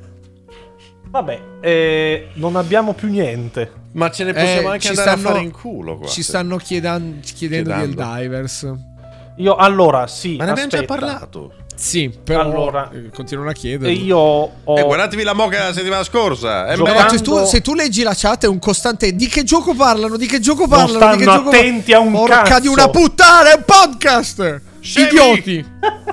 Vabbè, eh, non abbiamo più niente. Ma ce ne possiamo Eh, anche ci andare stanno- a fare in culo qua. Ci stanno chiedan- chiedendo di Chiedando. Helldivers. Io, allora, sì, Ma ne abbiamo già aspetta. parlato. Sì, però Allora- eh, continuano a chiedere. E io ho... Eh, guardatevi la moca della settimana scorsa. Eh, Giocando- beh, se, tu, se tu leggi la chat è un costante di che gioco parlano, di che gioco parlano, di che stanno gioco attenti a un Porca cazzo. di una puttana, è un podcast! Scemi! Idioti!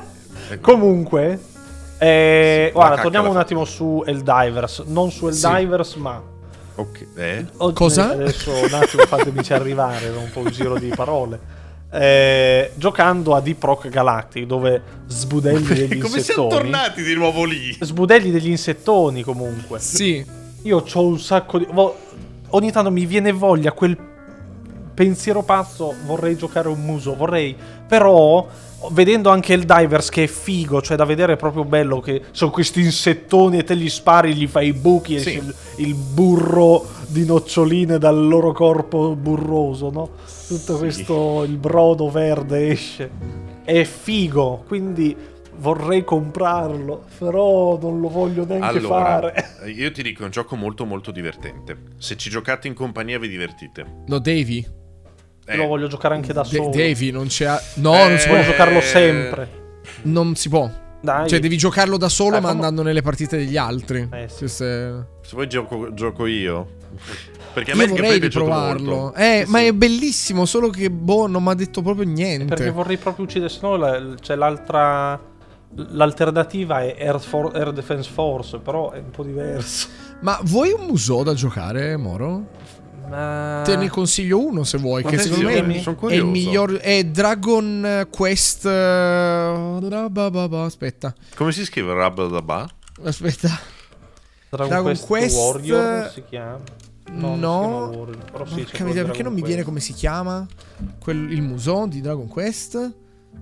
Comunque, eh, Sì, guarda, la torniamo cacca un la attimo su Helldivers. Non su Sì. Helldivers, ma... ok, eh. Oh, Cosa? Adesso un attimo fatemici arrivare, era un po' un giro di parole. Eh, giocando a Deep Rock Galactic, dove sbudelli degli Come siamo insettoni. tornati di nuovo lì? Sbudelli degli insettoni, comunque. Sì, Io c'ho un sacco di... vo- Ogni tanto mi viene voglia, quel pensiero pazzo, vorrei giocare un muso, vorrei... Però, vedendo anche il Divers che è figo, cioè da vedere è proprio bello, che sono questi insettoni e te gli spari, gli fai i buchi e Sì. esce il, il burro di noccioline dal loro corpo burroso, no? Tutto questo, il brodo verde esce. È figo, quindi vorrei comprarlo, però non lo voglio neanche Allora, fare. io ti dico, è un gioco molto molto divertente. Se ci giocate in compagnia vi divertite. no, Davy. Eh, Lo voglio giocare anche da Da- solo. Davy non c'è. No, Eh, non si Voglio può. giocarlo sempre. Non si può. Dai. Cioè, devi giocarlo da solo, Dai, ma fammo- andando nelle partite degli altri. Eh, sì. Questo è- Se vuoi gioco, gioco io. Perché a me Io il gameplay vorrei è piaciuto riprovarlo. molto. Eh, Sì, ma sì. è bellissimo, solo che boh, non mi ha detto proprio niente. Perché vorrei proprio uccidere, se no la- c'è l'altra... L'alternativa è Air, For- Air Defense Force, però è un po' diverso. Ma vuoi un musò da giocare, Moro? Ma... Te ne consiglio uno se vuoi. Ma Che attenzione, secondo me è, sono è curioso. il miglior. È Dragon Quest. eh, Aspetta, Come si scrive Rabadaba? aspetta. Dragon, Dragon Quest, Quest- Warrior si chiama? No, non si chiama Warrior, però sì, c'è Porca quello miseria, di perché non Dragon mi viene Quest. come si chiama? Quel- il musò di Dragon Quest.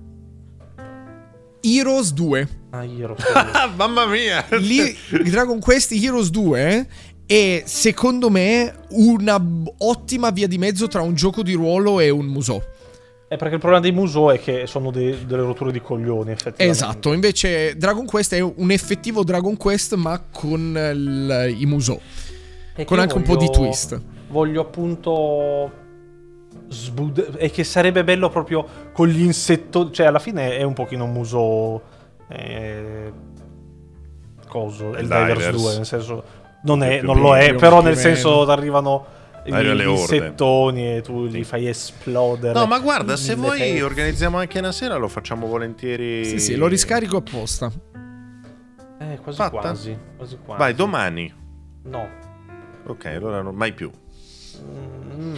Heroes due. Ah, io Ah, mamma mia! Lì, Dragon Quest Heroes due è secondo me una b- ottima via di mezzo tra un gioco di ruolo e un musò. È perché il problema dei muso è che sono dei- delle rotture di coglioni, effettivamente. Esatto, invece Dragon Quest è un effettivo Dragon Quest ma con il- i musò. E Con che anche un po' di voglio- twist. Voglio appunto sbude- e che sarebbe bello proprio con gli insettoni, cioè alla fine è un pochino un muso eh, coso, il Divers Divers. due, nel senso non, è, Più non o lo meno, è, più però o nel meno. senso arrivano gli, Arrivano le gli orde. insettoni e tu li fai esplodere. No, ma guarda, se mille vuoi pezzi. organizziamo anche una sera, lo facciamo volentieri. Sì, sì, lo riscarico apposta. Eh, quasi Fatta? quasi, quasi quasi. Vai, domani. No. Ok, allora non mai più. Mm.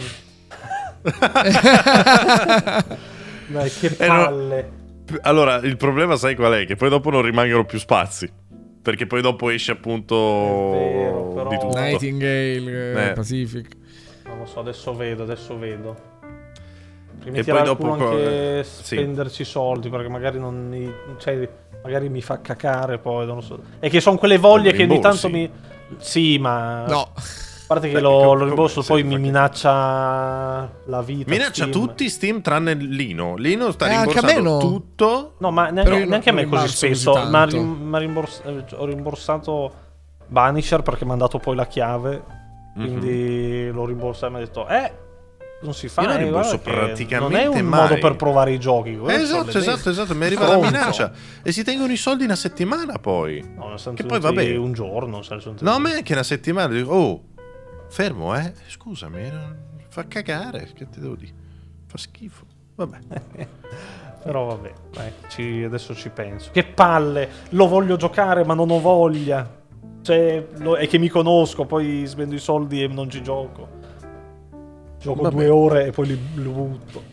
Dai, che Eh, no. palle. Allora, il problema sai qual è? Che poi dopo non rimangono più spazi. Perché poi dopo esce appunto È vero, però- di tutto. Nightingale, eh, Eh. Pacific. Non lo so, adesso vedo, adesso vedo. Prima E di tirare poi il culo dopo co- anche eh, sì. spenderci soldi, perché magari non mi, cioè, magari mi fa cacare poi, non lo so. E che sono quelle voglie che ogni Rimborsi? tanto mi... Sì, ma... No. A parte che Beh, lo, co- lo rimborso, come- poi sì, mi perché- minaccia la vita. Minaccia Steam. tutti Steam tranne Lino. Lino sta Eh, anche a rimborsando me no. tutto. No, ma Però neanche, io neanche a non me così rimborso così spesso. tanto. Ma rim- ma rimbors- eh, ho rimborsato Vanisher perché mi ha dato poi la chiave. Quindi l'ho rimborsato e mi ha detto, eh, non si fa. Io lo eh, rimborso guarda che praticamente non è un mai. modo per provare i giochi. Eh, queste sono esatto, le esatto, bestie. esatto. Mi arriva la Stronzo. minaccia. E si tengono i soldi una settimana poi. No, ne sono Che poi tenuti vabbè. un giorno. Se ne sono No, a tenuti. me è che una settimana dico, oh, fermo, eh. Scusami, non- fa cagare. Che ti devo dire? Fa schifo. Vabbè. Però vabbè, dai, ci- adesso ci penso. Che palle, lo voglio giocare ma non ho voglia. Cioè, lo- è che mi conosco, poi spendo i soldi e non ci gioco. Gioco Vabbè. due ore e poi li, li butto.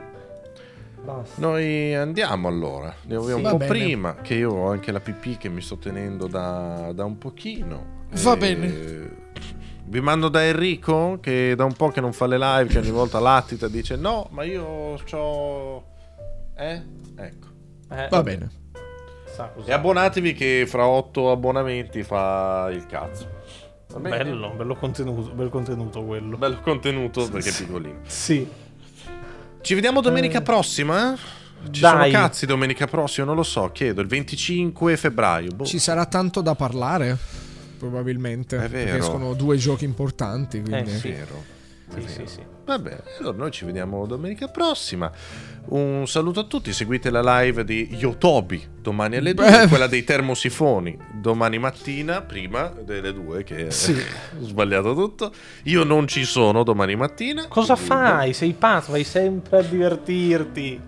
Basta. Noi andiamo allora. Andiamo via Sì. un Va po' bene. prima. Che io ho anche la pipì che mi sto tenendo da, da un pochino. Va E- bene. Vi mando da Enrico che da un po' che non fa le live, che ogni volta latita dice no, ma io c'ho... Eh? Ecco. Eh, Va bene. sa cos'è. E abbonatevi che fra otto abbonamenti fa il cazzo. Va bene? Bello, bello contenuto, bel contenuto quello. Bello contenuto perché è piccolino. Sì. Ci vediamo domenica Eh. prossima? eh? Ci Dai. sono cazzi domenica prossima? Non lo so, chiedo. Il venticinque febbraio. Boh. Ci sarà tanto da parlare, probabilmente. È vero. Perché escono due giochi importanti, Eh, quindi... sì. Vero. Sì, sì, sì. Vabbè, allora noi ci vediamo domenica prossima. Un saluto a tutti. Seguite la live di Yotobi domani alle due, Beh. quella dei termosifoni domani mattina, prima delle due, che Sì. ho sbagliato tutto. Io non ci sono domani mattina. Cosa quindi fai? Sei pazzo, vai sempre a divertirti.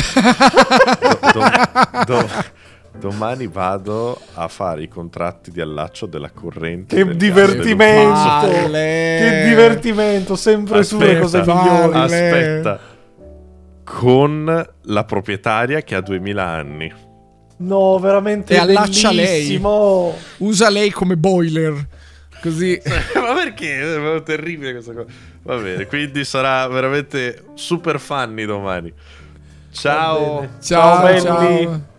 do- do- do- domani vado a fare i contratti di allaccio della corrente. Che del divertimento! gas e del- Palle. Che divertimento, sempre sulle Aspetta, cose palle. migliori. Aspetta. Con la proprietaria che ha duemila anni. No, veramente E allaccia lei. bellissimo. Usa lei come boiler. Così... Ma perché? È terribile questa cosa. Va bene, quindi sarà veramente super funny domani. Ciao. Va bene. Ciao, belli. ciao.